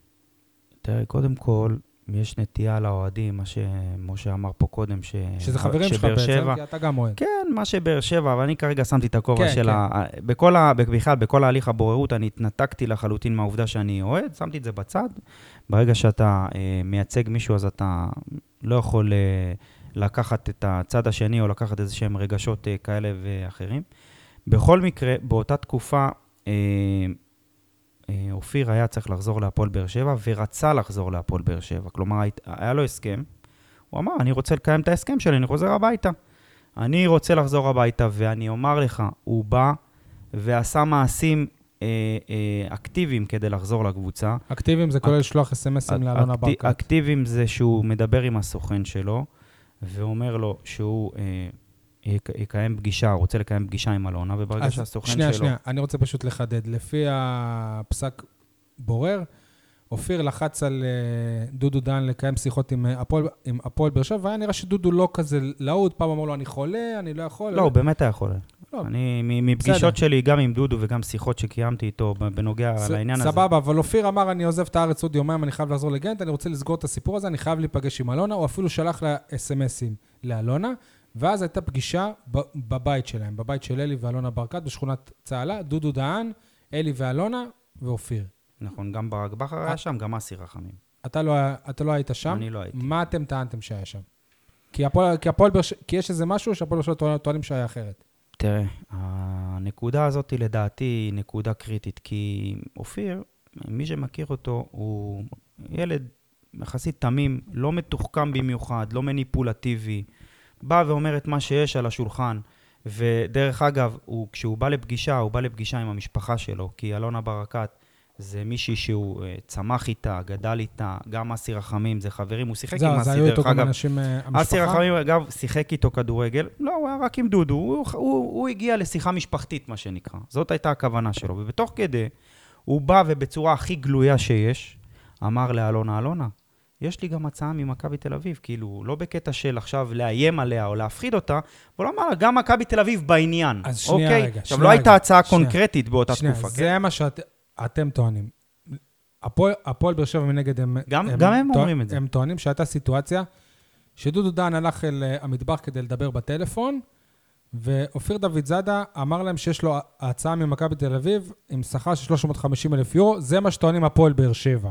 תראה, קודם כל, יש נטייה לאוהדים, מה שמשה אמר פה קודם, ש...
שזה חברים שלך בעצם, כי אתה גם אוהד.
כן, מה שבאר שבע, אבל אני כרגע שמתי את הכובע של ה... בכל ה... בכלל, בכל ההליך הבוררות, אני התנתקתי לחלוטין מהעובדה שאני אוהד, שמתי את זה בצד. ברגע שאתה מייצג מישהו, אז אתה לא יכול לקחת את הצד השני, או לקחת איזה שהם רגשות כאלה ואחרים. בכל מקרה, באותה תקופה, אופיר היה צריך לחזור להפועל באר שבע, ורצה לחזור להפועל באר שבע. כלומר, היה לו הסכם. הוא אמר, אני רוצה לקיים את ההסכם שלי, אני חוזר הביתה. אני רוצה לחזור הביתה, ואני אומר לך, הוא בא ועשה מעשים אה, אה, אקטיביים כדי לחזור לקבוצה.
אקטיביים זה כולל לשלוח אס-אמסים לאלונה ברקת.
אקטיביים זה שהוא מדבר עם הסוכן שלו, ואומר לו שהוא... אה, יקיים פגישה, רוצה לקיים פגישה עם אלונה, וברגע שהסוכן שלו...
שנייה, שנייה, אני רוצה פשוט לחדד. לפי הפסק, בורר. אופיר לחץ על דודו דן לקיים שיחות עם הפועל באר שבע, והיה נראה שדודו לא כזה לעוד, פעם אמר לו, אני חולה, אני לא יכול.
לא, הוא באמת היה חולה. אני, מפגישות שלי, גם עם דודו וגם שיחות שקיימתי איתו בנוגע לעניין הזה.
סבבה, אבל אופיר אמר, אני עוזב את הארץ עוד יומיים, אני חייב לחזור לגנט, אני רוצה לסגור את הסיפור הזה, אני חייב להיפגש עם אלונה, הוא אפילו שלח לה אס אם אסים לאלונה, ואז הייתה פגישה בבית שלהם, בבית של אלי ואלונה ברקת, בשכונת צהלה, דודו דהן, אלי ואלונה ואופיר.
נכון, גם ברק בכר היה שם, גם אסי רחמים.
אתה לא, אתה לא היית שם?
אני לא הייתי.
מה אתם טענתם שהיה שם? כי הפועל, כי הפועל, כי יש איזה משהו שהפועל באר טוענים שהיה אחרת.
תראה, הנקודה הזאת לדעתי היא נקודה קריטית, כי אופיר, מי שמכיר אותו, הוא ילד יחסית תמים, לא מתוחכם במיוחד, לא מניפולטיבי, בא ואומר את מה שיש על השולחן, ודרך אגב, הוא, כשהוא בא לפגישה, הוא בא לפגישה עם המשפחה שלו, כי אלונה ברקת זה מישהי שהוא צמח איתה, גדל איתה, גם אסי רחמים, זה חברים, הוא שיחק עם אסי, דרך אגב. אסי רחמים, אגב, שיחק איתו כדורגל, לא, הוא היה רק עם דודו, הוא, הוא, הוא הגיע לשיחה משפחתית, מה שנקרא. זאת הייתה הכוונה שלו, ובתוך כדי, הוא בא ובצורה הכי גלויה שיש, אמר לאלונה, אלונה, יש לי גם הצעה ממכבי תל אביב, כאילו, לא בקטע של עכשיו לאיים עליה או להפחיד אותה, אבל אמר לה, גם מכבי תל אביב בעניין.
אז שנייה
אוקיי?
רגע,
עכשיו, לא הייתה הצעה קונקרטית באותה
שנייה,
תקופה,
זה
כן?
מה שאתם טוענים. הפועל באר שבע מנגד הם...
גם הם, הם אומרים את זה.
הם טוענים שהייתה סיטואציה שדודו דן הלך אל המטבח כדי לדבר בטלפון, ואופיר דוד זאדה אמר להם שיש לו הצעה ממכבי תל אביב עם שכר של שלוש מאות וחמישים אלף יורו, זה מה שטוענים הפועל באר שבע.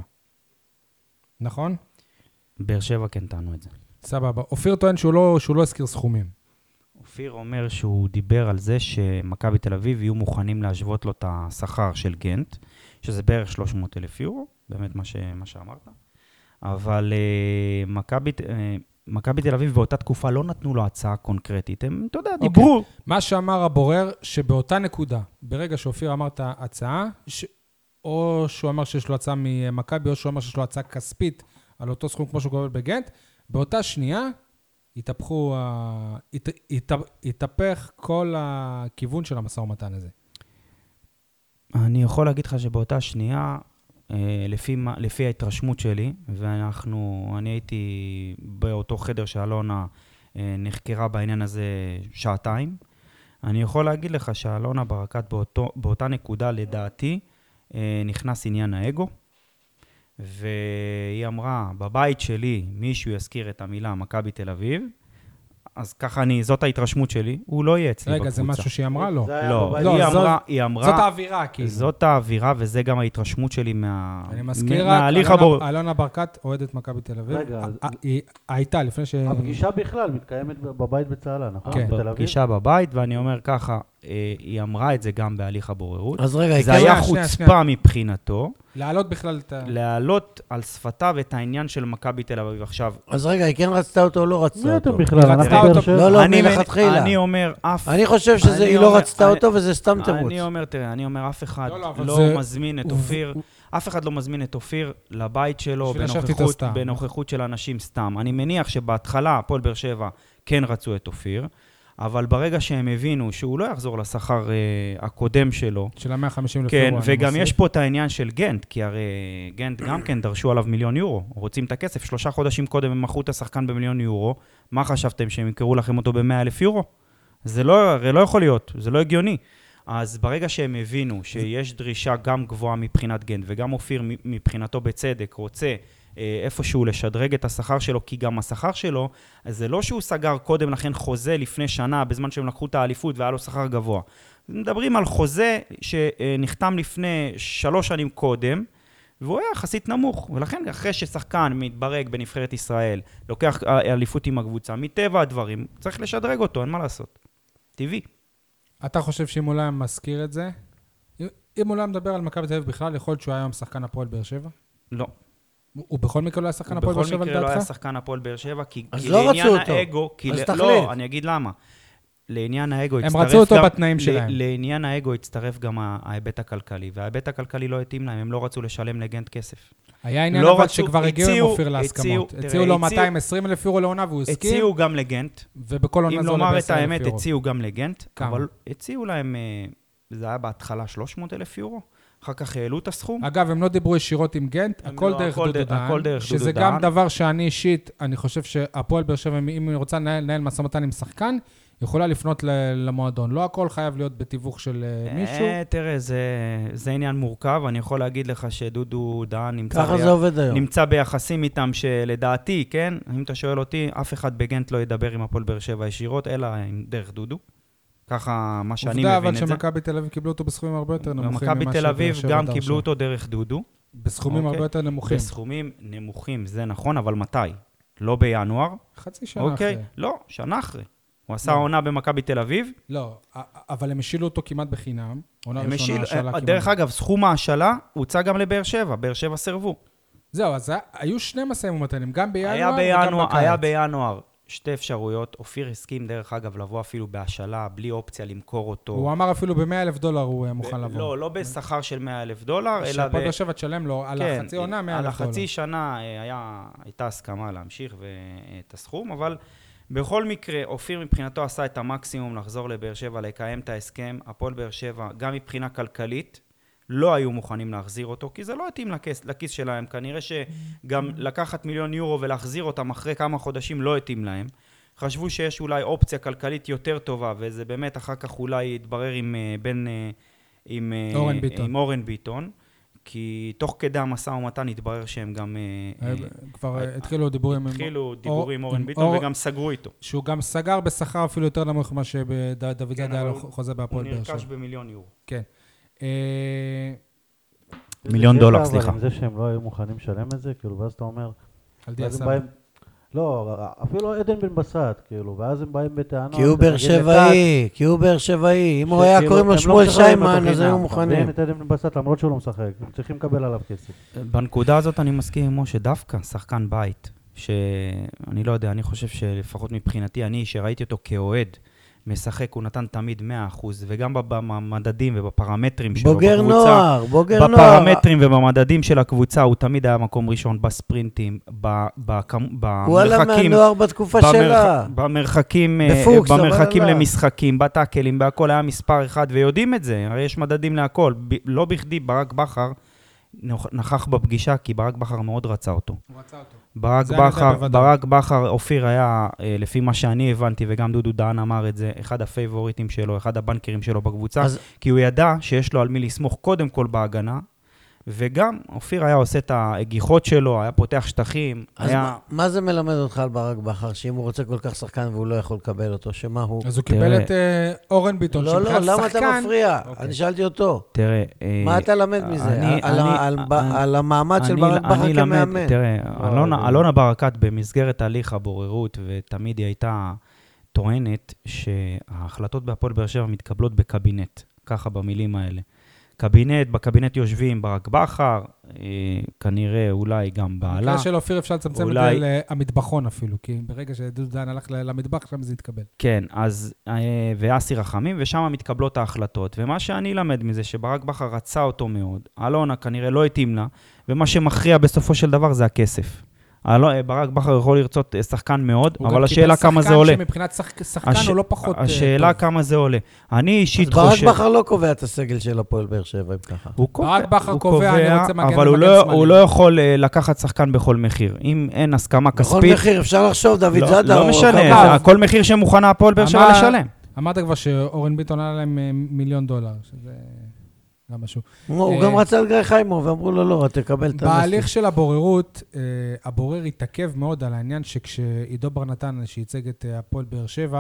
נכון?
באר שבע כן טענו את זה.
סבבה. אופיר טוען שהוא לא, שהוא לא הזכיר סכומים.
אופיר אומר שהוא דיבר על זה שמכבי תל אביב יהיו מוכנים להשוות לו את השכר של גנט, שזה בערך שלוש מאות אלף יורו, באמת מה, ש, מה שאמרת. אבל uh, מכבי, uh, מכבי תל אביב באותה תקופה לא נתנו לו הצעה קונקרטית. הם, אתה יודע, okay. דיברו.
מה שאמר הבורר, שבאותה נקודה, ברגע שאופיר אמר את ההצעה, ש... או שהוא אמר שיש לו הצעה ממכבי, או שהוא אמר שיש לו הצעה כספית על אותו סכום כמו שהוא קובל בגנט, באותה שנייה התהפכו, הת, הת, התהפך כל הכיוון של המשא ומתן הזה.
אני יכול להגיד לך שבאותה שנייה, לפי, לפי ההתרשמות שלי, ואנחנו, אני הייתי באותו חדר שאלונה נחקרה בעניין הזה שעתיים, אני יכול להגיד לך שאלונה ברקת באותו, באותה נקודה לדעתי, נכנס עניין האגו, והיא אמרה, בבית שלי מישהו יזכיר את המילה מכבי תל אביב, אז ככה אני, זאת ההתרשמות שלי, הוא לא יהיה אצלי בקבוצה.
רגע, זה משהו שהיא אמרה לו.
לא, היא אמרה, היא אמרה...
זאת האווירה, כאילו.
זאת האווירה, וזה גם ההתרשמות שלי מה...
אני מזכיר רק, אלונה ברקת אוהדת מכבי תל אביב. רגע, היא הייתה לפני ש...
הפגישה בכלל מתקיימת בבית בצהלה, נכון?
כן.
פגישה בבית, ואני אומר ככה, היא אמרה את זה גם בהליך הבוררות.
אז רגע,
זה היה חוצפה מבחינתו.
להעלות בכלל את ה...
להעלות על שפתיו את העניין של מכבי תל אביב עכשיו.
אז רגע, היא כן רצתה אותו או לא רצתה אותו?
בכלל,
רצתה אותו.
לא, לא, מלכתחילה.
אני אומר, אף...
אני חושב שהיא לא רצתה אותו וזה סתם תירוץ.
אני אומר, תראה, אני אומר, אף אחד לא מזמין את אופיר, אף אחד לא מזמין את אופיר לבית שלו בנוכחות של אנשים סתם. אני מניח שבהתחלה, הפועל באר שבע כן רצו את אופיר, אבל ברגע שהם הבינו שהוא לא יחזור לשכר uh, הקודם שלו,
של ה-מאה וחמישים אלף
כן,
יורו.
וגם יש פה את העניין של גנט, כי הרי גנט גם כן דרשו עליו מיליון יורו, רוצים את הכסף, שלושה חודשים קודם הם מכרו את השחקן במיליון יורו, מה חשבתם, שהם יקראו לכם אותו ב-מאה אלף יורו? זה לא, הרי לא יכול להיות, זה לא הגיוני. אז ברגע שהם הבינו שיש דרישה גם גבוהה מבחינת גנט, וגם אופיר מבחינתו בצדק רוצה איפשהו לשדרג את השכר שלו, כי גם השכר שלו, אז זה לא שהוא סגר קודם לכן חוזה לפני שנה, בזמן שהם לקחו את האליפות והיה לו שכר גבוה. מדברים על חוזה שנחתם לפני שלוש שנים קודם, והוא היה יחסית נמוך, ולכן אחרי ששחקן מתברג בנבחרת ישראל, לוקח אליפות עם הקבוצה, מטבע הדברים, צריך לשדרג אותו, אין מה לעשות. טבעי.
אתה חושב שאם אולי מזכיר את זה, אם אולי מדבר על מכבי תל אביב בכלל, יכול להיות שהוא היה היום שחקן הפועל באר שבע?
לא.
הוא בכל מקרה לא היה שחקן הפועל באר שבע לדעתך?
בכל מקרה לא היה שחקן הפועל באר שבע, כי
לא
לעניין האגו... אז
תחליט.
לא, אני אגיד למה. לעניין האגו
הם רצו אותו בתנאים שלהם.
לעניין האגו הצטרף גם ההיבט הכלכלי, וההיבט הכלכלי לא התאים להם, הם לא רצו לשלם לגנט כסף.
היה עניין אבל שכבר הגיעו עם אופיר להסכמות. הציעו לו מאתיים ועשרים אלף יורו לעונה והוא הסכים.
הציעו גם לגנט.
ובכל עונה זה עולה
אם לומר
ב-עשרה
את
אלף יורו.
האמת, הציעו גם לגנט,
כמה?
אבל הציעו להם, זה היה בהתחלה שלוש מאות אלף יורו, אחר כך העלו את הסכום.
אגב, הם לא דיברו ישירות עם גנט, הכל
לא,
דרך
הכל
דודו
ד- הכל
דהן,
דרך
שזה
דודו
גם
דהן.
דבר שאני אישית, אני חושב שהפועל באר שבע, אם היא רוצה לנהל, לנהל משא ומתן עם שחקן, יכולה לפנות ל- למועדון. לא הכל חייב להיות בתיווך של אה, מישהו.
אה, תראה, זה, זה עניין מורכב, אני יכול להגיד לך שדודו דהן נמצא,
ככה
ב-
זה עובד היום.
נמצא ביחסים איתם שלדעתי, כן, אם אתה שואל אותי, אף אחד בגנט לא ידבר עם הפועל באר שבע ישירות, אלא עם דרך דודו. ככה מה שאני
עובדה,
מבין
אבל
את זה.
שמכבי תל אביב קיבלו אותו בסכומים הרבה יותר נמוכים.
במכבי
ממה
תל
שבאר
אביב
שבע
גם
דרשה.
קיבלו אותו דרך דודו.
בסכומים
אוקיי.
הרבה יותר נמוכים.
בסכומים נמוכים, זה נכון, אבל מתי? לא בינואר,
חצי שנה
אוקיי?
אחרי.
לא, שנה אחרי. הוא עשה
לא.
עונה במכבי תל אביב.
לא, א- אבל הם השילו אותו כמעט בחינם. עונה
הם
ראשונה,
השיל-
השאלה
אה,
כמעט.
דרך אגב, סכום ההשאלה הוצא גם לבאר שבע, באר שבע סרבו.
זהו, אז היה- היו שני משאים ומתנים, גם בינואר
היה
וגם
בינואר,
בקיץ.
היה בינואר שתי אפשרויות. אופיר הסכים, דרך אגב, לבוא אפילו בהשאלה, בלי אופציה למכור אותו.
הוא אמר אפילו ב-מאה אלף דולר הוא היה מוכן
ב-
לבוא.
לא, לא בשכר של מאה אלף דולר, אלא...
שהפועל
ב-
באר שבע תשלם לו על
כן,
החצי עונה מאה
על
אלף דולר.
החצי שנה אה, היה, הייתה הסכמה להמשיך את הסכום, אבל בכל מקרה, אופיר מבחינתו עשה את המקסימום לחזור לבאר שבע, לקיים את ההסכם. הפועל באר שבע, גם מבחינה כלכלית, לא היו מוכנים להחזיר אותו, כי זה לא התאים לכיס, לכיס שלהם. כנראה שגם לקחת מיליון יורו ולהחזיר אותם אחרי כמה חודשים לא התאים להם. חשבו שיש אולי אופציה כלכלית יותר טובה, וזה באמת אחר כך אולי יתברר עם, אה, בין, אה, עם, אה,
אורן ביטון.
עם אורן ביטון, כי תוך כדי המשא ומתן התברר שהם גם... אה,
אה,
אה,
כבר
אה,
התחילו דיבורים עם...
התחילו דיבורים עם
אור-
אורן
עם
ביטון
אור-
וגם סגרו איתו.
שהוא גם סגר בשכר אפילו יותר נמוך ממה שדוד
כן,
זאדה היה לו
אבל הוא-
חוזה
הוא
בהפועל באר
נרכש
שבע.
במיליון יורו.
כן. אה,
מיליון
זה
דולר,
אבל
סליחה.
עם זה שהם לא היו מוכנים לשלם את זה, כאילו, ואז אתה אומר...
על דיה
ואז הם
סבא.
באים... לא, אפילו עדן בן בסט, כאילו, ואז הם באים בטענות...
כי הוא באר
תגיד
שבעי, כי הוא באר שבעי. אם הוא היה
שכאילו,
קוראים לו
הם לא
שמואל
משחררים
שיימן,
אותו
אז היו
חינם.
מוכנים.
אתה מבין את עדן בן בסט, למרות שהוא לא משחק, הם צריכים לקבל עליו כסף.
בנקודה הזאת אני מסכים עם משה, דווקא שחקן בית, שאני לא יודע, אני חושב שלפחות מבחינתי, אני שראיתי אותו כאוהד, משחק, הוא נתן תמיד מאה אחוז, וגם במדדים ובפרמטרים שלו
בוגר
בקבוצה,
נוער, בוגר נוער.
בפרמטרים ובמדדים של הקבוצה, הוא תמיד היה מקום ראשון בספרינטים, ב- בכמ-
הוא עלה
במרחקים,
מהנוער בתקופה
במרח-
שלה.
במרחקים, אה,
בפוקס, אבל
במרחקים
עלה.
למשחקים, בטאקלים, בהכל היה מספר אחד, ויודעים את זה, הרי יש מדדים להכל. ב- לא בכדי ברק בכר נוכ- נכח בפגישה, כי ברק בכר מאוד רצה אותו.
הוא רצה אותו.
ברק
זה אני יודע
בכר,
בוודאות.
ברק בכר, אופיר היה, אה, לפי מה שאני הבנתי, וגם דודו דהן אמר את זה, אחד הפייבוריטים שלו, אחד הבנקרים שלו בקבוצה,
אז-
כי הוא ידע שיש לו על מי לסמוך קודם כל בהגנה, וגם אופיר היה עושה את הגיחות שלו, היה פותח שטחים,
אז
היה...
מה- מה זה מלמד אותך על ברק בכר, שאם הוא רוצה כל כך שחקן והוא לא יכול לקבל אותו, שמה הוא?
אז הוא
תראה.
קיבל את אה, אורן ביטון,
לא, לא,
שמבחינת
למה אתה
שחקן-
מפריע?
אוקיי.
אני שאלתי אותו.
תראה... אה,
מה אתה למד מזה?
אני-
על-
אני-
על- ב-
אני-
על המעמד של
אני-
ברק בכר
אני למד-
כמאמן.
תראה,
לא,
אלונה-
זה-
אלונה ברקת במסגרת הליך הבוררות, ותמיד היא הייתה טוענת שההחלטות בהפועל באר שבע מתקבלות בקבינט, ככה במילים האלה. קבינט, בקבינט יושבים ברק בכר, אה, כנראה אולי גם בעלה.
במקרה של אופיר אפשר לצמצם את
אולי-
זה למטבחון אפילו, כי ברגע שדודו דהן הלך ל- למטבח, שם זה יתקבל.
כן, אז, אה, ואסי רחמים, ושם מתקבלות ההחלטות. ומה שאני למד מזה, שברק בכר רצה אותו מאוד, אלונה כנראה לא התאים לה, ומה שמכריע בסופו של דבר זה הכסף. אלו- ברק בכר יכול לרצות אה, שחקן מאוד,
הוא
אבל
גם
השאלה
קיבל
כמה זה
שחקן
עולה.
שמבחינת שחק- שחקן
הש-
הוא לא פחות אה,
השאלה
טוב.
כמה זה עולה. אני
אז
אישית
ברק
חושב...
בכר לא קובע את הסגל של הפועל באר שבע, אם ככה.
הוא קובע,
ברק בכר
הוא
קובע, אני רוצה מגן
אבל הוא
ומגן
לא,
שמאלי.
הוא לא יכול אה, לקחת שחקן בכל מחיר. אם אין הסכמה
בכל
כספית...
מחיר, אפשר לחשוב, דוד
לא,
זאדה.
לא
הוא
משנה,
חייב.
אגב,
זה הכל מחיר שמוכנה הפועל באר שבע
אמר-
לשלם.
אמרת כבר שאורן ביטון עלה להם אה, מיליון דולר, שזה גם משהו.
הוא
אה,
גם רצה על גיא חיימוב, ואמרו לו, לא, תקבל את
בהליך של הבוררות, אה, הבורר התעכב מאוד על העניין שכשעידו בר נתן, שייצג את אה, הפועל באר שבע,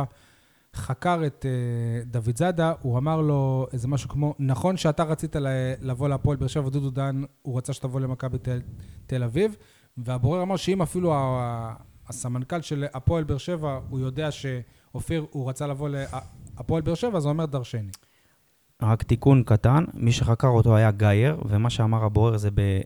חקר את אה, דוד זאדה, הוא אמר לו איזה משהו כמו, נכון שאתה רצית ל- לבוא להפועל באר שבע, ודודו דהן, הוא רצה שתבוא למכבי תל, תל אביב, והבורר אמר שאם אפילו ה- הסמנכ"ל של הפועל באר שבע, הוא יודע שאופיר, הוא רצה לבוא להפועל באר שבע, אז הוא אומר דרשני.
רק תיקון קטן, מי שחקר אותו היה גייר, ומה שאמר הבורר זה ב, אה,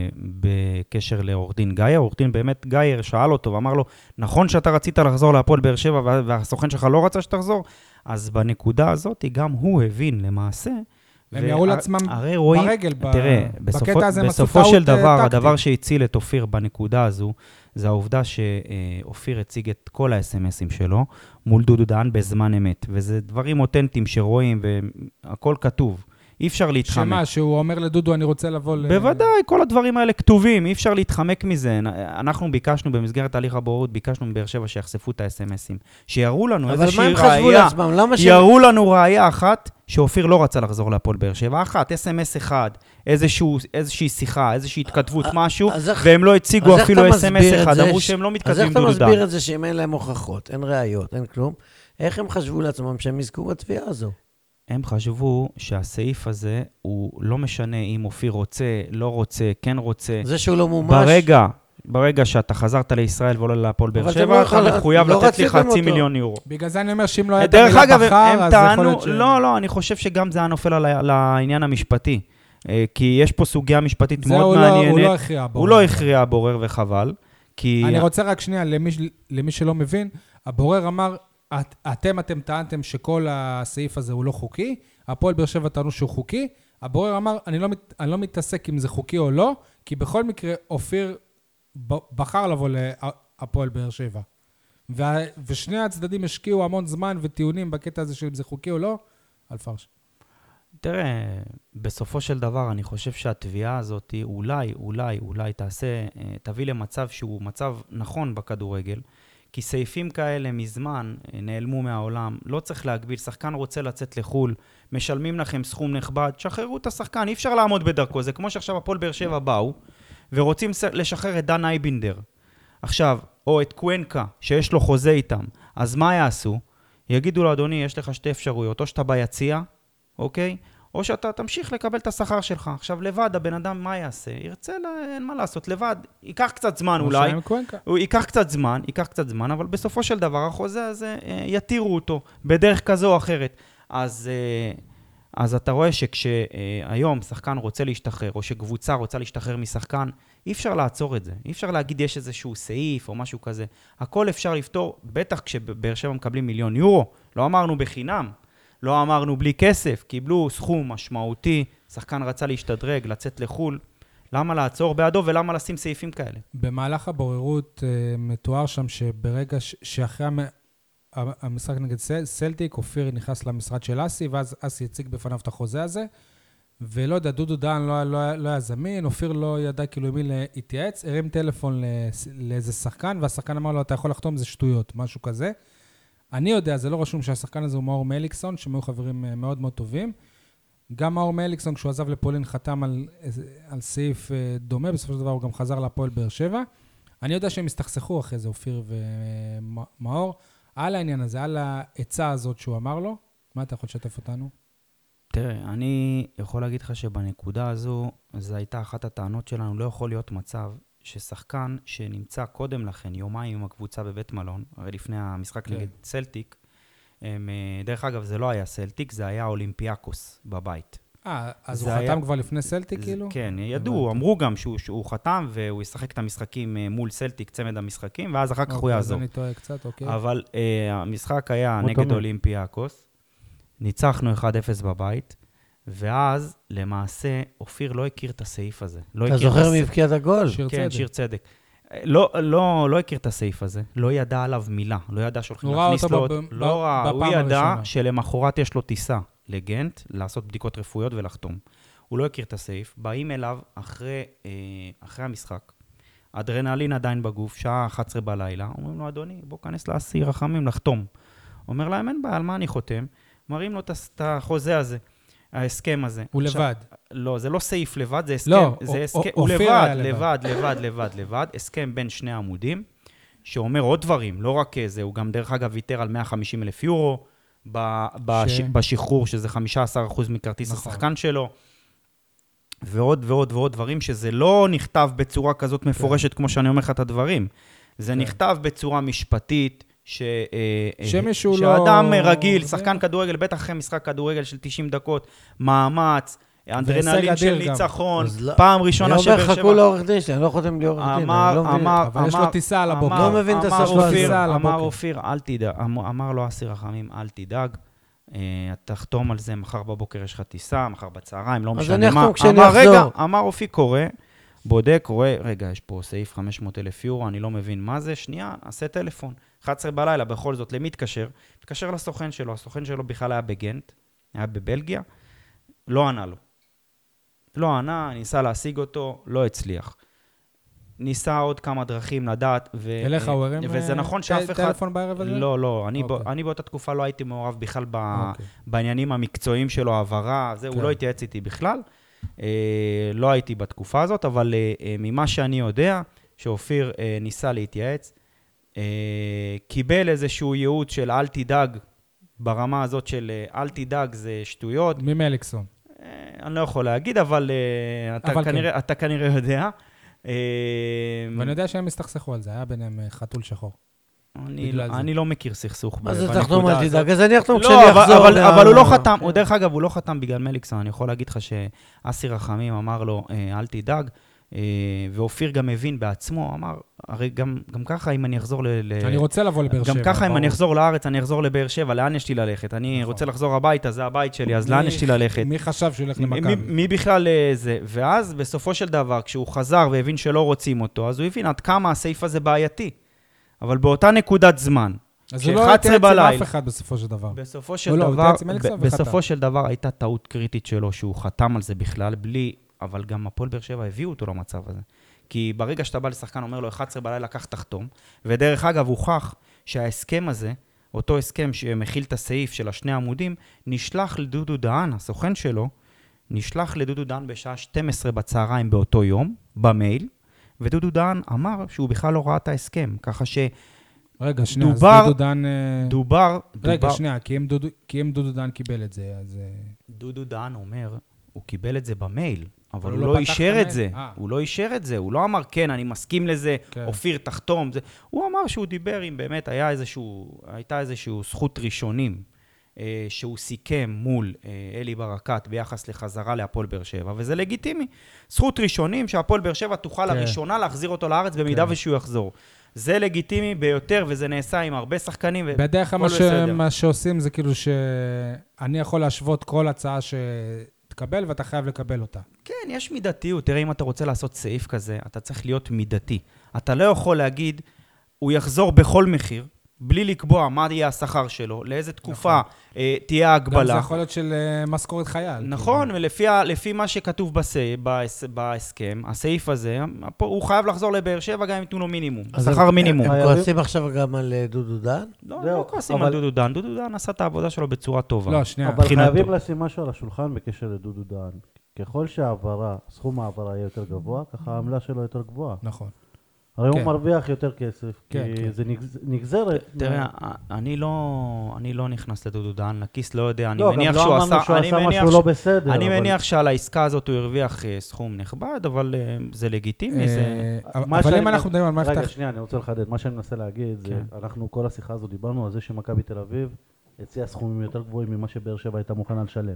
בקשר לעורך דין גייר. עורך דין באמת גייר שאל אותו ואמר לו, נכון שאתה רצית לחזור להפועל באר שבע וה- והסוכן שלך לא רצה שתחזור? אז בנקודה הזאת גם הוא הבין למעשה.
הם
ו-
יראו לעצמם
הרי רואים,
ברגל, ב-
תראה, בסופו,
בקטע הזה הם עשו
בסופו של
טעות,
דבר,
אה, טקטית.
הדבר שהציל את אופיר בנקודה הזו, זה העובדה שאופיר הציג את כל ה-אס-אם-אסים שלו מול דודו דהן בזמן אמת, וזה דברים אותנטיים שרואים והכל כתוב. אי אפשר להתחמק.
שמה, שהוא אומר לדודו, אני רוצה לבוא ל...
בוודאי, כל הדברים האלה כתובים, אי אפשר להתחמק מזה. אנחנו ביקשנו, במסגרת תהליך הבוררות, ביקשנו מבאר שבע שיחשפו את ה-אס אם אסים, שיראו לנו איזושהי ראייה.
אבל מה הם חשבו לעצמם? למה ש...
יראו לנו ראייה אחת, שאופיר לא רצה לחזור להפועל באר שבע, אחת, אס אם אס אחד, איזשהו, איזושהי שיחה, איזושהי התכתבות, משהו, והם לא הציגו אפילו אס אם אס אחד, אמרו שהם לא מתכתבים דודו.
אז איך אתה מסביר את זה שאם אין להם הוכחות, אין ראיות, אין כלום? איך הם חשבו לעצמם שהם יזכו בתביעה הזו?
הם חשבו שהסעיף הזה הוא לא משנה אם אופיר רוצה, לא רוצה, כן רוצה.
זה שהוא לא מומש.
ברגע, ברגע שאתה חזרת לישראל ועולה להפועל באר שבע, אתה מחויב לתת לי חצי מיליון יורו.
בגלל זה אני אומר שאם לא היה
דרך אגב, הם טענו, לא, לא, אני חושב שגם זה היה נופל על העניין המשפטי. כי יש פה סוגיה משפטית מאוד מעניינת.
הוא לא הכריע הבורר.
הוא לא הכריע הבורר וחבל.
אני רוצה רק שנייה, למי שלא מבין, הבורר אמר, את, אתם, אתם טענתם שכל הסעיף הזה הוא לא חוקי, הפועל באר שבע טענו שהוא חוקי, הבורר אמר, אני לא, אני לא מתעסק אם זה חוקי או לא, כי בכל מקרה אופיר בחר לבוא להפועל באר שבע. ו, ושני הצדדים השקיעו המון זמן וטיעונים בקטע הזה של אם זה חוקי או לא, על פרש.
תראה, בסופו של דבר אני חושב שהתביעה הזאת אולי, אולי, אולי תעשה, תביא למצב שהוא מצב נכון בכדורגל, כי סעיפים כאלה מזמן נעלמו מהעולם, לא צריך להגביל, שחקן רוצה לצאת לחול, משלמים לכם סכום נכבד, שחררו את השחקן, אי אפשר לעמוד בדרכו, זה כמו שעכשיו הפועל באר שבע באו, ורוצים לשחרר את דן אייבינדר, עכשיו, או את קוונקה, שיש לו חוזה איתם, אז מה יעשו? יגידו לו, אדוני, יש לך שתי אפשרויות, או שאתה ביציע, אוקיי? או שאתה תמשיך לקבל את השכר שלך. עכשיו, לבד, הבן אדם, מה יעשה? ירצה, אין מה לעשות, לבד. ייקח קצת זמן אולי. הוא ייקח קצת זמן, ייקח קצת זמן, אבל בסופו של דבר, החוזה הזה, יתירו אותו בדרך כזו או אחרת. אז, אז אתה רואה שכשהיום שחקן רוצה להשתחרר, או שקבוצה רוצה להשתחרר משחקן, אי אפשר לעצור את זה. אי אפשר להגיד, יש איזשהו סעיף או משהו כזה. הכל אפשר לפתור, בטח כשבאר שבע מקבלים מיליון יורו. לא אמרנו בחינם. לא אמרנו בלי כסף, קיבלו סכום משמעותי, שחקן רצה להשתדרג, לצאת לחול, למה לעצור בעדו ולמה לשים סעיפים כאלה?
במהלך הבוררות מתואר שם שברגע שאחרי המשחק נגד סלטיק, אופיר נכנס למשרד של אסי, ואז אסי הציג בפניו את החוזה הזה, ולא יודע, דודו דן לא, לא, לא היה זמין, אופיר לא ידע כאילו מי להתייעץ, הרים טלפון לאיזה שחקן, והשחקן אמר לו, אתה יכול לחתום, זה שטויות, משהו כזה. אני יודע, זה לא רשום שהשחקן הזה הוא מאור מליקסון, שהם היו חברים מאוד מאוד טובים. גם מאור מליקסון, כשהוא עזב לפולין, חתם על, על סעיף דומה, בסופו של דבר הוא גם חזר להפועל באר שבע. אני יודע שהם הסתכסכו אחרי זה, אופיר ומאור, על העניין הזה, על העצה הזאת שהוא אמר לו. מה אתה יכול לשתף אותנו?
תראה, אני יכול להגיד לך שבנקודה הזו, זו הייתה אחת הטענות שלנו, לא יכול להיות מצב ששחקן שנמצא קודם לכן, יומיים עם הקבוצה בבית מלון, הרי לפני המשחק נגד סלטיק, דרך אגב, זה לא היה סלטיק, זה היה אולימפיאקוס בבית.
אה, אז הוא חתם כבר לפני סלטיק כאילו?
כן, ידעו, אמרו גם שהוא חתם, והוא ישחק את המשחקים מול סלטיק, צמד המשחקים, ואז אחר כך הוא יעזור.
אז אני טועה קצת, אוקיי.
אבל המשחק היה נגד אולימפיאקוס, ניצחנו אחד אפס בבית, ואז, למעשה, אופיר לא הכיר את הסעיף הזה.
אתה זוכר מי הבקיע את הגול?
כן, שיר צדק. לא, לא, לא הכיר את הסעיף הזה, לא ידע עליו מילה, לא ידע שהולכים להכניס לו, לא ראה, הוא ידע שלמחרת יש לו טיסה לגנט, לעשות בדיקות רפואיות ולחתום. הוא לא הכיר את הסעיף, באים אליו אחרי, אחרי המשחק, אדרנלין עדיין בגוף, שעה אחת עשרה בלילה, אומרים לו, אדוני, בוא כנס לאסי רחמים לחתום. אומר להם, אין בעיה, על מה אני חותם? מראים לו את החוזה הזה. ההסכם הזה.
הוא
עכשיו,
לבד.
לא, זה לא סעיף לבד, זה הסכם.
לא,
זה הסכם,
או,
הוא
לבד,
לבד, לבד, לבד, לבד, לבד, הסכם בין שני עמודים, שאומר עוד דברים, לא רק זה, הוא גם דרך אגב ויתר על מאה וחמישים אלף יורו, ב, בש, ש... בשחרור, שזה חמישה עשר אחוז מכרטיס נכון. השחקן שלו, ועוד ועוד ועוד דברים, שזה לא נכתב בצורה כזאת מפורשת, כן. כמו שאני אומר לך את הדברים. זה כן. נכתב בצורה משפטית, ש...
שמישהו
שאדם
לא...
רגיל, שחקן כדורגל, בטח אחרי משחק כדורגל של תשעים דקות, מאמץ, אנדרנלין של ניצחון, פעם ראשונה שבאר שבע...
אני אומר, חכו לעורך דין שלי, אני לא חותם לי עורך דין.
אמר, אמר,
אבל יש לו טיסה על הבוקר.
לא מבין את הסרוויז.
אמר אופיר, אל תדאג, אמר לו אסי רחמים, אל תדאג, תחתום על זה, מחר בבוקר יש לך טיסה, מחר בצהריים, לא משנה מה. אמר, רגע, אמר אופי קורא, בודק, רואה, רגע, יש פה סעיף חמש מאות אלף יורו, אני לא מבין מה זה, שנייה, עשה טלפון. אחת עשרה בלילה, בכל זאת, למי התקשר? התקשר לסוכן שלו, הסוכן שלו בכלל היה בגנט, היה בבלגיה, לא ענה לו. לא ענה, ניסה להשיג אותו, לא הצליח. ניסה עוד כמה דרכים לדעת, ו...
אליך הוא הרים
וזה נכון שאף אחד...
טלפון בערב הזה?
לא, לא, אני,
אוקיי.
בא, אני באותה תקופה לא הייתי מעורב בכלל ב...
אוקיי.
בעניינים המקצועיים שלו, העברה, זה,
כן.
הוא לא התייעץ איתי בכלל. אה, לא הייתי בתקופה הזאת, אבל אה, ממה שאני יודע, שאופיר אה, ניסה להתייעץ, אה, קיבל איזשהו ייעוץ של אל תדאג, ברמה הזאת של אה, אל תדאג זה שטויות.
מי מאליקסון?
אה, אני לא יכול להגיד, אבל, אה, אתה,
אבל
כנראה,
כן.
אתה כנראה יודע. אה,
ואני יודע שהם הסתכסכו על זה, היה ביניהם אה, חתול שחור.
אני,
בגלל
לא,
זה.
אני לא מכיר סכסוך
מה זה
בנקודה
תחתום, אל
הזאת.
תדאג, אז אני אחתום כשאני
לא, אבל,
אחזור.
אבל,
מה-
אבל הוא לא חתם,
כן.
הוא דרך אגב, הוא לא חתם בגלל מליקסון, אני יכול להגיד לך שאסי רחמים אמר לו, אה, אל תדאג, אה, ואופיר גם הבין בעצמו, אמר, הרי גם, גם ככה אם אני אחזור ל... ל-
אני רוצה לבוא לבאר שבע.
גם ככה אם
ברור.
אני אחזור לארץ, אני אחזור לבאר שבע, לאן יש לי ללכת? אני
נכון.
רוצה לחזור הביתה, זה הבית שלי, אז
מי-
לאן יש לי ללכת?
מי חשב שהוא ילך
מי-
למכבי?
מי- מי בכלל אה, זה? ואז בסופו של דבר, כשהוא חזר והבין שלא רוצים אותו, אז הוא הבין עד כמה הסעיף הזה בעייתי. אבל באותה נקודת זמן,
אז הוא לא
כש-אחת עשרה
התייעץ עם
בלילה-
אף אחד בסופו של דבר.
בסופו
הוא
של
לא, הוא
דבר,
התייעץ עם אליקסון
ב-
וחתם.
בסופו של דבר הייתה טעות קריטית שלו, שהוא חתם על זה בכלל, בלי, אבל גם הפועל באר שבע הביאו אותו למצב הזה. כי ברגע שאתה בא לשחקן, אומר לו, אחת עשרה בלילה, קח תחתום, ודרך אגב, הוכח שההסכם הזה, אותו הסכם שמכיל את הסעיף של השני עמודים, נשלח לדודו דהן, הסוכן שלו, נשלח לדודו דהן בשעה שתים עשרה בצהריים באותו יום, במייל, ודודו דהן אמר שהוא בכלל לא ראה את ההסכם, ככה
רגע, שנייה, אז
דובר-
דודו דן... אה,
שדובר,
רגע,
דובר,
שנייה, כי אם דודו- כי אם דודו דן קיבל את זה, אז... אה,
דודו דהן אומר, הוא קיבל את זה במייל, אבל
הוא
הוא
לא
לא
פתח
אישר
את
את זה.
המייל? אה.
הוא לא אישר את זה, הוא לא אמר, כן, אני מסכים לזה,
כן.
אופיר, תחתום. זה. הוא אמר שהוא דיבר עם, באמת, היה איזשהו, הייתה איזשהו זכות ראשונים, אה, שהוא סיכם מול אה, אלי ברקת ביחס לחזרה להפועל באר שבע, וזה לגיטימי. זכות ראשונים שהפועל באר שבע תוכל
כן.
לראשונה להחזיר אותו לארץ במידה
כן.
ושהוא יחזור. זה לגיטימי ביותר, וזה נעשה עם הרבה שחקנים. ו-
בדרך כלל
הכל
מה ש-
בסדר.
מה שעושים זה כאילו שאני יכול להשוות כל הצעה שתקבל ואתה חייב לקבל אותה.
כן, יש מידתיות. תראה, אם אתה רוצה לעשות סעיף כזה, אתה צריך להיות מידתי. אתה לא יכול להגיד, הוא יחזור בכל מחיר, בלי לקבוע מה יהיה השכר שלו, לאיזה תקופה אה, תהיה
גם זה
ההגבלה.
יכול להיות של אה, משכורת חייל.
נכון, ולפי ה- לפי מה שכתוב בס- בהס- בהסכם, הסעיף הזה, פה הוא חייב לחזור לבאר שבע גם אם ייתנו לו מינימום,
אז
שכר
הם-
מינימום.
הם
חייבים-
כועסים עכשיו גם על אה, דודו דן?
לא,
זהו,
לא כועסים
אבל-
על דודו דן. דודו דן עשה את העבודה שלו בצורה טובה.
לא, שנייה.
אבל
מבחינתו.
חייבים לשים משהו על השולחן בקשר לדודו דהן. ככל שהעברה, סכום העברה יהיה יותר גבוה, ככה העמלה שלו יותר גבוהה.
נכון.
הרי
כן.
הוא מרוויח יותר כסף,
כן,
כי
כן.
זה נגז- נגזרת.
תראה,
מה-
אני לא, אני לא נכנס לדודו דן, לכיס לא יודע, אני
לא, גם
מניח
לא
שהוא
אמרנו
עשה,
שהוא
אני
עשה
מניח
משהו
ש-
לא בסדר.
אני
אבל-
מניח שעל העסקה הזאת הוא הרוויח אה, סכום נכבד, אבל אה, זה לגיטימי, זה...
אה,
מה
אבל
שאני-
אם אנחנו מדברים על מערכת...
רגע,
הח-
שנייה, אני רוצה לחדד. מה שאני מנסה להגיד, זה,
כן.
אנחנו כל השיחה הזו דיברנו על זה שמכבי תל אביב הציעה סכומים יותר גבוהים ממה שבאר שבע הייתה מוכנה לשלם.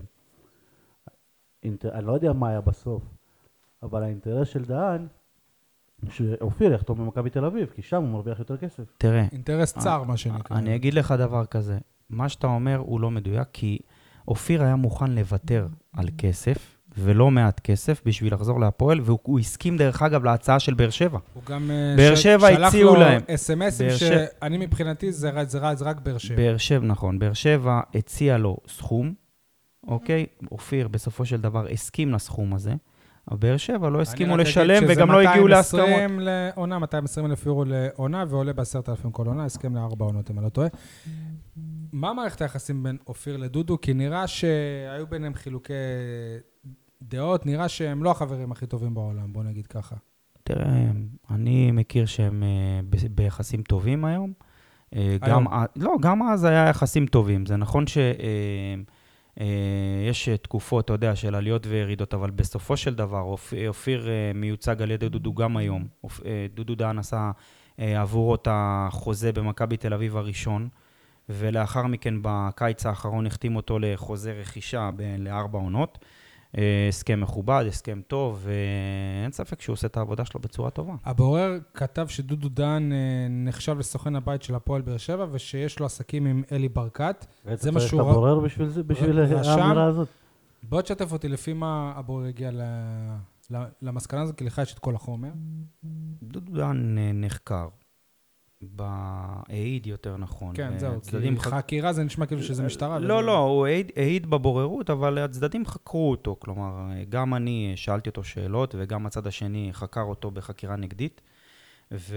אינט- אני לא יודע מה היה בסוף, אבל האינטרס של דהן, שאופיר יחתום במכבי תל אביב, כי שם הוא מרוויח יותר כסף.
תראה,
אינטרס צר, מה שנקרא.
אני אגיד לך דבר כזה, מה שאתה אומר הוא לא מדויק, כי אופיר היה מוכן לוותר על כסף, ולא מעט כסף, בשביל לחזור להפועל, והוא הוא הסכים דרך אגב להצעה של באר שבע.
הוא גם אה,
באר
ש-
שבע הציעו
שלח
להם.
לו אס-אם-אסים
באר ש-
שאני מבחינתי זה ר- זה רץ רק באר שבע.
באר שבע, נכון, באר שבע הציע לו סכום, אוקיי? אופיר בסופו של דבר הסכים לסכום הזה, אבל באר שבע לא הסכימו
אני רק
לשלם
אגיד שזה
וגם לא הגיעו להסכמות.
מאתיים ועשרים לעונה, מאתיים ועשרים אלף יורו לעונה, ועולה ב-עשרת אלפים כל עונה, הסכם לארבע עונות, אם אני לא טועה. מה מערכת היחסים בין אופיר לדודו? כי נראה שהיו ביניהם חילוקי דעות, נראה שהם לא החברים הכי טובים בעולם, בוא נגיד ככה.
תראה, אני מכיר שהם אה, ב- ביחסים טובים היום. אה, גם,
היום.
ה- לא, גם אז היה יחסים טובים. זה נכון ש... אה, אה, יש תקופות, אתה יודע, של עליות וירידות, אבל בסופו של דבר, אופ- אופיר אה, מיוצג על ידי דודו גם היום. אופ- אה, דודו דהן עשה אה, עבורו את החוזה במכבי תל אביב הראשון, ולאחר מכן בקיץ האחרון החתים אותו לחוזה רכישה ב- לארבע עונות. אה, הסכם מכובד, הסכם טוב, ואין ספק שהוא עושה את העבודה שלו בצורה טובה.
הבורר כתב שדודו דהן אה, נחשב לסוכן הבית של הפועל באר שבע, ושיש לו עסקים עם אלי ברקת. זה מה
צריך
שהוא
את הבורר בשביל זה, בשביל
רשם.
האמירה הזאת.
בוא תשתף אותי לפי מה הבורר הגיע ל... ל- למסקנה הזאת, כי לך יש את כל החומר.
דודו דהן אה, נחקר בהעיד יותר נכון.
כן, זהו, כי
הצדדים חק-
חקירה זה נשמע כאילו שזה משטרה.
לא,
וזה-
לא, הוא העיד, העיד בבוררות, אבל הצדדים חקרו אותו. כלומר, גם אני שאלתי אותו שאלות, וגם הצד השני חקר אותו בחקירה נגדית. ו,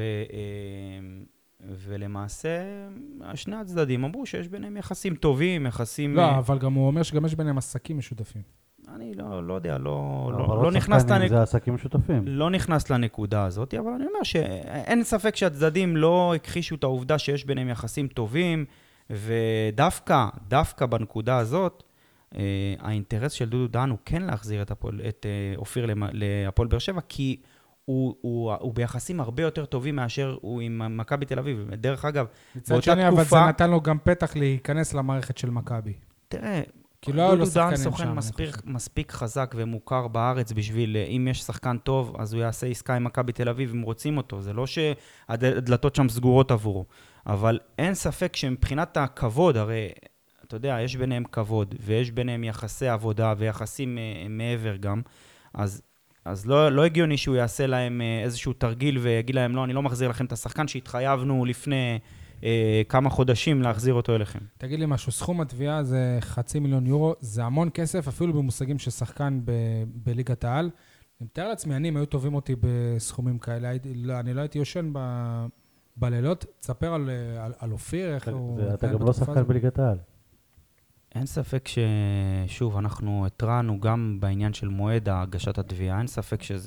ולמעשה, שני הצדדים אמרו שיש ביניהם יחסים טובים, יחסים...
לא, אבל גם הוא אומר שגם יש ביניהם עסקים משותפים.
אני לא, לא יודע, לא,
אבל
לא,
עוד
לא נכנס
שחקנים
לנק...
זה עסקים משותפים.
לא נכנס לנקודה הזאת, אבל אני אומר שאין ספק שהצדדים לא הכחישו את העובדה שיש ביניהם יחסים טובים, ודווקא, דווקא בנקודה הזאת, אה, האינטרס של דודו דהן הוא כן להחזיר את, הפועל, את אה, אופיר למ- להפועל באר שבע, כי הוא, הוא, הוא ביחסים הרבה יותר טובים מאשר הוא עם מכבי תל אביב. דרך אגב,
מצד
באותה
שני, אבל זה
תקופה-
נתן לו גם פתח להיכנס למערכת של מכבי.
תראה,
כי לא היו לו
דודו דהן
שחקנים
סוכן
שם, אני
מספיק,
חושב.
מספיק חזק ומוכר בארץ בשביל, אם יש שחקן טוב, אז הוא יעשה עסקה עם מכבי תל אביב, אם רוצים אותו. זה לא שהדלתות שם סגורות עבורו. אבל אין ספק שמבחינת הכבוד, הרי, אתה יודע, יש ביניהם כבוד, ויש ביניהם יחסי עבודה ויחסים אה, מעבר גם, אז, אז לא, לא הגיוני שהוא יעשה להם אה, איזשהו תרגיל ויגיד להם, לא, אני לא מחזיר לכם את השחקן שהתחייבנו לפני אה, כמה חודשים להחזיר אותו אליכם.
תגיד לי משהו, סכום התביעה זה חצי מיליון יורו, זה המון כסף, אפילו במושגים של שחקן ב- בליגת העל. אני מתאר לעצמי, אני, אם היו טובים אותי בסכומים כאלה, הייתי, לא, אני לא הייתי יושן ב, בלילות. תספר על, על, על אופיר, איך הוא...
ואתה
מתנהל
גם לא
בתקופה
שחקן
הזאת.
בליגת העל.
אין ספק ששוב, אנחנו התרענו גם בעניין של מועד הגשת התביעה, אין ספק שזה,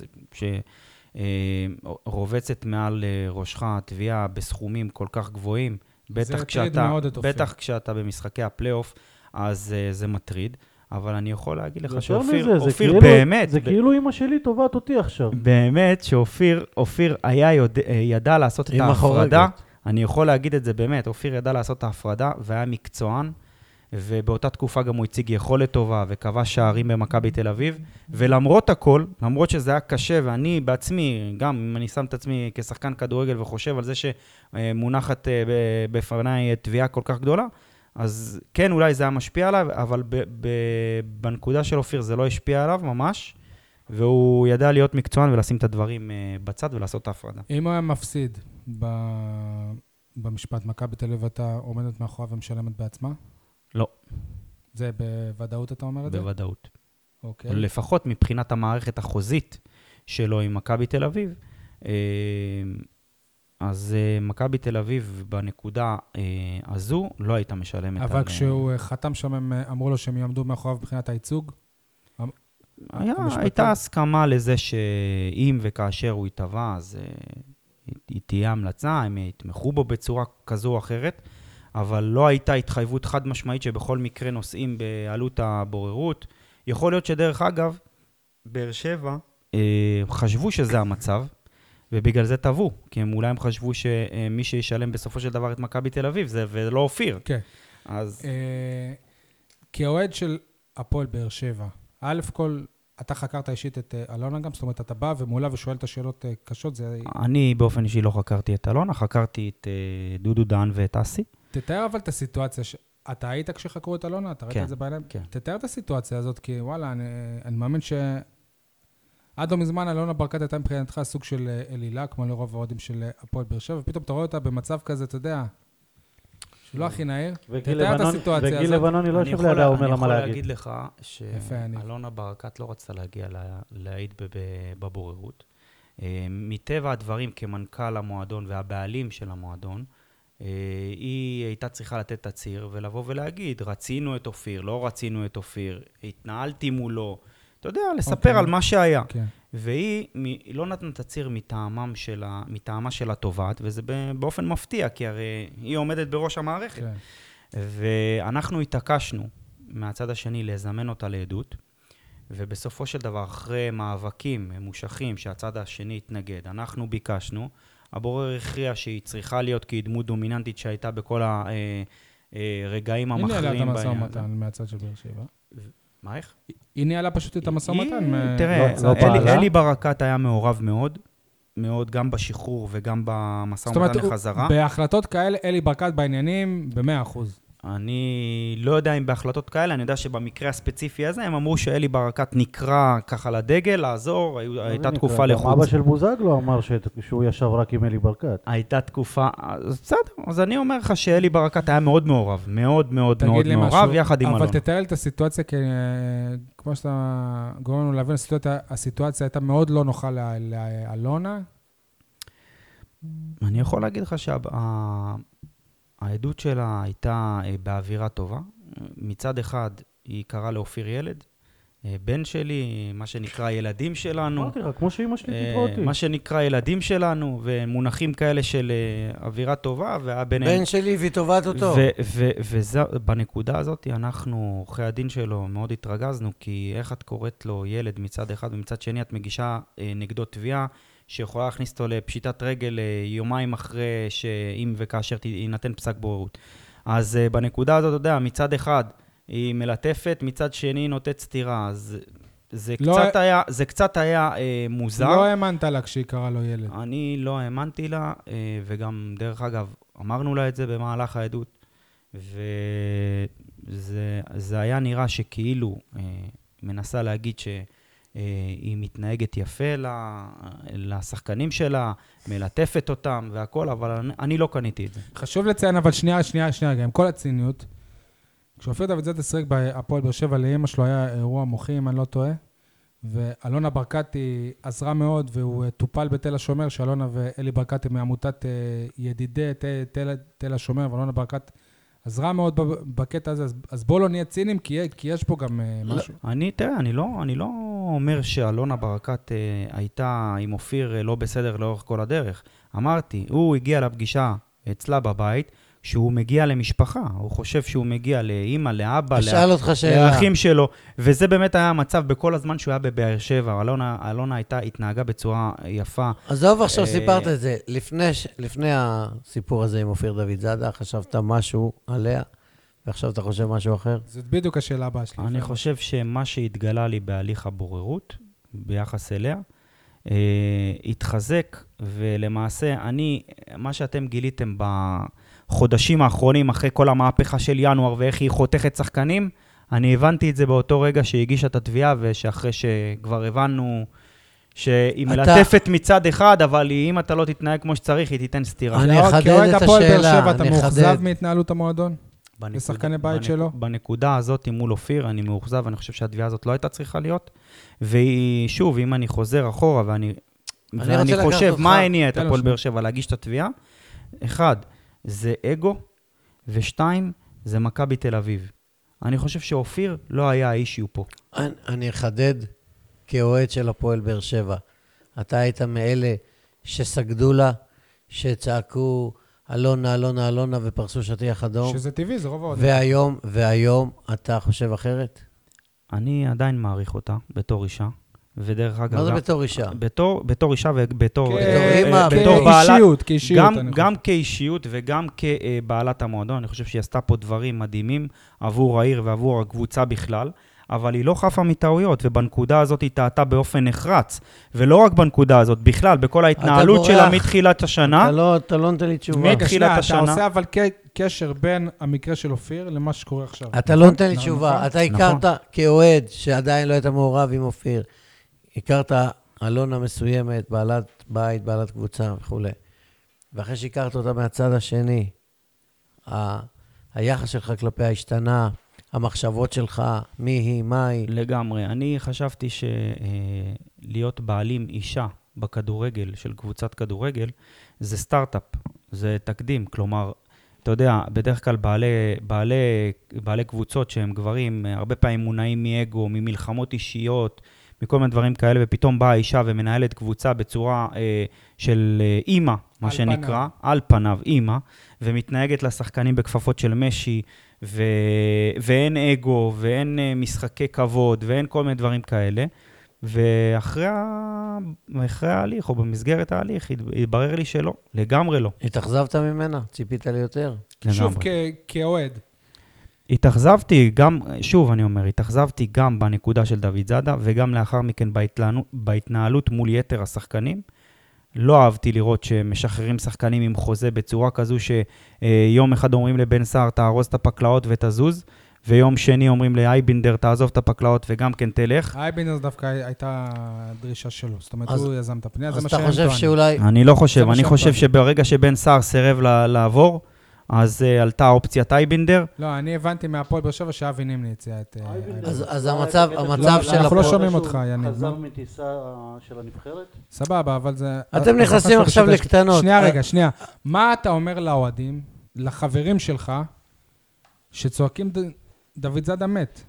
שרובצת מעל אה, ראשך התביעה בסכומים כל כך גבוהים, בטח
הטריד
כשאתה,
מאוד את אופיר.
בטח כשאתה במשחקי הפלייאוף, אז אה, זה מטריד, אבל אני יכול להגיד לך
יותר
שאופיר,
מזה, זה
אופיר
כאילו-
באמת,
זה
ב-
כאילו אמא שלי תובעת אותי עכשיו.
באמת שאופיר, אופיר היה יודע, ידע לעשות את
אמא
ההפרדה,
חורגת.
אני יכול להגיד את זה באמת, אופיר ידע לעשות את ההפרדה והיה מקצוען, ובאותה תקופה גם הוא הציג יכולת טובה וכבש שערים במכבי תל אביב, ולמרות הכל, למרות שזה היה קשה, ואני בעצמי, גם אם אני שם את עצמי כשחקן כדורגל וחושב על זה שמונחת אה, ב- בפניי תביעה כל כך גדולה, אז כן, אולי זה היה משפיע עליו, אבל ב- ב- בנקודה של אופיר זה לא השפיע עליו ממש, והוא ידע להיות מקצוען ולשים את הדברים אה, בצד ולעשות את ההפרדה.
אם הוא היה מפסיד ב- במשפט מכבי תל אביב, אתה עומדת מאחוריו ומשלמת בעצמה?
לא,
זה בוודאות אתה אומר את זה?
בוודאות.
אוקיי.
לפחות מבחינת המערכת החוזית שלו עם מכבי תל אביב, אה, אז אה, מכבי תל אביב בנקודה אה, הזו לא הייתה משלמת.
אבל
על,
כשהוא אה, חתם שם, הם אה, אמרו לו שהם יעמדו מאחוריו מבחינת הייצוג?
היה,
המשפטים.
הייתה הסכמה לזה שאם וכאשר הוא יתבע, אז אה, היא תהיה המלצה, הם יתמכו בו בצורה כזו או אחרת, אבל לא הייתה התחייבות חד משמעית שבכל מקרה נושאים בעלות הבוררות. יכול להיות שדרך אגב, באר שבע אה, חשבו שזה המצב, ובגלל זה טבעו, כי הם אולי הם חשבו שמי שישלם בסופו של דבר את מכבי תל אביב, זה ולא אופיר.
כן.
אז
אה, כאוהד של הפועל באר שבע, א' כל, אתה חקרת אישית את אה, אלונה גם, זאת אומרת, אתה בא ומולה ושואל את השאלות אה, קשות, זה...
אני באופן אישי לא חקרתי את אלונה, חקרתי את אה, דודו דהן ואת אסי.
תתאר אבל את הסיטואציה, ש... אתה היית כשחקרו את אלונה? אתה ראית
כן,
את זה בעיניים?
כן.
תתאר את הסיטואציה הזאת, כי וואלה, אני, אני מאמין ש... עד לא מזמן אלונה ברקת הייתה מבחינתך סוג של אה, אלילה, כמו לרוב האוהדים של אה, הפועל באר שבע, ופתאום אתה רואה אותה במצב כזה, אתה יודע, שהוא לא הכי נהיר.
וגיל
תתאר את
לבנון-
הסיטואציה
וגיל
הזאת.
לבנוני לא
אני
יושב
יכול-
לידה, אומר לה
אני
מה
יכול
להגיד.
להגיד לך
יפה, אני.
שאלונה ברקת לא רצתה להגיע לה- להעיד בב- בבוררות. אה, מטבע הדברים כמנכ"ל המועדון והבעלים של המועדון, אה, היא הייתה צריכה לתת תצהיר ולבוא ולהגיד, רצינו את אופיר, לא רצינו את אופיר, התנהלתי מולו, אתה יודע, לספר
אוקיי.
על מה שהיה.
כן.
והיא מ- לא נתנה תצהיר מטעמם של ה- מטעמה של התובעת, וזה ב- באופן מפתיע, כי הרי היא עומדת בראש המערכת.
כן.
ואנחנו התעקשנו מהצד השני לזמן אותה לעדות, ובסופו של דבר, אחרי מאבקים ממושכים שהצד השני התנגד, אנחנו ביקשנו, הבורר הכריע שהיא צריכה להיות כדמות דומיננטית שהייתה בכל הרגעים
הנה עלה את
המכריעים
המשא
בעניין הזה.
ומתן מהצד של באר שבע.
מה איך?
היא ניהלה פשוט את המשא
היא-
ומתן. מ-
תראה,
לא- לא
אלי-
פעלה.
אלי ברקת היה מעורב מאוד, מאוד גם בשחרור וגם במשא
זאת אומרת,
ומתן
הוא-
לחזרה.
בהחלטות כאלה, אלי ברקת בעניינים ב-מאה אחוז.
אני לא יודע אם בהחלטות כאלה, אני יודע שבמקרה הספציפי הזה, הם אמרו שאלי ברקת נקרא ככה לדגל, לעזור, הייתה תקופה לחוץ.
גם אבא של בוזגלו אמר שהוא ישב רק עם אלי ברקת.
הייתה תקופה, אז בסדר, אז אני אומר לך שאלי ברקת היה מאוד מעורב, מאוד מאוד מאוד מעורב, יחד עם אלונה.
אבל תתאר לי את הסיטואציה, כי כמו שאתה גורם לנו להבין, הסיטואציה הייתה מאוד לא נוחה לאלונה.
אני יכול להגיד לך שה... העדות שלה הייתה באווירה טובה. מצד אחד, היא קראה לאופיר ילד. בן שלי, מה שנקרא ילדים שלנו.
אמרתי לך, כמו שאמא שלי תקרא אותי.
מה שנקרא ילדים שלנו, ומונחים כאלה של אווירה טובה, והיה ביניהם...
בן שלי וטובת אותו.
ובנקודה הזאת, אנחנו, עורכי הדין שלו, מאוד התרגזנו, כי איך את קוראת לו ילד מצד אחד, ומצד שני את מגישה נגדו תביעה, שיכולה להכניס אותו לפשיטת רגל יומיים אחרי שאם וכאשר יינתן פסק בוררות. אז בנקודה הזאת, אתה יודע, מצד אחד היא מלטפת, מצד שני נותנת סתירה, אז זה לא קצת היה, זה קצת היה אה, מוזר.
לא האמנת לה כשהיא קראה לו ילד.
אני לא האמנתי לה, אה, וגם דרך אגב, אמרנו לה את זה במהלך העדות, וזה זה היה נראה שכאילו אה, מנסה להגיד ש... היא מתנהגת יפה לשחקנים שלה, מלטפת אותם והכל, אבל אני, אני לא קניתי את זה.
חשוב לציין, אבל שנייה, שנייה, שנייה, גם עם כל הציניות, כשאופיר דוידזאדה שיחק בהפועל באר שבע, לאמא שלו היה אירוע מוחי, אם אני לא טועה, ואלונה ברקתי עזרה מאוד, והוא טופל בתל השומר, שאלונה ואלי ברקתי מעמותת ידידי תל, תל השומר, ואלונה ברקת עזרה מאוד בקטע הזה, אז בואו לא נהיה צינים, כי, כי יש פה גם משהו.
אני, תראה, אני לא, אני לא אומר שאלונה ברקת הייתה עם אופיר לא בסדר לאורך כל הדרך. אמרתי, הוא הגיע לפגישה אצלה בבית, שהוא מגיע למשפחה, הוא חושב שהוא מגיע לאמא, לאבא, לאחים שלו, וזה באמת היה המצב בכל הזמן שהוא היה בבאר שבע. אלונה, אלונה הייתה, התנהגה בצורה יפה.
עזוב, עכשיו סיפרת את זה. לפני, לפני הסיפור הזה עם אופיר דוידזאדה, חשבת משהו עליה, ועכשיו אתה חושב משהו אחר?
זאת בדיוק השאלה הבאה שלי.
אני חושב שמה שהתגלה לי בהליך הבוררות, ביחס אליה, התחזק, ולמעשה, אני, מה שאתם גיליתם בחודשים האחרונים, אחרי כל המהפכה של ינואר, ואיך היא חותכת שחקנים, אני הבנתי את זה באותו רגע שהגישה את התביעה, ושאחרי שכבר הבנו שהיא מלטפת מצד אחד, אבל אם אתה לא תתנהג כמו שצריך, היא תיתן סתירה.
אני אחדד את השאלה,
אתה מאוכזב מהתנהלות המועדון? לשחקני בית שלו?
בנקודה הזאת, מול אופיר, אני מאוכזב, אני חושב שהתביעה הזאת לא הייתה צריכה להיות, והיא, שוב, אם אני חוזר אחורה, ואני, ואני חושב, מה הניע את הפועל באר שבע להגיש את התביעה? אחד, זה אגו, ושתיים, זה מכבי תל אביב. אני חושב שאופיר לא היה האישיו פה.
אני, אני אחדד כאוהד של הפועל באר שבע. אתה היית מאלה שסגדו לה, שצעקו אלונה, אלונה, אלונה, ופרסו שטיח אדום.
שזה טבעי, זה רוב העוד.
והיום, והיום אתה חושב אחרת?
אני עדיין מעריך אותה בתור אישה. ודרך אגב...
מה זה בתור אישה?
בתור, בתור אישה ובתור...
כאישיות, כאישיות.
גם כאישיות וגם כבעלת המועדון. אני חושב שהיא עשתה פה דברים מדהימים עבור העיר ועבור הקבוצה בכלל. אבל היא לא חפה מטעויות, ובנקודה הזאת היא טעתה באופן נחרץ. ולא רק בנקודה הזאת, בכלל, בכל ההתנהלות שלה מתחילת השנה.
אתה לא, אתה לא נותן לי תשובה.
מתחילת השנה. אתה עושה אבל קשר בין המקרה של אופיר למה שקורה עכשיו.
אתה לא נותן לי תשובה. אתה הכרת כאוהד שעדיין לא היית מעורב עם אופיר. הכרת אלונה מסוימת, בעלת בית, בעלת קבוצה וכו'. ואחרי שהכרת אותה מהצד השני, היחס שלך כלפי השתנה, המחשבות שלך, מי היא, מה היא?
לגמרי. אני חשבתי שלהיות בעלים אישה בכדורגל של קבוצת כדורגל, זה סטארט-אפ, זה תקדים. כלומר, אתה יודע, בדרך כלל בעלי, בעלי, בעלי קבוצות שהם גברים, הרבה פעמים מונעים מאגו, ממלחמות אישיות, מכל מיני דברים כאלה, ופתאום באה אישה ומנהלת קבוצה בצורה אה, של אה, אימא, מה שנקרא, פניו. על פניו, אימא, ומתנהגת לשחקנים בכפפות של משי, ו... ואין אגו, ואין אה, משחקי כבוד, ואין כל מיני דברים כאלה, ואחרי ה... אחרי ההליך, או במסגרת ההליך, התברר לי שלא, לגמרי לא.
התאכזבת ממנה? ציפית לי יותר?
שוב, כ... כאוהד.
התאכזבתי גם, שוב אני אומר, התאכזבתי גם בנקודה של דוידזאדה, וגם לאחר מכן בהתנהלות, בהתנהלות מול יתר השחקנים. לא אהבתי לראות שמשחררים שחקנים עם חוזה בצורה כזו שיום אחד אומרים לבן סער, תארוז את הפקלאות ותזוז, ויום שני אומרים לאייבינדר, תעזוב את הפקלאות וגם כן תלך.
אייבינדר דווקא הייתה דרישה שלו, זאת אומרת, הוא יזם את הפנייה, זה
אז
מה
אתה
שהם
חושב
טוענים.
שאולי...
אני לא חושב, אני חושב
טוענים.
שברגע שבן סער סירב לעבור, אז עלתה אופציית אייבינדר.
לא, אני הבנתי מהפועל באר שבע שאבי נימני הציע את...
אז- אז המצב- המצב
לא,
של
אנחנו לא
הפועל-
שומעים אותך, יניב.
חזר
לא?
מטיסה של הנבחרת?
סבבה, אבל זה...
אתם נכנסים עכשיו לקטנות.
שנייה רגע, שנייה. מה אתה אומר לאוהדים, לחברים שלך, שצועקים ד- דוד זאדה מת?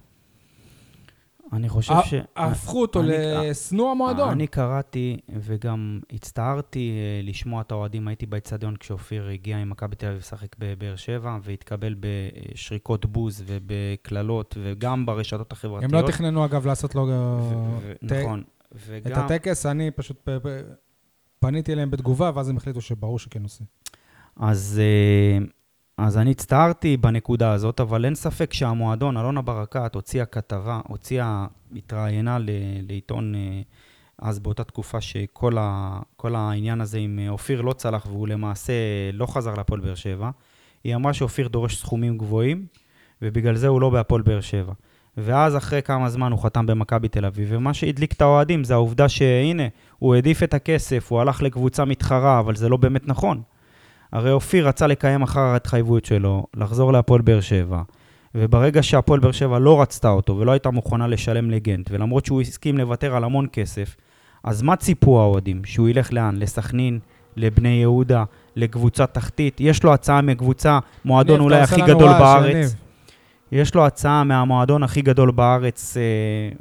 אני חושב ש...
הפכו אותו
אני-
לשנוא המועדון.
אני קראתי וגם הצטערתי אה, לשמוע את האוהדים, הייתי באצטדיון כשאופיר הגיע עם מכבי תל אביב לשחק בבאר שבע, והתקבל בשריקות בוז ובקללות, וגם ברשתות החברתיות.
הם לא תכננו אגב לעשות לו...
ו- ו-
ת-
נכון.
את
וגם...
הטקס, אני פשוט פ- פ- פניתי אליהם בתגובה, ואז הם החליטו שברור שכן עושים.
אז, אה, אז אני הצטערתי בנקודה הזאת, אבל אין ספק שהמועדון, אלונה ברקת, הוציאה כתבה, הוציאה, התראיינה ל- לעיתון, אה, אז באותה תקופה שכל ה, כל העניין הזה עם אופיר לא צלח, והוא למעשה לא חזר להפועל באר שבע. היא אמרה שאופיר דורש סכומים גבוהים, ובגלל זה הוא לא בהפועל באר שבע. ואז אחרי כמה זמן הוא חתם במכבי תל אביב, ומה שהדליק את האוהדים זה העובדה שהנה, הוא העדיף את הכסף, הוא הלך לקבוצה מתחרה, אבל זה לא באמת נכון. הרי אופיר רצה לקיים אחר ההתחייבות שלו, לחזור להפועל באר שבע, וברגע שהפועל באר שבע לא רצתה אותו, ולא הייתה מוכנה לשלם לגנט, ולמרות שהוא הסכים לוותר על המון כסף, אז מה ציפו האוהדים? שהוא ילך לאן? לסכנין, לבני יהודה, לקבוצה תחתית? יש לו הצעה מקבוצה, מועדון אולי הכי גדול בארץ. יש לו הצעה מהמועדון הכי גדול בארץ, אה,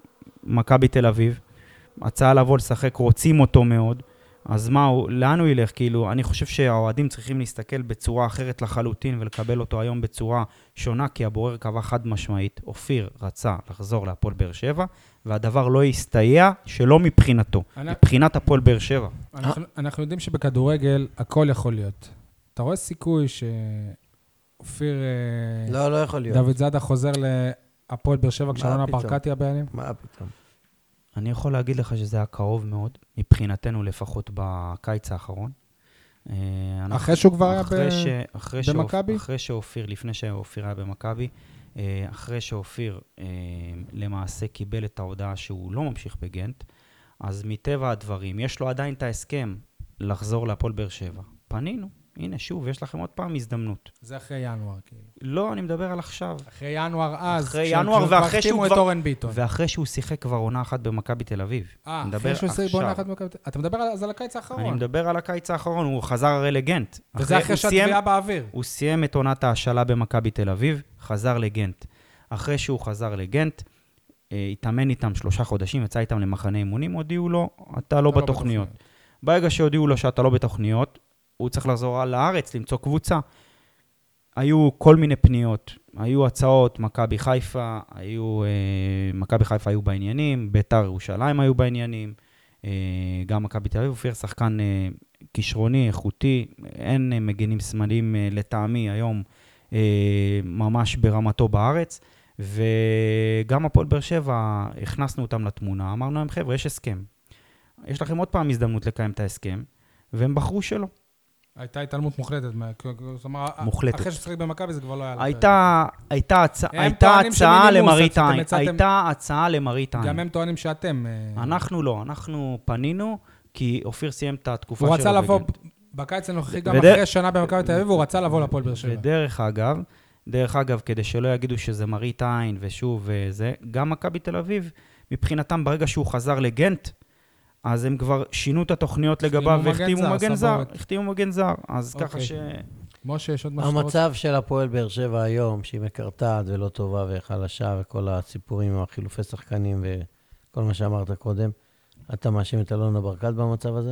מכבי תל אביב. הצעה לבוא לשחק, רוצים אותו מאוד. אז מה, הוא, לאן הוא ילך? כאילו, אני חושב שהאוהדים צריכים להסתכל בצורה אחרת לחלוטין, ולקבל אותו היום בצורה שונה, כי הבורר קבע חד משמעית. אופיר רצה לחזור להפועל באר שבע, והדבר לא יסתייע שלא מבחינתו,
אני-
מבחינת הפועל באר שבע.
אנחנו, אנחנו יודעים שבכדורגל הכל יכול להיות. אתה רואה סיכוי שאופיר אה,
לא, לא יכול להיות.
דוד זאדה חוזר להפועל באר שבע כשאלונה
פתאום?
ברקתי הבעלים?
מה פתאום?
אני יכול להגיד לך שזה היה קרוב מאוד, מבחינתנו לפחות בקיץ האחרון. אה, אנחנו-
אחרי שהוא כבר היה
אחרי
ב-
ש- אחרי
במכבי?
שאופ- אחרי שאופיר, לפני שאופיר היה במכבי, אה, אחרי שאופיר אה, למעשה קיבל את ההודעה שהוא לא ממשיך בגנט, אז מטבע הדברים, יש לו עדיין את ההסכם לחזור להפועל באר שבע. פנינו, הנה שוב, יש לכם עוד פעם הזדמנות.
זה אחרי ינואר, כאילו.
לא, אני מדבר על עכשיו.
אחרי ינואר אז.
אחרי
כשהם
ינואר,
כבר
ואחרי שהוא
החתימו את
כבר-
אורן ביטון.
ואחרי שהוא שיחק כבר עונה אחת במכבי תל אביב.
אה,
אני מדבר
אחרי שהוא שיחק
עכשיו.
בעונה אחת במכבי תל אביב. אתה מדבר אז על הקיץ האחרון.
אני מדבר על הקיץ האחרון, הוא חזר הרי לגנט.
וזה אחרי
הוא סיים-
שהתביעה באוויר.
הוא סיים את עונת ההשאלה במכבי תל אביב, חזר לגנט. אחרי שהוא חזר לגנט, אה, התאמן איתם שלושה חודשים, יצא איתם למחנה אימונים, הודיעו לו, אתה לא
אתה
בתוכניות. ברגע שהודיעו לו שאתה לא בתוכניות, הוא צריך לחזור לארץ, למצוא קבוצה. היו כל מיני פניות, היו הצעות, מכבי חיפה, היו, אה, מכבי חיפה היו בעניינים, ביתר ירושלים היו בעניינים, אה, גם מכבי תל אביב, אופיר שחקן אה, כישרוני, איכותי, אין אה, מגנים שמאליים אה, לטעמי היום אה, ממש ברמתו בארץ, וגם הפועל באר שבע, הכנסנו אותם לתמונה, אמרנו להם, חבר'ה, יש הסכם. יש לכם עוד פעם הזדמנות לקיים את ההסכם, והם בחרו שלא.
הייתה התעלמות מוחלטת. מה- זאת אומרת,
מוחלטת.
אחרי ששחק במכבי זה כבר לא היה... על הפרק.
הייתה, הייתה, הצ...
הם
הייתה
טוענים
הצעה
שמינימוס,
למראית
אתם
עין.
הצעתם-
הייתה הצעה למראית עין.
גם הם טוענים שאתם... אה,
אנחנו לא, אנחנו פנינו, כי אופיר סיים את התקופה
הוא
שלו.
רצה לבוא
בגנט.
בקיץ הנוכחי גם
ודר-
אחרי שנה במכבי תל אביב, והוא רצה לבוא לפועל באר שבע.
ודרך אגב, דרך אגב, כדי שלא יגידו שזה מראית עין ושוב וזה, גם מכבי תל אביב, מבחינתם ברגע שהוא חזר לגנט, אז הם כבר שינו את התוכניות לגביו
מגן
והחתימו
זר,
מגן זר,
סבורת.
החתימו מגן זר, אז ככה
אוקיי.
ש...
משה, יש עוד משהו שאתה רוצה?
המצב של הפועל באר שבע היום, שהיא מקרטעת ולא טובה וחלשה, וכל הסיפורים עם החילופי שחקנים וכל מה שאמרת קודם, אתה מאשים את אלונה ברקת במצב הזה?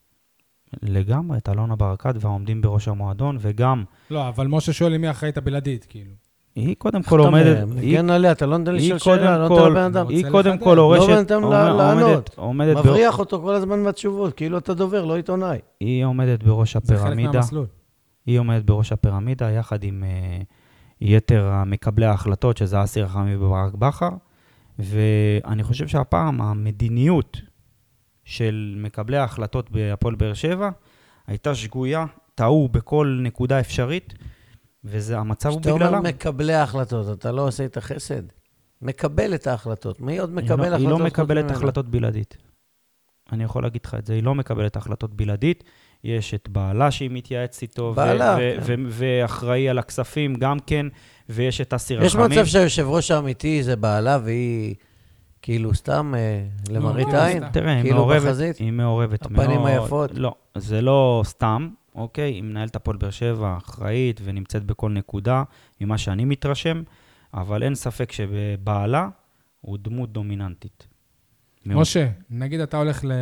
לגמרי, את אלונה ברקת והעומדים בראש המועדון, וגם
לא, אבל משה שואל אם היא אחראית הבלעדית, כאילו.
היא קודם כל עומדת... היא-
מגן עליה, אתה לא נותן לי
היא
לשאול שאלה,
קודם
לא נותן
כל-
לבן אדם.
היא
רוצה
קודם
לחדד.
כל
לא
הורשת...
נותן לה-
עומד-
לענות.
עומדת בר-
מבריח אותו כל הזמן מהתשובות, כאילו אתה דובר, לא עיתונאי.
היא עומדת בראש
זה חלק
הפירמידה.
מהמסלול.
היא עומדת בראש הפירמידה, יחד עם uh, יתר מקבלי ההחלטות, שזה אסי רחמי וברק בכר, ואני חושב שהפעם המדיניות של מקבלי ההחלטות בהפועל באר שבע הייתה שגויה, טעו בכל נקודה אפשרית, וזה המצב הוא בגללם.
שאתה אומר מקבלי ההחלטות, אתה לא עושה את החסד. מקבל את ההחלטות. מי עוד מקבל החלטות?
היא לא מקבלת החלטות בלעדית. אני יכול להגיד לך את זה, היא לא מקבלת החלטות בלעדית. יש את בעלה שהיא מתייעץ איתו,
בעלה,
ו-
כן.
ו- ואחראי על הכספים גם כן, ויש את אסי רחמים.
יש מצב שהיושב ראש האמיתי זה בעלה, והיא כאילו סתם אה, למראית
לא,
עין?
תראה, היא
כאילו
מעורבת,
בחזית?
היא מעורבת מאוד.
הפנים היפות?
לא, זה לא סתם, אוקיי? היא מנהלת הפועל באר שבע, אחראית ונמצאת בכל נקודה, ממה שאני מתרשם, אבל אין ספק שבעלה הוא דמות דומיננטית. מאוד.
משה, נגיד אתה הולך ל...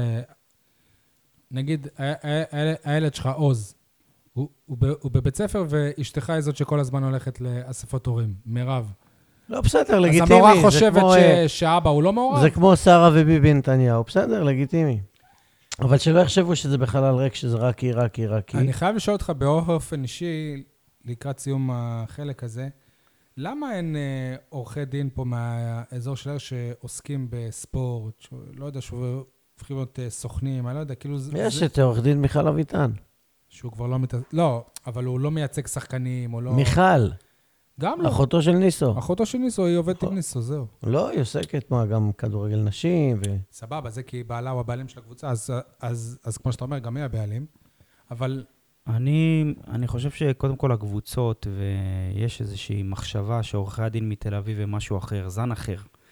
נגיד, ה- ה- ה- הילד שלך, עוז, הוא, הוא, ב- הוא בבית ספר ואשתך היא זאת שכל הזמן הולכת לאספות הורים, מירב.
לא, בסדר,
אז
לגיטימי.
המורה
זה
חושבת
כמו,
ש...
אה,
שאבא הוא לא מעורב?
זה כמו שרה וביבי נתניהו, בסדר, לגיטימי. אבל שלא יחשבו שזה בחלל ריק, שזה רק היא, רק היא, רק היא.
אני חייב לשאול אותך באופן אישי, לקראת סיום החלק הזה, למה אין אה, עורכי דין פה מהאזור שלנו שעוסקים בספורט, שהוא, לא יודע, שהוא הופכים להיות אה, סוכנים, אני לא יודע, כאילו זה...
יש
זה,
את עורך דין מיכל אביטן.
שהוא כבר לא... מת... לא, אבל הוא לא מייצג שחקנים, או לא...
מיכל,
גם לא.
אחותו של ניסו.
אחותו של ניסו, היא עובדת עם ניסו, זהו.
לא, היא עוסקת מה, גם כדורגל נשים ו...
סבבה, זה כי בעלה הוא הבעלים של הקבוצה, אז, אז, אז כמו שאתה אומר, גם היא הבעלים. אבל
אני, אני חושב שקודם כל הקבוצות, ויש איזושהי מחשבה שעורכי הדין מתל אביב ומשהו אחר, זן אחר.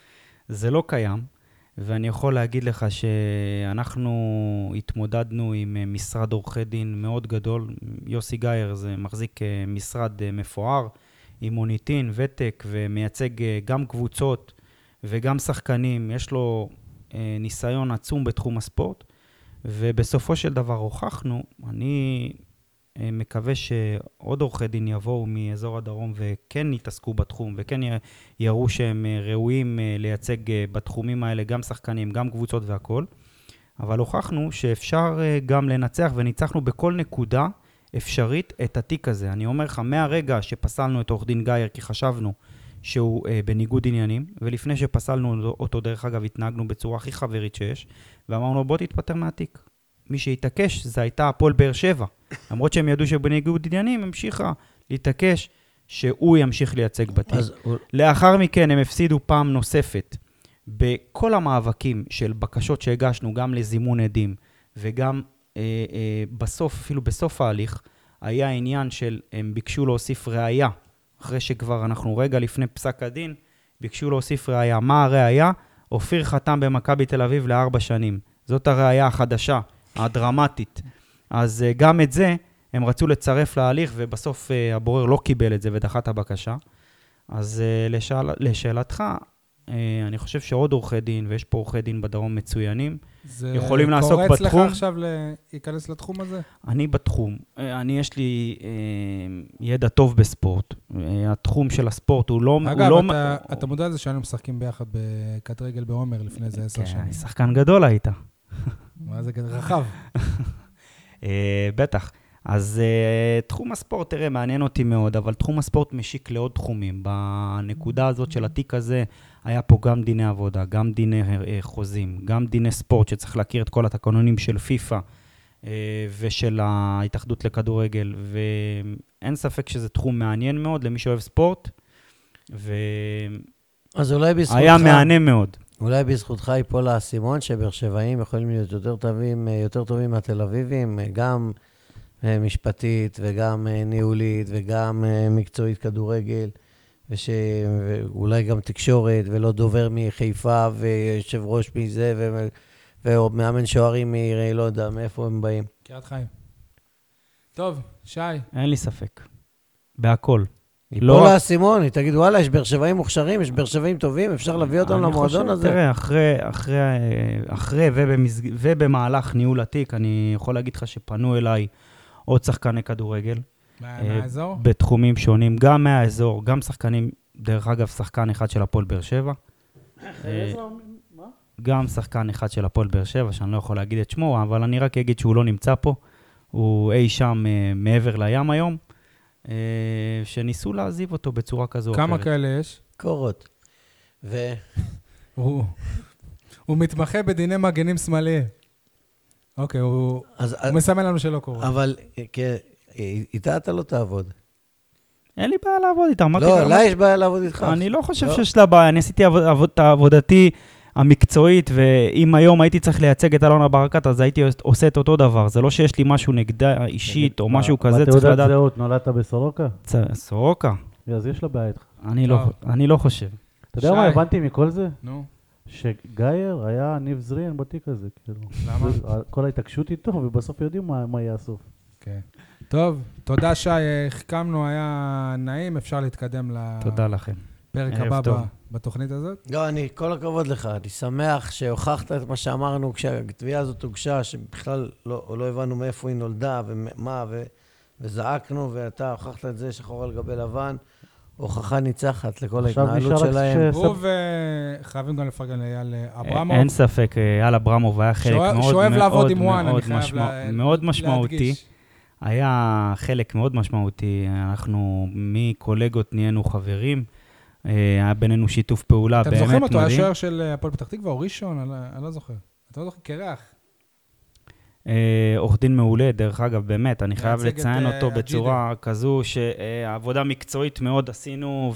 זה לא קיים, ואני יכול להגיד לך שאנחנו התמודדנו עם משרד עורכי דין מאוד גדול. יוסי גייר זה מחזיק משרד מפואר, עם מוניטין, ותק, ומייצג גם קבוצות וגם שחקנים. יש לו ניסיון עצום בתחום הספורט, ובסופו של דבר הוכחנו, אני מקווה שעוד עורכי דין יבואו מאזור הדרום וכן יתעסקו בתחום, וכן יראו שהם ראויים לייצג בתחומים האלה גם שחקנים, גם קבוצות והכל. אבל הוכחנו שאפשר גם לנצח, וניצחנו בכל נקודה אפשרית את התיק הזה. אני אומר לך, מהרגע שפסלנו את עורך דין גייר, כי חשבנו שהוא אה, בניגוד עניינים, ולפני שפסלנו אותו, דרך אגב, התנהגנו בצורה הכי חברית שיש, ואמרנו, בוא תתפטר מהתיק. מי שהתעקש, זה הייתה הפועל באר שבע. למרות שהם ידעו שבניגוד עניינים, המשיכה להתעקש שהוא ימשיך לייצג בתיק.
אז...
לאחר מכן הם הפסידו פעם נוספת, בכל המאבקים של בקשות שהגשנו, גם לזימון עדים, וגם אה, אה, בסוף, אפילו בסוף ההליך, היה עניין של, הם ביקשו להוסיף ראייה, אחרי שכבר אנחנו רגע לפני פסק הדין, ביקשו להוסיף ראייה. מה הראייה? אופיר חתם במכבי תל אביב לארבע שנים. זאת הראייה החדשה, הדרמטית. אז uh, גם את זה הם רצו לצרף להליך, ובסוף uh, הבורר לא קיבל את זה ודחה את הבקשה. אז uh, לשאל, לשאלתך, uh, אני חושב שעוד עורכי דין, ויש פה עורכי דין בדרום מצוינים, יכולים לעסוק בתחום.
זה קורץ לך עכשיו להיכנס לתחום הזה?
אני בתחום. אני, יש לי אה, ידע טוב בספורט. אה, התחום של הספורט הוא לא...
אגב,
הוא
אתה,
לא...
אתה מודע לזה שהיינו משחקים ביחד בכדורגל בעומר לפני איזה עשר
כן,
שנים.
שחקן גדול היית.
מה זה כזה רחב?
אה, בטח. אז אה, תחום הספורט, תראה, מעניין אותי מאוד, אבל תחום הספורט משיק לעוד תחומים. בנקודה הזאת של התיק הזה, היה פה גם דיני עבודה, גם דיני אה, חוזים, גם דיני ספורט, שצריך להכיר את כל התקנונים של פיפה, ושל ההתאחדות לכדורגל, ואין ספק שזה תחום מעניין מאוד למי שאוהב ספורט,
אז אולי בזכותך...
והיה מעניין מאוד.
אולי בזכותך ייפול האסימון שבאר שבעים יכולים להיות יותר טובים, יותר טובים מהתל אביבים, גם משפטית וגם ניהולית וגם מקצועית כדורגל, ושאולי גם תקשורת ולא דובר מחיפה ויושב ראש מזה ו... ומאמן שוערים מ... לא יודע מאיפה הם באים.
קריית חיים. טוב, שי.
אין לי ספק. בהכל.
ייפול האסימון, היא תגיד, וואלה, יש באר שבעים מוכשרים, יש באר שבעים טובים, אפשר להביא אותם למועדון הזה.
תראה, אחרי, אחרי, אחרי ובמסג... ובמהלך ניהול התיק, אני יכול להגיד לך שפנו אליי עוד שחקני כדורגל.
מהאזור?
בתחומים שונים, גם מהאזור, גם שחקנים, דרך אגב, שחקן אחד של הפועל באר שבע. גם שחקן אחד של הפועל באר שבע, שאני לא יכול להגיד את שמו, אבל אני רק אגיד שהוא לא נמצא פה. הוא אי שם מעבר לים היום. שניסו להעזיב אותו בצורה כזו או אחרת.
כמה כאלה יש?
קורות. ו...
הוא מתמחה בדיני מגנים שמאליים. אוקיי, הוא
אז,
הוא מסמן לנו שלא קורה.
אבל כ- איתה אתה לא תעבוד.
אין לי בעיה לעבוד איתה. אמרתי
לא,
לה,
לה יש בעיה לעבוד איתך.
אני לא חושב
לא.
שיש לה בעיה, אני עשיתי עבוד- עבוד- את עבודתי המקצועית, ואם היום הייתי צריך לייצג את אלונה ברקת, אז הייתי עושה את אותו דבר. זה לא שיש לי משהו נגדה אישית או משהו כזה, צריך
בתעודת
לדעת.
זהות נולדת בסורוקה?
צ- סורוקה?
אז יש לה בעיה איתך.
אני לא-
טוב.
אני לא חושב.
אתה יודע מה
שי.
הבנתי מכל זה?
נו,
שגייר היה ניב זרין בתיק הזה, כאילו.
למה?
זה- כל ההתעקשות איתו, ובסוף יודעים מה מה יהיה הסוף.
כן. טוב, תודה שי, החכמנו, היה נעים, אפשר להתקדם
תודה לכם.
לפרק
ערב
הבא
טוב.
ב- בתוכנית הזאת.
לא, אני, כל הכבוד לך. אני שמח שהוכחת את מה שאמרנו כשהתביעה הזאת הוגשה, שבכלל לא, לא הבנו מאיפה היא נולדה ומה, ו, וזעקנו, ואתה הוכחת את זה שחור על גבי לבן. הוכחה ניצחת לכל
עכשיו
ההתנהלות
נשאר רק
שלהם.
ש-
הוא וחייבים גם לפרגן לאייל אברמוב.
אין ספק, אייל אברמוב היה חלק
שאוהב-
מאוד
שאוהב לעבוד
מאוד
עם וואן, אני
מאוד
חייב
משמע-
לה-
מאוד משמעותי.
להדגיש.
היה חלק מאוד משמעותי. אנחנו מקולגות נהיינו חברים. אה, היה בינינו שיתוף פעולה
אתם
באמת
זוכרים אותו? היה
מדהים.
שוער של הפועל פתח תקווה או ראשון? אני לא- אני לא זוכר. אתה לא זוכר? קרח.
אה, עורך דין מעולה, דרך אגב, באמת, אני חייב
מייצג את,
לציין
אה,
אותו
אג'ידה.
בצורה כזו, שעבודה מקצועית מאוד עשינו,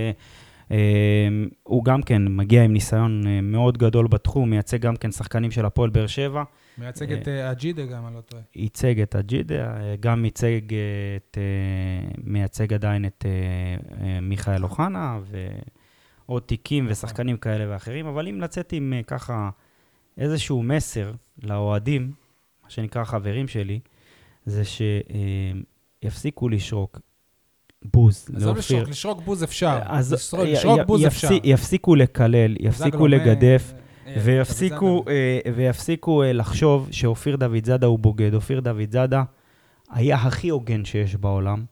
והוא גם כן מגיע עם ניסיון אה, מאוד גדול בתחום, מייצג גם כן שחקנים של הפועל באר שבע,
מייצג את אה, אג'ידה גם, אני לא טועה.
ייצג את אג'ידה, אה, גם ייצג את, אה, מייצג עדיין את אה, אה, מיכאל אוחנה, ועוד תיקים ושחקנים כאלה ואחרים, אבל אם לצאת עם אה, ככה איזשהו מסר לאוהדים, מה שנקרא חברים שלי, זה שיפסיקו לשרוק בוז
עזוב
לאופיר.
לשרוק, לשרוק בוז אפשר.
אז
לשרוק-
י-
לשרוק
י-
בוז
יפסי-
אפשר.
יפסיקו לקלל, יפסיקו
זגלו,
לגדף,
אה, אה,
ויפסיקו,
דוד
אה, ויפסיקו אה, לחשוב שאופיר דוד זאדה הוא בוגד. אופיר דוד זאדה היה הכי הוגן שיש בעולם,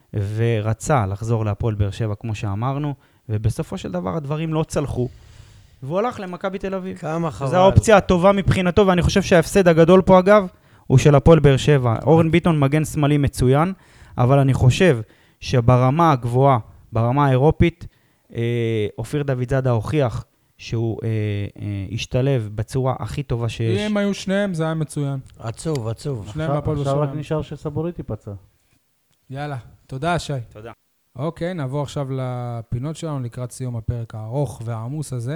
ורצה לחזור להפועל באר שבע, כמו שאמרנו, ובסופו של דבר הדברים לא צלחו, והוא הלך למכבי תל אביב.
כמה חבל.
זו האופציה הטובה מבחינתו, ואני חושב שההפסד הגדול פה, אגב, הוא של הפועל באר שבע. אורן ביטון מגן שמאלי מצוין, אבל אני חושב שברמה הגבוהה, ברמה האירופית, אה, אופיר דוד זאדה הוכיח שהוא אה, אה, השתלב בצורה הכי טובה שיש.
אם היו שניהם, זה היה מצוין.
עצוב, עצוב.
שניהם
עכשיו
בהפועל באר
עכשיו רק
שבע.
נשאר שסבורית ייפצע.
יאללה, תודה שי.
תודה.
אוקיי, נעבור עכשיו לפינות שלנו לקראת סיום הפרק הארוך והעמוס הזה.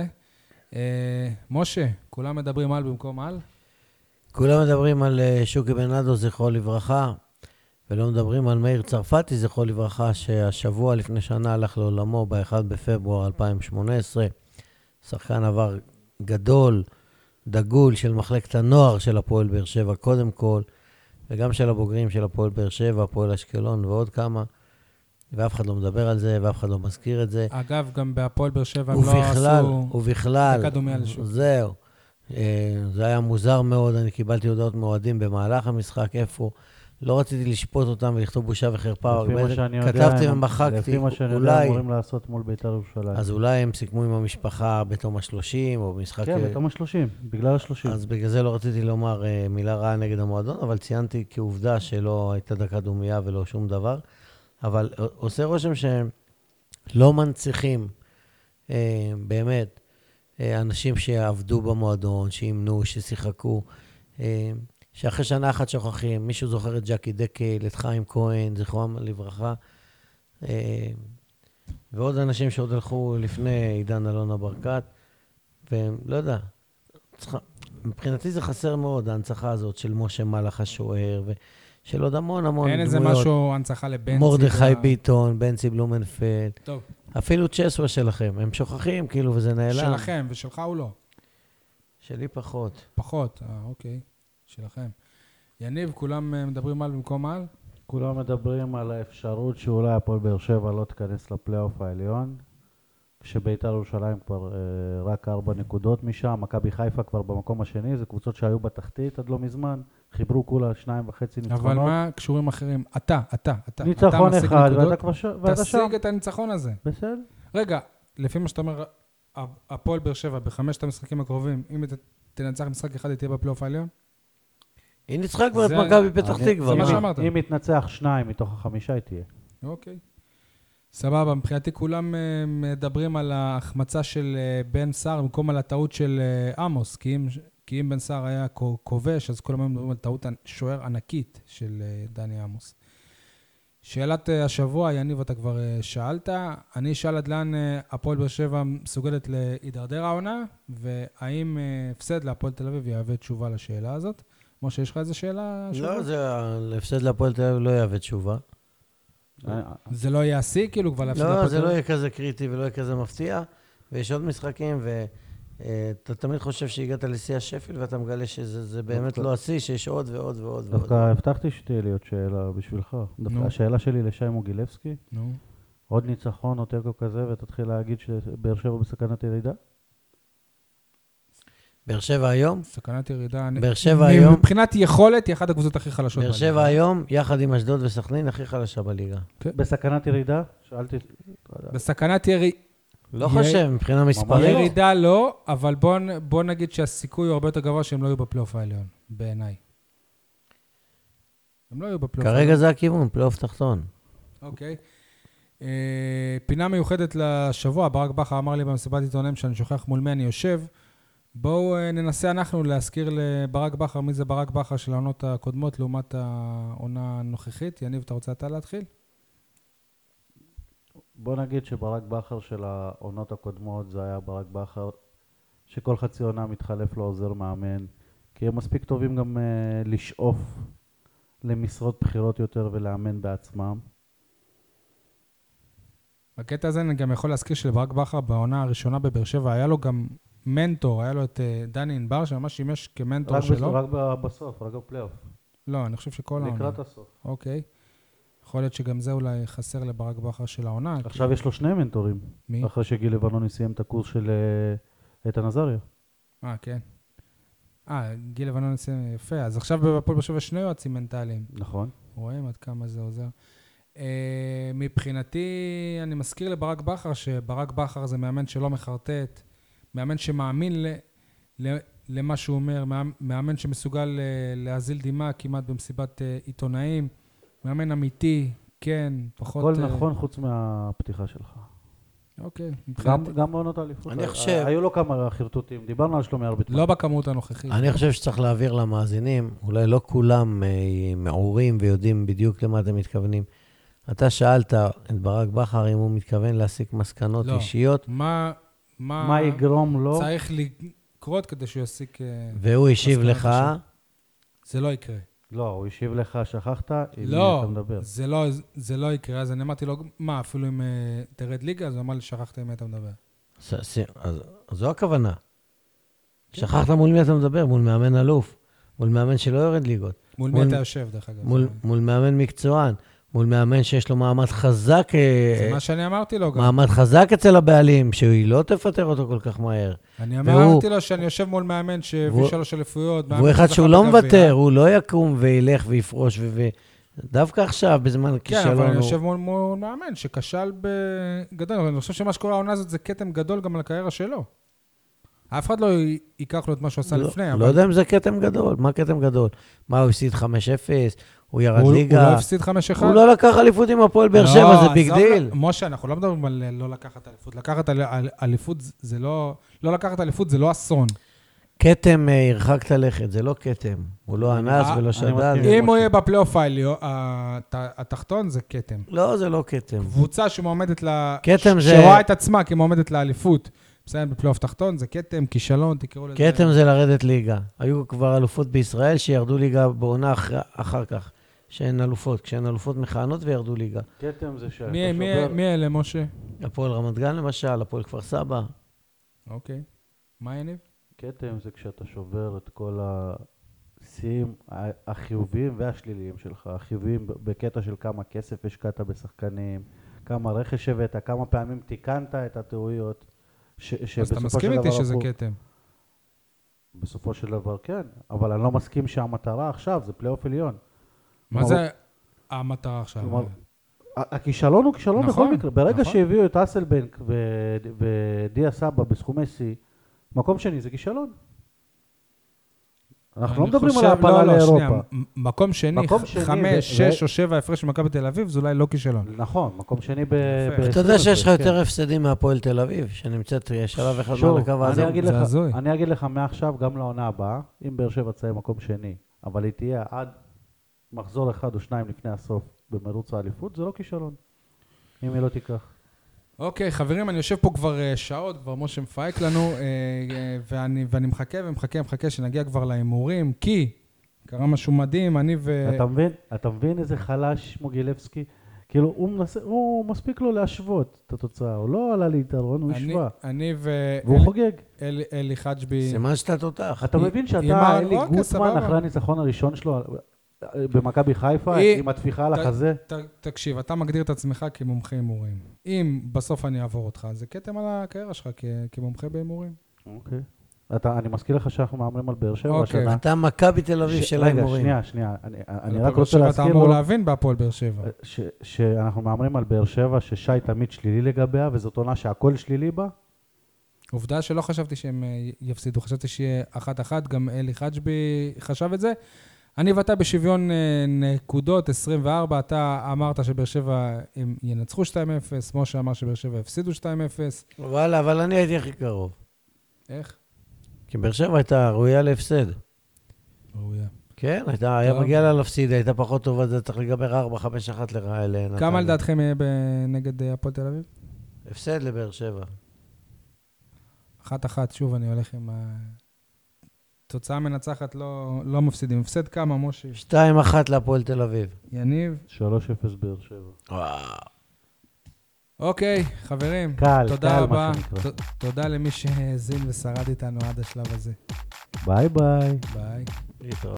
אה, משה, כולם מדברים על במקום על?
כולם מדברים על אה, שוקי בנאדו, זכרו לברכה, ולא מדברים על מאיר צרפתי, זכרו לברכה, שהשבוע לפני שנה הלך לעולמו ב-אחד בפברואר אלפיים שמונה עשרה. שחקן עבר גדול, דגול של מחלקת הנוער של הפועל באר שבע, קודם כל, וגם של הבוגרים של הפועל באר שבע, הפועל אשקלון ועוד כמה, ואף אחד לא מדבר על זה, ואף אחד לא מזכיר את זה.
אגב, גם בהפועל באר שבע הם לא
ובכלל,
עשו...
ובכלל,
דקה דומייה לשוק.
זהו. אה, זה היה מוזר מאוד, אני קיבלתי הודעות מאוהדים במהלך המשחק, איפה, לא רציתי לשפוט אותם ולכתוב בושה וחרפה,
לפי מה שאני יודע,
כתבתי
הם-
ומחקתי,
לפי מה שאני יודע,
אולי,
אמורים לעשות מול בית"ר ירושלים.
אז אולי הם סיכמו עם המשפחה בתום השלושים, או במשחק...
כן, בתום השלושים, בגלל השלושים.
אז בגלל זה לא רציתי לומר uh, מילה רעה נגד המועדון, אבל ציינתי כעובדה שלא הייתה דקה דומייה ולא שום דבר. אבל uh, עושה רושם שהם לא מנציחים uh, באמת uh, אנשים שעבדו במועדון, שאימנו, ששיחקו, uh, שאחרי שנה אחת שוכחים. מישהו זוכר את ג'קי דקל, את חיים כהן, זכרם לברכה, uh, ועוד אנשים שעוד הלכו לפני עידן אלונה ברקת, ולא יודע, צריכה, מבחינתי זה חסר מאוד, ההנצחה הזאת של משה מלאך השוער, ושל עוד המון המון
אין
דמויות.
איזה משהו, הנצחה לבנצי.
מורדכי
וה-
ביטון, בנצי בלומנפלד,
טוב,
אפילו צ'סווה שלכם, הם שוכחים כאילו וזה נעלם.
שלכם, ושלך הוא לא.
שלי פחות.
פחות, אה, אוקיי, שלכם. יניב, כולם אה, מדברים על במקום על?
כולם מדברים על האפשרות שאולי הפועל באר שבע לא תיכנס לפלייאוף העליון, כשבית"ר ירושלים כבר אה, רק ארבע נקודות משם, מכבי חיפה כבר במקום השני, זה קבוצות שהיו בתחתית עד לא מזמן, חיברו כולה שניים וחצי ניצחונות.
אבל מה קשורים אחרים? אתה, אתה, אתה.
ניצחון
אתה משיג
אחד,
נקודות,
ואתה כבר ש... ואתה שם.
תשיג את הניצחון הזה.
בסדר.
רגע, לפי מה שאתה אומר, הפועל באר שבע בחמשת המשחקים הקרובים, אם אתה תנצח משחק אחד, היא תהיה בפלייאוף העליון?
היא ניצחה כבר את
זה-
מכבי פתח
אני-
תקווה.
זה מה
מה?
שאמרת.
אם יתנצח שניים מתוך החמישה, היא תהיה.
אוקיי. סבבה, מבחינתי כולם אה, מדברים על ההחמצה של אה, בן סער, במקום על הטעות של אה, עמוס, כי אם כי אם בן סער היה כובש, אז כל הזמן מדברים על טעות שוער ענקית של דני עמוס. שאלת השבוע, יניב, אתה כבר שאלת. אני אשאל עד לאן הפועל באר שבע מסוגלת להידרדר העונה, והאם הפסד להפועל תל אביב יהווה תשובה לשאלה הזאת? משה, יש לך איזו שאלה?
לא, זה הפסד להפועל תל אביב לא יהווה תשובה.
זה לא יהיה השיא, כאילו, כבר להפסד להפועל
לא,
תל
זה
אביב?
לא יהיה כזה קריטי ולא יהיה כזה מפתיע, ויש עוד משחקים, ואתה תמיד חושב שהגעת לשיא השפל, ואתה מגלה שזה באמת לא השיא, שיש עוד ועוד ועוד ועוד.
דווקא הבטחתי שתהיה לי עוד שאלה בשבילך. דווקא השאלה שלי לשי מוגילבסקי,
נו.
עוד ניצחון או תיקו כזה, ותתחיל להגיד שבאר שבע בסכנת ירידה?
באר שבע היום?
סכנת ירידה.
באר שבע היום?
מבחינת יכולת, היא אחת הקבוצות הכי חלשות.
באר שבע היום, יחד עם אשדוד וסכנין, הכי חלשה בליגה.
בסכנת ירידה? שאלתי...
בסכנת ירידה.
לא חושב, מבחינה מספרית.
ירידה לא, אבל בוא נגיד שהסיכוי הוא הרבה יותר גבוה שהם לא יהיו בפלייאוף העליון, בעיניי. הם לא יהיו בפלייאוף העליון.
כרגע זה הכיוון, פלייאוף תחתון.
אוקיי. פינה מיוחדת לשבוע, ברק בכר אמר לי במסיבת עיתונאים שאני שוכח מול מי אני יושב. בואו ננסה אנחנו להזכיר לברק בכר, מי זה ברק בכר של העונות הקודמות לעומת העונה הנוכחית. יניב, אתה רוצה אתה להתחיל?
בוא נגיד שברק בכר של העונות הקודמות זה היה ברק בכר שכל חצי עונה מתחלף לו עוזר מאמן, כי הם מספיק טובים גם uh, לשאוף למשרות בחירות יותר ולאמן בעצמם.
בקטע הזה אני גם יכול להזכיר שלברק בכר בעונה הראשונה בבאר שבע היה לו גם מנטור, היה לו את uh, דני ענבר שממש שימש כמנטור
רק
שלו.
רק בסוף, רק בפלייאוף.
לא, אני חושב שכל העונה.
לקראת הסוף.
אוקיי. יכול להיות שגם זה אולי חסר לברק בכר של העונה.
עכשיו יש לו שני מנטורים.
מי?
אחרי שגיל לבנוני סיים את הקורס של איתן עזריה.
אה, כן. אה, גיל לבנוני סיים יפה. אז עכשיו בפועל באר שבע שני יועצים מנטליים.
נכון.
רואים עד כמה זה עוזר. מבחינתי, אני מזכיר לברק בכר, שברק בכר זה מאמן שלא מחרטט, מאמן שמאמין למה שהוא אומר, מאמן שמסוגל להזיל דמעה כמעט במסיבת עיתונאים, מאמן אמיתי, כן, פחות...
הכל נכון חוץ מהפתיחה שלך.
אוקיי.
גם בעונות האליפות.
אני חושב...
היו לו כמה חרטוטים, דיברנו על שלומי ארביטמן.
לא בכמות הנוכחית.
אני חושב שצריך להעביר למאזינים, אולי לא כולם מעורים ויודעים בדיוק למה אתם מתכוונים. אתה שאלת את ברק בכר אם הוא מתכוון להסיק מסקנות אישיות.
מה...
מה יגרום לו?
צריך לקרות כדי שהוא יסיק...
והוא השיב לך...
זה לא יקרה.
לא, הוא השיב לך, שכחת, עם מי
לא,
אתה מדבר.
זה לא, זה לא יקרה, אז אני אמרתי לו, מה, אפילו אם uh, תרד ליגה, אז הוא אמר לי, שכחת עם מי אתה מדבר.
ס, ס, אז, אז זו הכוונה. כן. שכחת מול מי אתה מדבר, מול מאמן אלוף, מול מאמן שלא יורד ליגות.
מול, מול מי אתה יושב, דרך אגב.
מול, מול מאמן מקצוען, מול מאמן שיש לו מעמד חזק...
זה מה שאני אמרתי לו גם.
מעמד חזק אצל הבעלים, שהיא לא תפטר אותו כל כך מהר.
אני אמרתי לו שאני יושב מול מאמן שהביא שלוש אליפויות.
והוא אחד שהוא לא מוותר, הוא לא יקום וילך ויפרוש, ודווקא עכשיו, בזמן כישלון...
כן, אבל אני יושב מול מאמן שכשל בגדול. אני חושב שמה שקורה העונה הזאת זה קטם גדול גם על הקריירה שלו. אף אחד לא ייקח לו את מה שהוא עשה לפני.
לא יודע אם זה קטם גדול. מה קטם גדול? מה, הוא הפסיד חמש אפס? הוא ירד ליגה?
הוא לא הפסיד חמש אחד?
הוא לא לקח אליפות עם הפועל באר שבע, זה ביג דיל.
משה, אנחנו לא מדברים על לא לקחת אליפות. לקחת אליפות זה לא... לא לקחת אליפות זה לא אסון.
קטם הרחקת לכת, זה לא קטם. הוא לא אנס ולא שדד.
אם הוא יהיה בפלייאוף התחתון, זה קטם.
לא, זה לא קטם.
קבוצה שמועמדת ל...
קטם זה...
שרואה את עצמה כמועמדת לאליפות. בסדר, בפלייאוף תחתון, זה קטם, כישלון, תקראו לזה.
קטם זה לרדת ליגה. היו כבר אלופות בישראל שירדו ליגה בעונה אחר כך. שאין אלופות, כשאין אלופות מכהנות וירדו ליגה.
קטם זה שאתה
מי,
שובר...
מי אלה, משה?
הפועל רמת גן למשל, הפועל כפר סבא.
אוקיי. מה יניב?
קטם זה כשאתה שובר את כל השיאים החיוביים והשליליים שלך. החיוביים בקטע של כמה כסף השקעת בשחקנים, כמה רכש הבאת, כמה פעמים תיקנת את הטעויות.
אז אתה מסכים איתי שזה קטם?
בסופו של דבר כן, אבל אני לא מסכים שהמטרה עכשיו זה פלייאוף עליון.
מה זה המטרה עכשיו?
הכישלון הוא כישלון בכל מקרה. ברגע שהביאו את אסלבנק ודיה סבא בסכומי C, מקום שני זה כישלון. אנחנו לא
אני
מדברים על
חושב-
העפלה
לא, לא,
לאירופה.
שנייה, מ- מקום שני,
מקום שני
חמש,
ו-
שש
ו-
או שבע הפרש ממכבי תל אביב, זה אולי לא כישלון.
נכון, מקום שני ב...
יפה.
ב-
אתה יודע שיש לך
כן.
יותר הפסדים מהפועל תל אביב, שנמצאת שלב אחד
שוב,
מעל הקו
אני
האדום.
אגיד
זה
לך-
הזוי.
אני אגיד לך מעכשיו, גם לעונה הבאה, אם באר שבע תסיים מקום שני, אבל היא תהיה עד מחזור אחד או שניים לפני הסוף במרוץ האליפות, זה לא כישלון, אם היא לא תיקח.
אוקיי, חברים, אני יושב פה כבר אה, שעות, כבר משה מפהק לנו, אה, אה, ואני, ואני מחכה ומחכה ומחכה שנגיע כבר להימורים, כי קרה משהו מדהים, אני ו...
אתה מבין? אתה מבין איזה חלש מוגילבסקי? כאילו, הוא מנסה, הוא מספיק לו להשוות את התוצאה, הוא לא עלה ליתרון, הוא
אני,
השווה,
אני
והוא חוגג.
ואלי אלי חג'בי...
סימן שאתה תותח.
אתה
היא-
מבין
היא
שאתה,
אמרה,
אלי
אוקיי,
גוטמן,
סבבה.
אחרי הניצחון הראשון שלו במכבי חיפה,
היא-
עם התפיחה על
ת-
החזה,
ת, תקשיב, אתה מגדיר את עצמך כמומחה הימורים. אם בסוף אני אעבור אותך, זה כתם על הקריירה שלך כ- כמומחה בהימורים.
אוקיי. אתה, אני מזכיר לך שאנחנו מאמרים על באר שבע
אוקיי.
השנה.
אתה מכבי תל אביב
ש-
של
רגע,
ההימורים.
שנייה, שנייה. אני, אני
אבל
רק
באר
רוצה
שבע
להזכיר
אתה אמור
לו
להבין בהפועל באר שבע.
ש, שאנחנו מאמרים על באר שבע, ששי תמיד שלילי לגביה, וזאת עונה שהכל שלילי בה.
עובדה שלא חשבתי שהם אה, יפסידו, חשבתי שיהיה אחת-אחת, גם אלי חג'בי חשב את זה. אני ואתה בשוויון אה, נקודות, עשרים וארבע, אתה אמרת שבאר שבע הם ינצחו שתיים אפס, משה אמר שבאר שבע הפסידו שתיים אפס.
וואלה, אבל אני הייתי הכי קרוב.
איך?
כי באר שבע הייתה ראויה להפסד.
ראויה.
כן, הייתה, היה
טוב.
מגיע לה להפסיד, הייתה פחות טובה, זה צריך לגבר ארבע חמש אחת לנתניה.
כמה לדעתכם יהיה נגד אה, הפועל תל אביב?
הפסד לבאר שבע.
אחת-אחת, שוב אני הולך עם ה... תוצאה מנצחת, לא, לא מפסידים. הפסד כמה, משה?
שתיים אחת להפועל תל אביב.
יניב?
שלוש אפס באר שבע.
אוקיי, חברים.
קל,
תודה
קל,
רבה.
מה שנקרא.
ת- תודה למי שהאזין ושרד איתנו עד השלב הזה.
ביי ביי.
ביי.
להתראות.